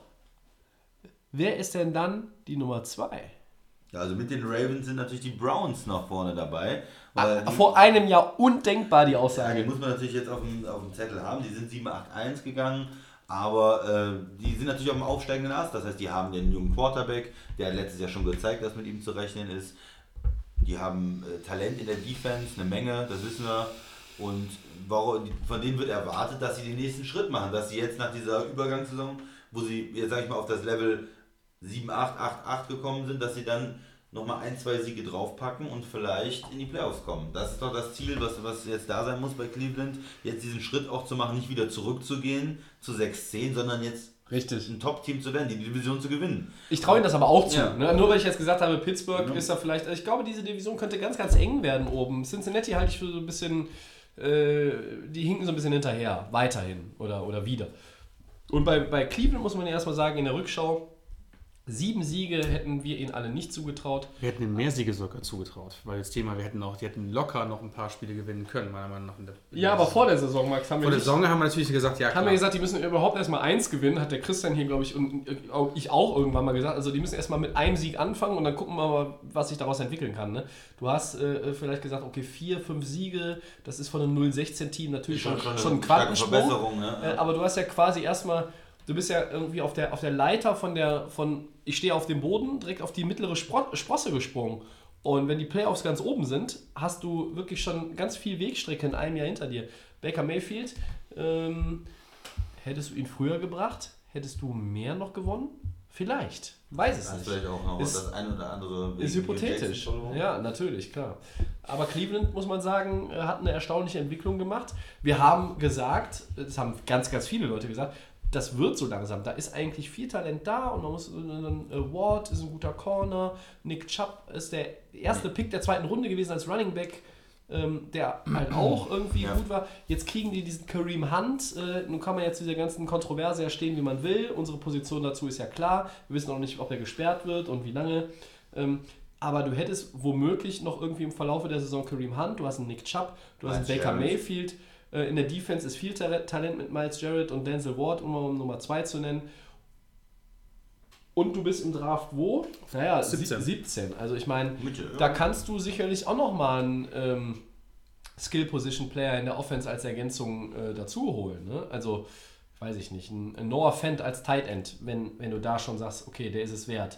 wer ist denn dann die Nummer 2? Ja, also mit den Ravens sind natürlich die Browns noch vorne dabei. Vor einem Jahr undenkbar die Die Aussage. muss man natürlich jetzt auf dem Zettel haben. Die sind 7-8-1 gegangen, aber die sind natürlich auf dem aufsteigenden Ast. Das heißt, die haben den jungen Quarterback, der hat letztes Jahr schon gezeigt, dass mit ihm zu rechnen ist. Die haben Talent in der Defense, eine Menge, das wissen wir. Und von denen wird erwartet, dass sie den nächsten Schritt machen. Dass sie jetzt nach dieser Übergangssaison, wo sie, jetzt sag ich mal, auf das Level 7-8, 8-8 gekommen sind, dass sie dann nochmal 1-2 Siege draufpacken und vielleicht in die Playoffs kommen. Das ist doch das Ziel, was jetzt da sein muss bei Cleveland. Jetzt diesen Schritt auch zu machen, nicht wieder zurückzugehen zu 6-10, sondern jetzt Richtig. ein Top-Team zu werden, die Division zu gewinnen. Ich traue ihnen das aber auch zu. Ja. Ne? Nur weil ich jetzt gesagt habe, Pittsburgh ist da vielleicht... Ich glaube, diese Division könnte ganz, ganz eng werden oben. Cincinnati halte ich für so ein bisschen... die hinken so ein bisschen hinterher. Weiterhin oder wieder. Und bei Cleveland muss man ja erstmal sagen, in der Rückschau, 7 Siege hätten wir ihnen alle nicht zugetraut. Wir hätten ihnen mehr Siege sogar zugetraut, weil das Thema, die hätten locker noch ein paar Spiele gewinnen können, meiner Meinung nach. Ja, aber vor der Saison, Max, haben wir vor der Saison haben wir natürlich gesagt, ja klar. Haben wir gesagt, die müssen überhaupt erstmal 1 gewinnen, hat der Christian hier, glaube ich, und ich auch irgendwann mal gesagt. Also die müssen erstmal mit einem Sieg anfangen und dann gucken wir mal, was sich daraus entwickeln kann. Ne? Du hast vielleicht gesagt, okay, 4, 5 Siege, das ist von einem 0-16-Team natürlich schon ein Quantensprung. Verbesserung, ne? Aber du hast ja quasi erstmal, du bist ja irgendwie auf der Leiter von ich stehe auf dem Boden, direkt auf die mittlere Sprosse gesprungen. Und wenn die Playoffs ganz oben sind, hast du wirklich schon ganz viel Wegstrecke in einem Jahr hinter dir. Baker Mayfield, hättest du ihn früher gebracht? Hättest du mehr noch gewonnen? Vielleicht. Weiß es nicht. Vielleicht auch noch das ein oder andere. Ist hypothetisch. Ja, natürlich, klar. Aber Cleveland, muss man sagen, hat eine erstaunliche Entwicklung gemacht. Wir haben gesagt, das haben ganz, ganz viele Leute gesagt, das wird so langsam. Da ist eigentlich viel Talent da und man muss Ward ist ein guter Corner, Nick Chubb ist der erste Pick der 2. Runde gewesen als Running Back, der halt auch irgendwie gut war. Jetzt kriegen die diesen Kareem Hunt. Nun kann man jetzt dieser ganzen Kontroverse ja stehen, wie man will. Unsere Position dazu ist ja klar. Wir wissen auch nicht, ob er gesperrt wird und wie lange. Aber du hättest womöglich noch irgendwie im Verlauf der Saison Kareem Hunt, du hast einen Nick Chubb, du hast einen Baker Mayfield. In der Defense ist viel Talent mit Myles Jarrett und Denzel Ward, um Nummer 2 zu nennen. Und du bist im Draft wo? Naja, 17. Also ich meine, da kannst du sicherlich auch nochmal einen Skill-Position-Player in der Offense als Ergänzung dazu holen. Ne? Also, weiß ich nicht, ein Noah Fant als Tight End, wenn du da schon sagst, okay, der ist es wert.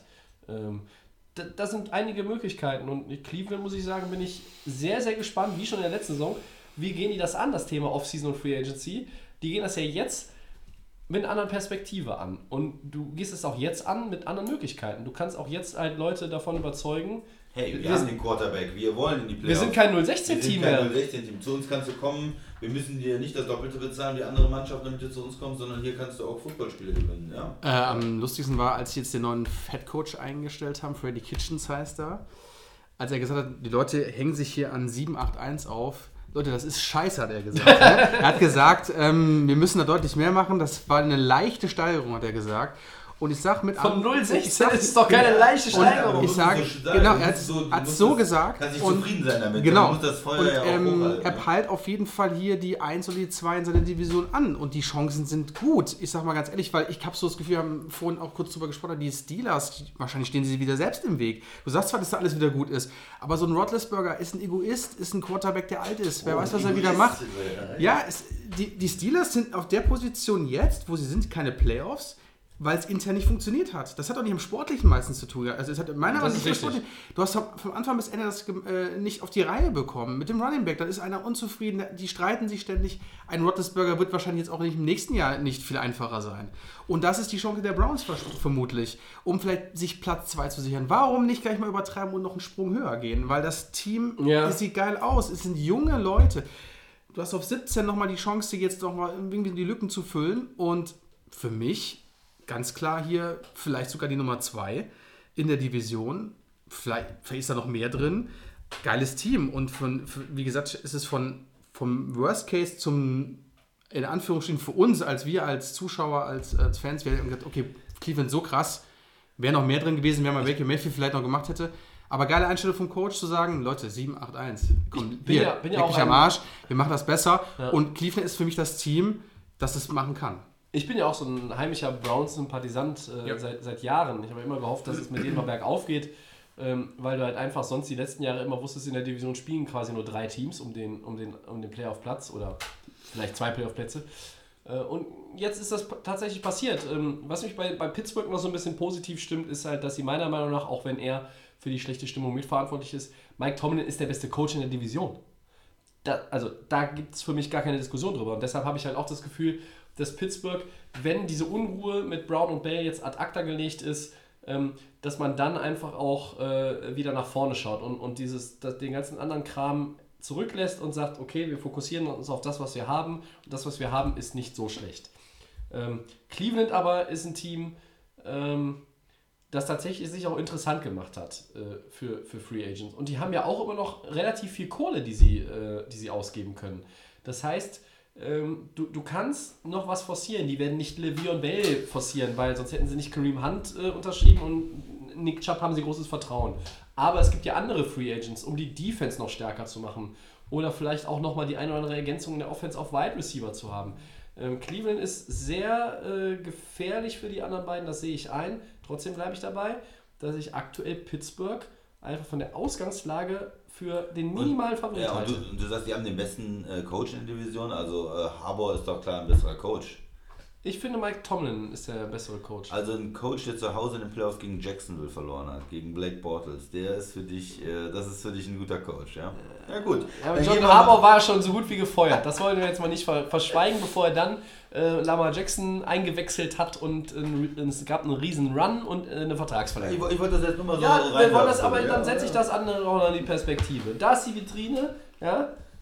Das sind einige Möglichkeiten. Und in Cleveland, muss ich sagen, bin ich sehr, sehr gespannt, wie schon in der letzten Saison. Wie gehen die das an, das Thema Offseason und Free Agency? Die gehen das ja jetzt mit einer anderen Perspektive an. Und du gehst es auch jetzt an mit anderen Möglichkeiten. Du kannst auch jetzt halt Leute davon überzeugen, hey, wir haben den Quarterback, wir wollen in die Playoffs. Wir sind kein 0-16-Team mehr. Zu uns kannst du kommen, wir müssen dir nicht das Doppelte bezahlen, die andere Mannschaft, damit du zu uns kommst, sondern hier kannst du auch Footballspiele gewinnen. Ja? Am lustigsten war, als sie jetzt den neuen Head-Coach eingestellt haben, Freddie Kitchens heißt er, als er gesagt hat, die Leute hängen sich hier an 7-8-1 auf. Leute, das ist scheiße, hat er gesagt. Ne? Er hat gesagt, wir müssen da deutlich mehr machen. Das war eine leichte Steigerung, hat er gesagt. Und ich sag mit von 0,16 ist es doch keine leichte Steigerung. Ich sage, genau, er hat so gesagt. Kann sich zufrieden sein damit. Genau. Muss das Feuer und ja auch hochhalten. er peilt auf jeden Fall hier die 1 oder die 2 in seiner Division an. Und die Chancen sind gut. Ich sag mal ganz ehrlich, weil ich habe so das Gefühl, wir haben vorhin auch kurz drüber gesprochen, die Steelers, wahrscheinlich stehen sie wieder selbst im Weg. Du sagst zwar, dass da alles wieder gut ist, aber so ein Roethlisberger ist ein Egoist, ist ein Quarterback, der alt ist. Wer weiß, was er wieder macht. Ja, die Steelers sind auf der Position jetzt, wo sie sind, keine Playoffs, weil es intern nicht funktioniert hat. Das hat auch nicht im Sportlichen meistens zu tun. Also es hat meiner Meinung nach nicht sportlich. Du hast vom Anfang bis Ende das nicht auf die Reihe bekommen. Mit dem Running Back, da ist einer unzufrieden, die streiten sich ständig. Ein Roethlisberger wird wahrscheinlich jetzt auch nicht im nächsten Jahr nicht viel einfacher sein. Und das ist die Chance der Browns vermutlich, um vielleicht sich Platz 2 zu sichern. Warum nicht gleich mal übertreiben und noch einen Sprung höher gehen? Weil das Team, es sieht geil aus. Es sind junge Leute. Du hast auf 17 nochmal die Chance, jetzt nochmal irgendwie die Lücken zu füllen. Und für mich ganz klar hier vielleicht sogar die Nummer 2 in der Division. Vielleicht ist da noch mehr drin. Geiles Team. Und wie gesagt, ist es vom Worst Case zum, in Anführungsstrichen, für uns, als Zuschauer, als Fans, wir haben gesagt, okay, Cleveland so krass, wäre noch mehr drin gewesen, wenn man Baker Mayfield vielleicht noch gemacht hätte. Aber geile Einstellung vom Coach zu sagen, Leute, 7-8-1. Komm, bin ja auch am Arsch, wir machen das besser. Ja. Und Cleveland ist für mich das Team, das es machen kann. Ich bin ja auch so ein heimischer Browns-Sympathisant seit Jahren. Ich habe immer gehofft, dass es mit denen mal bergauf geht, weil du halt einfach sonst die letzten Jahre immer wusstest, in der Division spielen quasi nur 3 Teams um den Playoff-Platz oder vielleicht 2 Playoff-Plätze. Und jetzt ist das tatsächlich passiert. Was mich bei Pittsburgh noch so ein bisschen positiv stimmt, ist halt, dass sie meiner Meinung nach, auch wenn er für die schlechte Stimmung mitverantwortlich ist, Mike Tomlin ist der beste Coach in der Division. Da gibt es für mich gar keine Diskussion drüber. Und deshalb habe ich halt auch das Gefühl, dass Pittsburgh, wenn diese Unruhe mit Brown und Bell jetzt ad acta gelegt ist, dass man dann einfach auch wieder nach vorne schaut und den ganzen anderen Kram zurücklässt und sagt, okay, wir fokussieren uns auf das, was wir haben, und das, was wir haben, ist nicht so schlecht. Cleveland aber ist ein Team, das tatsächlich sich auch interessant gemacht hat für Free Agents. Und die haben ja auch immer noch relativ viel Kohle, die sie ausgeben können. Das heißt, du kannst noch was forcieren. Die werden nicht Le'Veon Bell forcieren, weil sonst hätten sie nicht Kareem Hunt unterschrieben und Nick Chubb haben sie großes Vertrauen. Aber es gibt ja andere Free Agents, um die Defense noch stärker zu machen. Oder vielleicht auch nochmal die eine oder andere Ergänzung in der Offense auf Wide Receiver zu haben. Cleveland ist sehr gefährlich für die anderen beiden, das sehe ich ein. Trotzdem bleibe ich dabei, dass ich aktuell Pittsburgh einfach von der Ausgangslage für den minimalen Favorit halte. Und du sagst, die haben den besten Coach in der Division, also Harbaugh ist doch klar ein besserer Coach. Ich finde, Mike Tomlin ist der bessere Coach. Also ein Coach, der zu Hause in den Playoffs gegen Jacksonville verloren hat, gegen Blake Bortles, das ist für dich ein guter Coach, ja? Ja gut. Ja, aber John Harbaugh war schon so gut wie gefeuert. Das wollen wir jetzt mal nicht verschweigen, bevor er dann Lamar Jackson eingewechselt hat und es gab einen riesen Run und eine Vertragsverlängerung. Ich wollte das jetzt nur mal so rein. Wir wollen das, aber dann setze ich das andere auch noch in die Perspektive. Da ist die Vitrine, ja?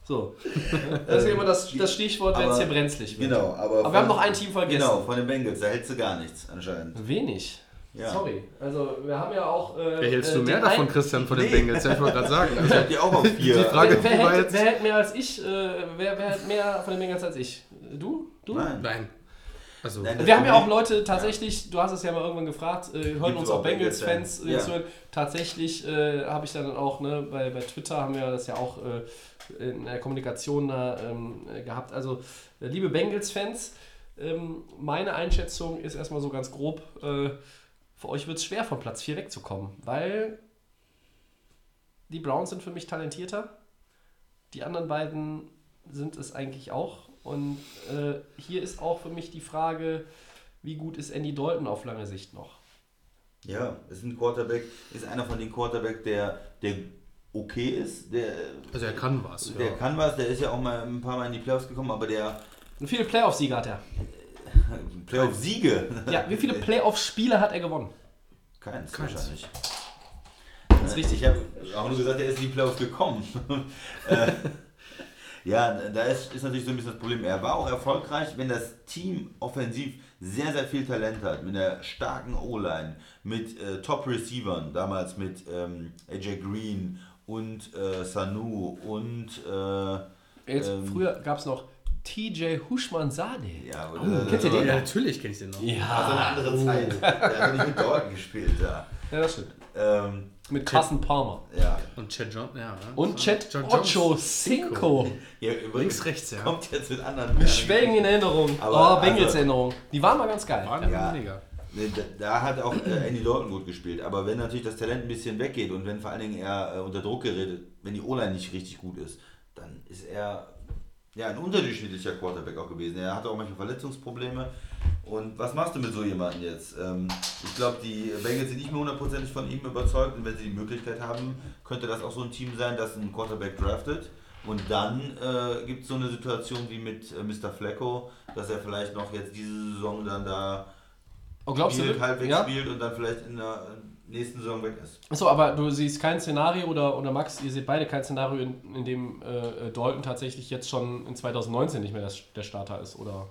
So. Das ist immer das Stichwort, wenn es hier brenzlig wird. Genau, aber wir haben noch ein Team vergessen. Genau, von den Bengals, da hältst du gar nichts anscheinend. Wenig. Ja. Sorry. Also wir haben ja auch... Wer hältst du mehr davon, Christian, von den Bengals? Ja, ich wollte gerade sagen. Ich hab die auch auf 4. Die Frage, wer hält mehr als ich? Wer hält mehr von den Bengals als ich? Du? Nein. Also, Nein, Wir haben ja auch Leute tatsächlich, du hast es ja mal irgendwann gefragt, hören uns auch Bengals-Fans Ja. zu. Tatsächlich habe ich dann auch, bei Twitter haben wir das ja auch in der Kommunikation da gehabt. Also, liebe Bengals-Fans, meine Einschätzung ist erstmal so ganz grob, für euch wird es schwer, von Platz 4 wegzukommen, weil die Browns sind für mich talentierter, die anderen beiden sind es eigentlich auch. Und hier ist auch für mich die Frage, wie gut ist Andy Dalton auf lange Sicht noch? Ja, ist ein Quarterback, ist einer von den Quarterback, der okay ist. also er kann was. Der kann was, der ist ja auch mal ein paar Mal in die Playoffs gekommen, aber der Und viele Playoff-Siege hat er. Playoff-Siege. Ja, wie viele Playoff-Spiele hat er gewonnen? Keins wahrscheinlich. Das ist richtig. Ich habe auch nur gesagt, er ist in die Playoffs gekommen. Ja, da ist natürlich so ein bisschen das Problem. Er war auch erfolgreich, wenn das Team offensiv sehr, sehr viel Talent hat. Mit einer starken O-Line, mit Top-Receivern, damals mit AJ Green und Sanu und... Früher gab es noch TJ Hushmanzadeh. Ja, kennt ihr den? Ja, natürlich kenne ich den noch. Das war eine andere Zeit. Der hat nicht mit Dalton gespielt da. Ja, das stimmt. Ähm, Mit Carson Palmer. ja. Und Chad John, ja. Und Chet John Ocho Cinco. Ja, Links, rechts, ja. Kommt jetzt mit anderen. Schwelgen in Erinnerung. Aber, Bengals Erinnerung. Die waren mal ganz geil. Ja. Mega. Nee, da hat auch Andy Dalton gut gespielt. Aber wenn natürlich das Talent ein bisschen weggeht und wenn vor allen Dingen er unter Druck gerät, wenn die O-Line nicht richtig gut ist, dann ist er ja ein unterdurchschnittlicher Quarterback auch gewesen. Er hatte auch manchmal Verletzungsprobleme. Und was machst du mit so jemandem jetzt? Ich glaube, die Bengals sind nicht mehr hundertprozentig von ihm überzeugt. Und wenn sie die Möglichkeit haben, könnte das auch so ein Team sein, das einen Quarterback draftet. Und dann gibt es so eine Situation wie mit Mr. Flacco, dass er vielleicht noch jetzt diese Saison dann da halbwegs spielt und dann vielleicht in der nächsten Saison weg ist. Achso, aber du siehst kein Szenario oder Max, ihr seht beide kein Szenario, in dem Dalton tatsächlich jetzt schon in 2019 nicht mehr der Starter ist, oder?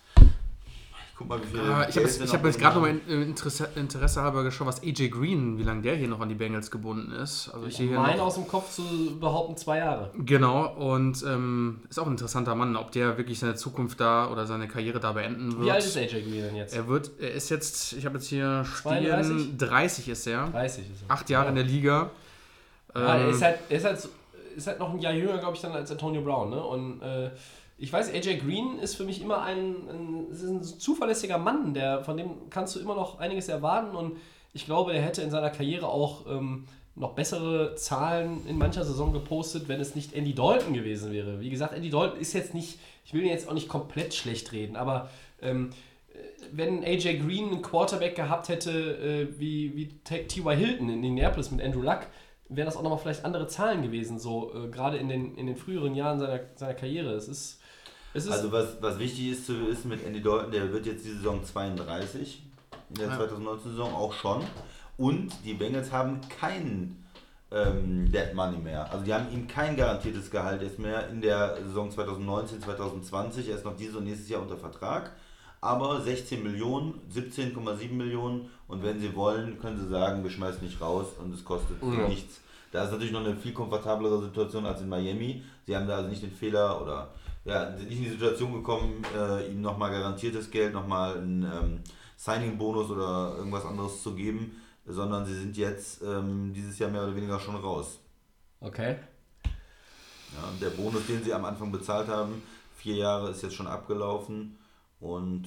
Guck mal, wie viel Ich habe jetzt gerade noch mal Interesse halber geschaut, was AJ Green, wie lange der hier noch an die Bengals gebunden ist. Also Ich sehe hier meine noch, aus dem Kopf zu behaupten 2 Jahre. genau, und ist auch ein interessanter Mann, ob der wirklich seine Zukunft da oder seine Karriere da beenden wird. Wie alt ist AJ Green denn jetzt? Er ist jetzt, ich habe jetzt hier 32? stehen, 30 ist er. 30 ist er. 8 Jahre in der Liga. Ja, er ist halt noch ein Jahr jünger, glaube ich, dann als Antonio Brown. Ne? Und ich weiß, AJ Green ist für mich immer ein zuverlässiger Mann, von dem kannst du immer noch einiges erwarten. Und ich glaube, er hätte in seiner Karriere auch noch bessere Zahlen in mancher Saison gepostet, wenn es nicht Andy Dalton gewesen wäre. Wie gesagt, Andy Dalton ist jetzt nicht, ich will ihn jetzt auch nicht komplett schlecht reden, aber wenn AJ Green einen Quarterback gehabt hätte, wie T.Y. Hilton in Indianapolis mit Andrew Luck, wären das auch nochmal vielleicht andere Zahlen gewesen, so gerade in den früheren Jahren seiner Karriere. Also was wichtig ist zu wissen mit Andy Dalton, der wird jetzt die Saison 32, in der 2019-Saison auch schon. Und die Bengals haben keinen Dead Money mehr. Also die haben ihm kein garantiertes Gehalt jetzt mehr in der Saison 2019, 2020. Er ist noch dieses und nächstes Jahr unter Vertrag. Aber 16 Millionen, 17,7 Millionen und wenn sie wollen, können sie sagen, wir schmeißen nicht raus und es kostet nichts. Da ist natürlich noch eine viel komfortablere Situation als in Miami. Sie haben da also nicht den Fehler oder sind nicht in die Situation gekommen, ihm nochmal garantiertes Geld, nochmal einen Signing-Bonus oder irgendwas anderes zu geben, sondern sie sind jetzt dieses Jahr mehr oder weniger schon raus. Okay. Ja, der Bonus, den sie am Anfang bezahlt haben, 4 Jahre, ist jetzt schon abgelaufen. Und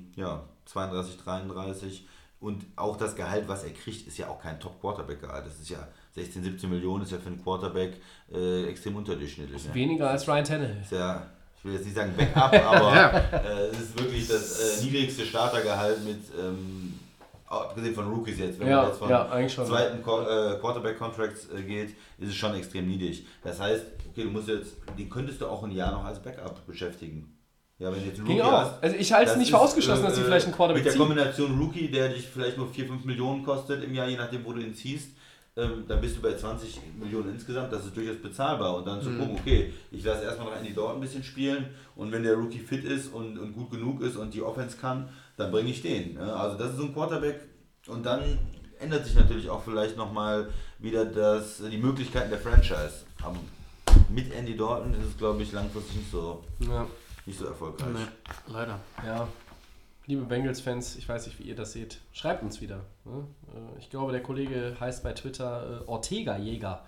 32, 33 und auch das Gehalt, was er kriegt, ist ja auch kein Top-Quarterback-Gehalt. Das ist ja 16, 17 Millionen, ist ja für einen Quarterback extrem unterdurchschnittlich. Ne? Weniger als Ryan Tannehill. Ist ja, ich will jetzt nicht sagen Backup, aber es ist wirklich das niedrigste Startergehalt mit, abgesehen von Rookies jetzt, wenn man jetzt von zweiten Quarterback-Contracts geht, ist es schon extrem niedrig. Das heißt, okay, den könntest du auch ein Jahr noch als Backup beschäftigen. Ja, wenn jetzt ein Rookie hast, also ich halte es nicht für ausgeschlossen, dass sie vielleicht einen Quarterback mit der ziehen. Kombination Rookie, der dich vielleicht nur 4-5 Millionen kostet im Jahr, je nachdem, wo du ihn ziehst, dann bist du bei 20 Millionen insgesamt, das ist durchaus bezahlbar. Und dann zu gucken, okay, ich lasse erstmal noch Andy Dalton ein bisschen spielen und wenn der Rookie fit ist und gut genug ist und die Offense kann, dann bringe ich den. Ja? Also das ist so ein Quarterback und dann ändert sich natürlich auch vielleicht nochmal wieder die Möglichkeiten der Franchise. Aber mit Andy Dalton ist es, glaube ich, langfristig nicht so erfolgreich. Nee, leider. Ja. Liebe Bengals-Fans, ich weiß nicht, wie ihr das seht. Schreibt uns wieder. Ne? Ich glaube, der Kollege heißt bei Twitter Ortega Jäger.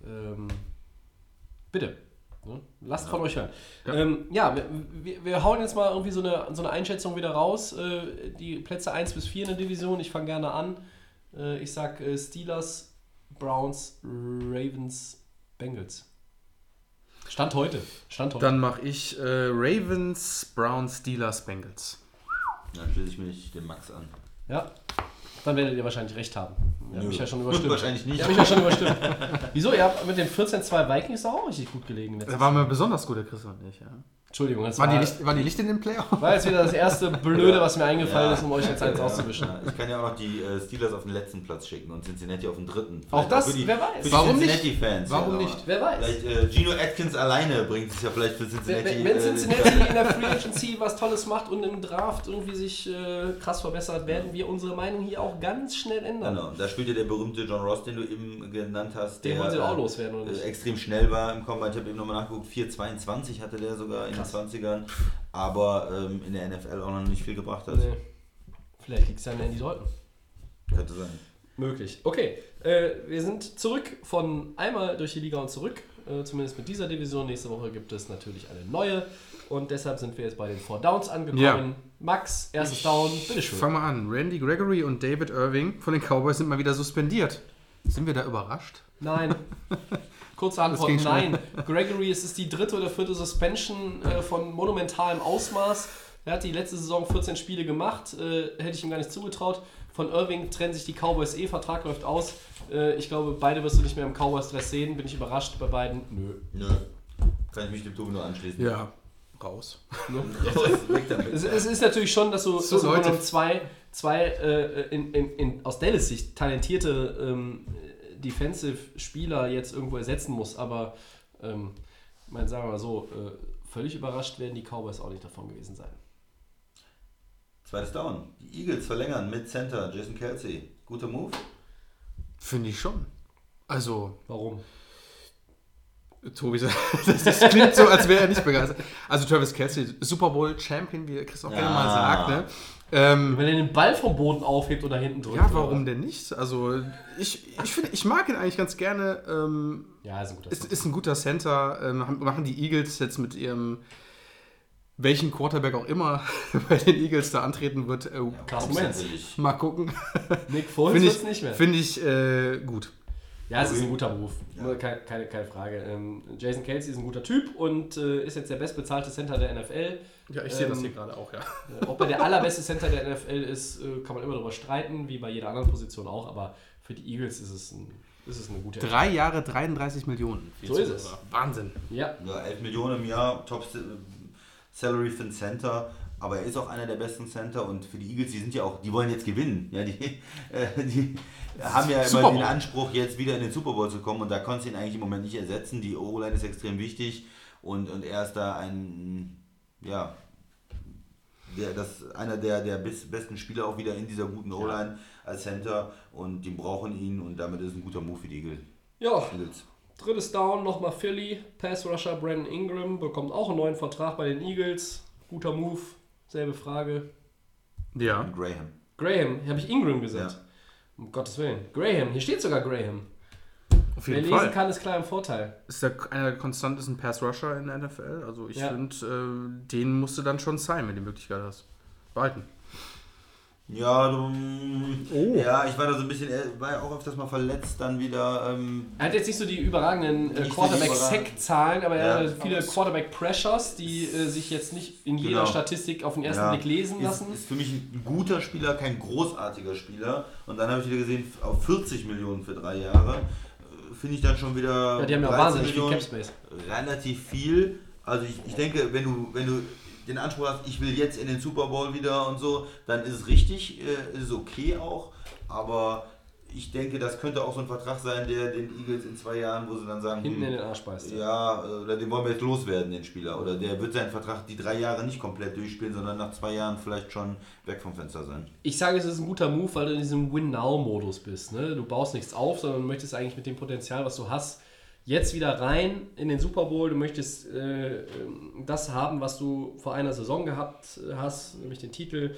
Bitte. Ne? Lasst von euch hören. Wir hauen jetzt mal irgendwie so eine Einschätzung wieder raus. Die Plätze 1 bis 4 in der Division. Ich fange gerne an. Ich sag Steelers, Browns, Ravens, Bengals. Stand heute. Dann mache ich Ravens, Browns, Steelers, Bengals. Dann schließe ich mich dem Max an. Ja, dann werdet ihr wahrscheinlich recht haben. Ihr habt mich ja schon überstimmt. Wahrscheinlich nicht. Ihr habt mich ja schon überstimmt. Wieso? Ihr habt mit den 14-2 Vikings auch richtig gut gelegen. Da waren wir besonders gut, der Chris und ich. Ja. Entschuldigung, das waren die nicht in den Playoffs? War jetzt wieder das erste Blöde, was mir eingefallen ist, um euch jetzt eins auszuwischen. Ja. Ich kann ja auch noch die Steelers auf den letzten Platz schicken und Cincinnati auf den dritten. Vielleicht auch das, wer weiß. Für die Warum Cincinnati-Fans. Warum nicht? Wer weiß. Vielleicht Geno Atkins alleine bringt es ja vielleicht für Cincinnati. Wenn Cincinnati in der Free Agency was Tolles macht und im Draft irgendwie sich krass verbessert, werden wir unsere Meinung hier auch ganz schnell ändern. Genau, da spielt ja der berühmte John Ross, den du eben genannt hast. Den wollen sie auch loswerden, oder nicht? Extrem schnell war im Combine. Ich habe eben nochmal nachgeguckt, 4,22 hatte der sogar in den 20ern. Aber in der NFL auch noch nicht viel gebracht hat. Nee. Vielleicht liegt es ja an Andy Dalton. Könnte sein. Möglich. Okay, wir sind zurück von einmal durch die Liga und zurück. Zumindest mit dieser Division. Nächste Woche gibt es natürlich eine neue. Und deshalb sind wir jetzt bei den 4 Downs angekommen. Ja. Max, erstes Down, bitteschön. Fang mal an. Randy Gregory und David Irving von den Cowboys sind mal wieder suspendiert. Sind wir da überrascht? Nein. Kurze Antwort, nein. Gregory, es ist die 3. oder 4. Suspension von monumentalem Ausmaß. Er hat die letzte Saison 14 Spiele gemacht, hätte ich ihm gar nicht zugetraut. Von Irving trennen sich die Cowboys Vertrag läuft aus. Ich glaube, beide wirst du nicht mehr im Cowboys-Dress sehen. Bin ich überrascht bei beiden? Nö. Kann ich mich dem Tobi nur anschließen. Ja, raus. Es ist natürlich schon, dass du zwei aus Dallas Sicht talentierte Defensive-Spieler jetzt irgendwo ersetzen muss, aber sagen wir mal so, völlig überrascht werden die Cowboys auch nicht davon gewesen sein. Zweites Down. Die Eagles verlängern mit Center Jason Kelce. Guter Move? Finde ich schon. Also, warum? Tobi sagt, das klingt so, als wäre er nicht begeistert. Also Travis Kelce, Super Bowl Champion, wie Chris auch gerne mal sagt, ne? Wenn er den Ball vom Boden aufhebt oder hinten drückt. Ja, warum denn nicht? Also ich finde, ich mag ihn eigentlich ganz gerne. Ja, ist ein guter Center. Machen die Eagles jetzt mit ihrem, welchen Quarterback auch immer bei den Eagles da antreten wird. Mal gucken. Nick Foles wird es nicht mehr. Finde ich gut. Ja, es ist ein guter Move. Ja. Keine Frage. Jason Kelce ist ein guter Typ und ist jetzt der bestbezahlte Center der NFL. Ja, ich sehe das hier gerade auch, ja. Ob er der allerbeste Center der NFL ist, kann man immer darüber streiten, wie bei jeder anderen Position auch, aber für die Eagles ist es eine gute Entscheidung. 3 Jahre, 33 Millionen. So ist es. Wahnsinn. Ja. 11 Millionen im Jahr, Top Salary für den Center. Aber er ist auch einer der besten Center und für die Eagles, die wollen jetzt gewinnen. Ja, die haben ja immer den Anspruch, jetzt wieder in den Super Bowl zu kommen und da konntest du ihn eigentlich im Moment nicht ersetzen. Die O-Line ist extrem wichtig und er ist da einer der besten Spieler auch wieder in dieser guten O-Line als Center und die brauchen ihn und damit ist es ein guter Move für die Eagles. Ja. Drittes Down, nochmal Philly. Pass Rusher Brandon Ingram bekommt auch einen neuen Vertrag bei den Eagles. Guter Move. Selbe Frage. Ja. Graham, habe ich Ingram gesagt. Ja. Um Gottes Willen. Graham, hier steht sogar Graham. Auf jeden Wer Fall. lesen kann, ist klar im Vorteil. Ist einer der konstantesten Pass-Rusher in der NFL. Also ich finde, den musst du dann schon sein, wenn du die Möglichkeit hast. Behalten. Ja, ich war da so ein bisschen, er war ja auch öfters mal verletzt, dann wieder. Er hat jetzt nicht so die überragenden Quarterback-Sack-Zahlen, aber er hat viele Quarterback-Pressures, die sich jetzt nicht in jeder Statistik auf den ersten Blick lesen lassen. Ist für mich ein guter Spieler, kein großartiger Spieler. Und dann habe ich wieder gesehen, auf 40 Millionen für 3 Jahre, finde ich dann schon wieder. Ja, die haben ja wahnsinnig viel Capspace. Relativ viel. Also ich denke, wenn du den Anspruch hast, ich will jetzt in den Super Bowl wieder und so, dann ist es richtig, ist es okay auch, aber ich denke, das könnte auch so ein Vertrag sein, der den Eagles in 2 Jahren, wo sie dann sagen, Hinten in den Arsch beißt. ja, oder den wollen wir jetzt loswerden, den Spieler. Oder der wird seinen Vertrag die 3 Jahre nicht komplett durchspielen, sondern nach 2 Jahren vielleicht schon weg vom Fenster sein. Ich sage, es ist ein guter Move, weil du in diesem Win-Now-Modus bist. Ne? Du baust nichts auf, sondern du möchtest eigentlich mit dem Potenzial, was du hast, jetzt wieder rein in den Super Bowl. Du möchtest das haben, was du vor einer Saison gehabt hast, nämlich den Titel.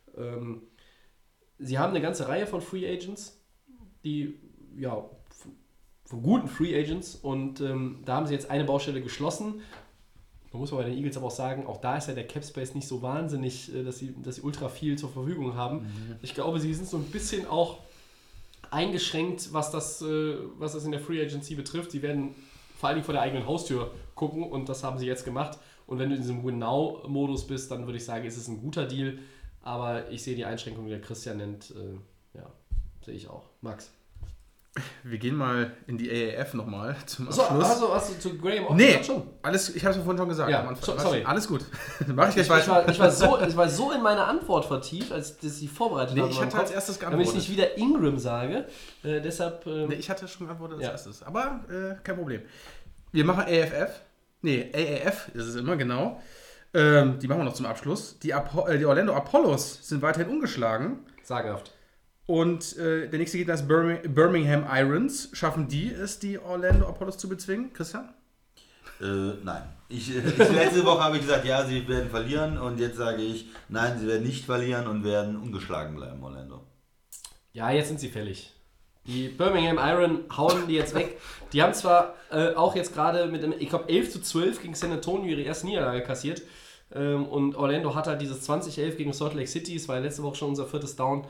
Sie haben eine ganze Reihe von Free Agents, die, ja, von guten Free Agents, und da haben sie jetzt eine Baustelle geschlossen. Da muss man bei den Eagles aber auch sagen, auch da ist ja der Cap Space nicht so wahnsinnig, dass sie ultra viel zur Verfügung haben. Ich glaube, sie sind so ein bisschen auch eingeschränkt, was das in der Free Agency betrifft. Sie werden vor allem vor der eigenen Haustür gucken, und das haben sie jetzt gemacht. Und wenn du in diesem Win-Now-Modus bist, dann würde ich sagen, ist es ein guter Deal. Aber ich sehe die Einschränkung, die der Christian nennt, sehe ich auch. Max? Wir gehen mal in die AAF nochmal zum Abschluss. Hast du zu Graham auch Nee, gesagt schon? alles, ich habe es ja vorhin schon gesagt. Ja, sorry. Alles gut. Mach ich gleich weiter. Ich war so in meine Antwort vertieft, als ich sie vorbereitet habe. Ich hatte als erstes damit geantwortet. ich nicht wieder Ingram sage. Deshalb. Ich hatte schon geantwortet als erstes. Aber kein Problem. Wir machen AFF. Nee, AAF ist es immer, genau. Die machen wir noch zum Abschluss. Die Orlando Apollos sind weiterhin ungeschlagen. Sagenhaft. Und der nächste Gegner ist Birmingham Irons. Schaffen die es, die Orlando Apollos zu bezwingen? Christian? Nein. Letzte Woche habe ich gesagt, ja, sie werden verlieren, und jetzt sage ich, nein, sie werden nicht verlieren und werden ungeschlagen bleiben, Orlando. Ja, jetzt sind sie fällig. Die Birmingham Iron hauen die jetzt weg. Die haben zwar auch jetzt gerade mit einem, ich glaube 11-12 gegen San Antonio ihre erste Niederlage kassiert. Und Orlando hat halt dieses 20-11 gegen Salt Lake City. Das war ja letzte Woche schon unser 4. Down.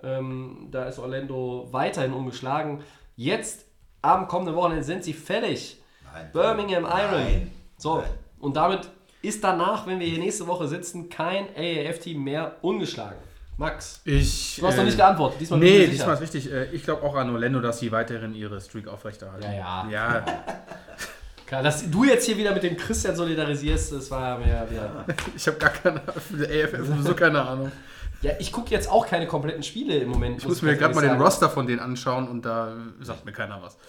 Da ist Orlando weiterhin ungeschlagen. Jetzt, am kommenden Wochenende, sind sie fällig. Nein. Birmingham Iron. Nein. So, Nein. und damit ist danach, wenn wir hier nächste Woche sitzen, kein AAF-Team mehr ungeschlagen. Max, du hast noch nicht geantwortet. Diesmal bin ich mir sicher. Diesmal ist richtig. Ich glaube auch an Orlando, dass sie weiterhin ihre Streak aufrechterhalten. Ja. Klar, dass du jetzt hier wieder mit dem Christian solidarisierst, das war mir wieder... Ich habe gar keine Ahnung. Für die AFF sowieso keine Ahnung. Ja, ich gucke jetzt auch keine kompletten Spiele im Moment. Ich muss mir gerade mal den Roster von denen anschauen, und da sagt mir keiner was.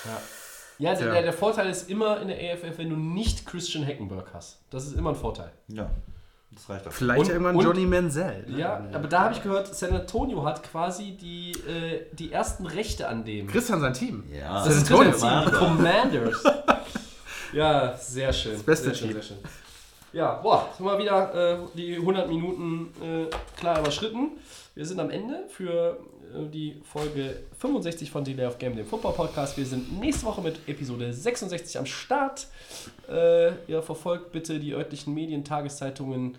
Ja, der Vorteil ist immer in der AFF, wenn du nicht Christian Hackenberg hast. Das ist immer ein Vorteil. Ja, das reicht auch. Vielleicht irgendwann Johnny Manziel. Ja, aber da habe ich gehört, San Antonio hat quasi die ersten Rechte an dem. Christian, sein Team. Ja. Das ist Antonio. Christian Commanders. Ja, sehr schön. Das beste sehr Team. Schön, sehr schön. Ja, jetzt haben wir wieder die 100 Minuten klar überschritten. Wir sind am Ende für die Folge 65 von Delay of Game, dem Football-Podcast. Wir sind nächste Woche mit Episode 66 am Start. Ihr verfolgt bitte die örtlichen Medien, Tageszeitungen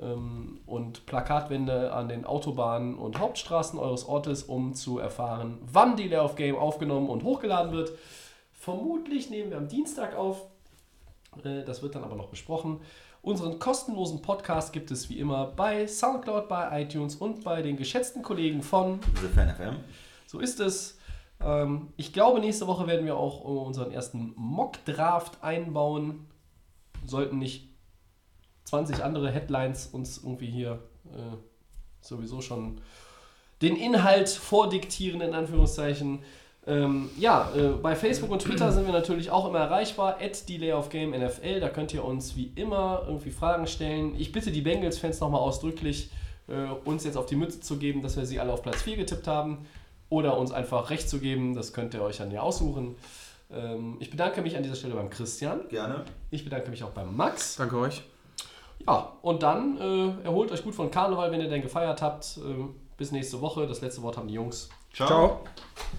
und Plakatwände an den Autobahnen und Hauptstraßen eures Ortes, um zu erfahren, wann Delay of Game aufgenommen und hochgeladen wird. Vermutlich nehmen wir am Dienstag auf. Das wird dann aber noch besprochen. Unseren kostenlosen Podcast gibt es wie immer bei Soundcloud, bei iTunes und bei den geschätzten Kollegen von The Fan FM. So ist es. Ich glaube, nächste Woche werden wir auch unseren ersten Mock-Draft einbauen. Sollten nicht 20 andere Headlines uns irgendwie hier sowieso schon den Inhalt vordiktieren, in Anführungszeichen. Bei Facebook und Twitter sind wir natürlich auch immer erreichbar, @DelayOfGameNFL. Da könnt ihr uns wie immer irgendwie Fragen stellen. Ich bitte die Bengals-Fans nochmal ausdrücklich, uns jetzt auf die Mütze zu geben, dass wir sie alle auf Platz 4 getippt haben, oder uns einfach recht zu geben. Das könnt ihr euch dann ja aussuchen. Ich bedanke mich an dieser Stelle beim Christian. Gerne. Ich bedanke mich auch beim Max. Danke euch. Ja, und dann erholt euch gut von Karneval, wenn ihr denn gefeiert habt. Bis nächste Woche. Das letzte Wort haben die Jungs. Ciao. Ciao.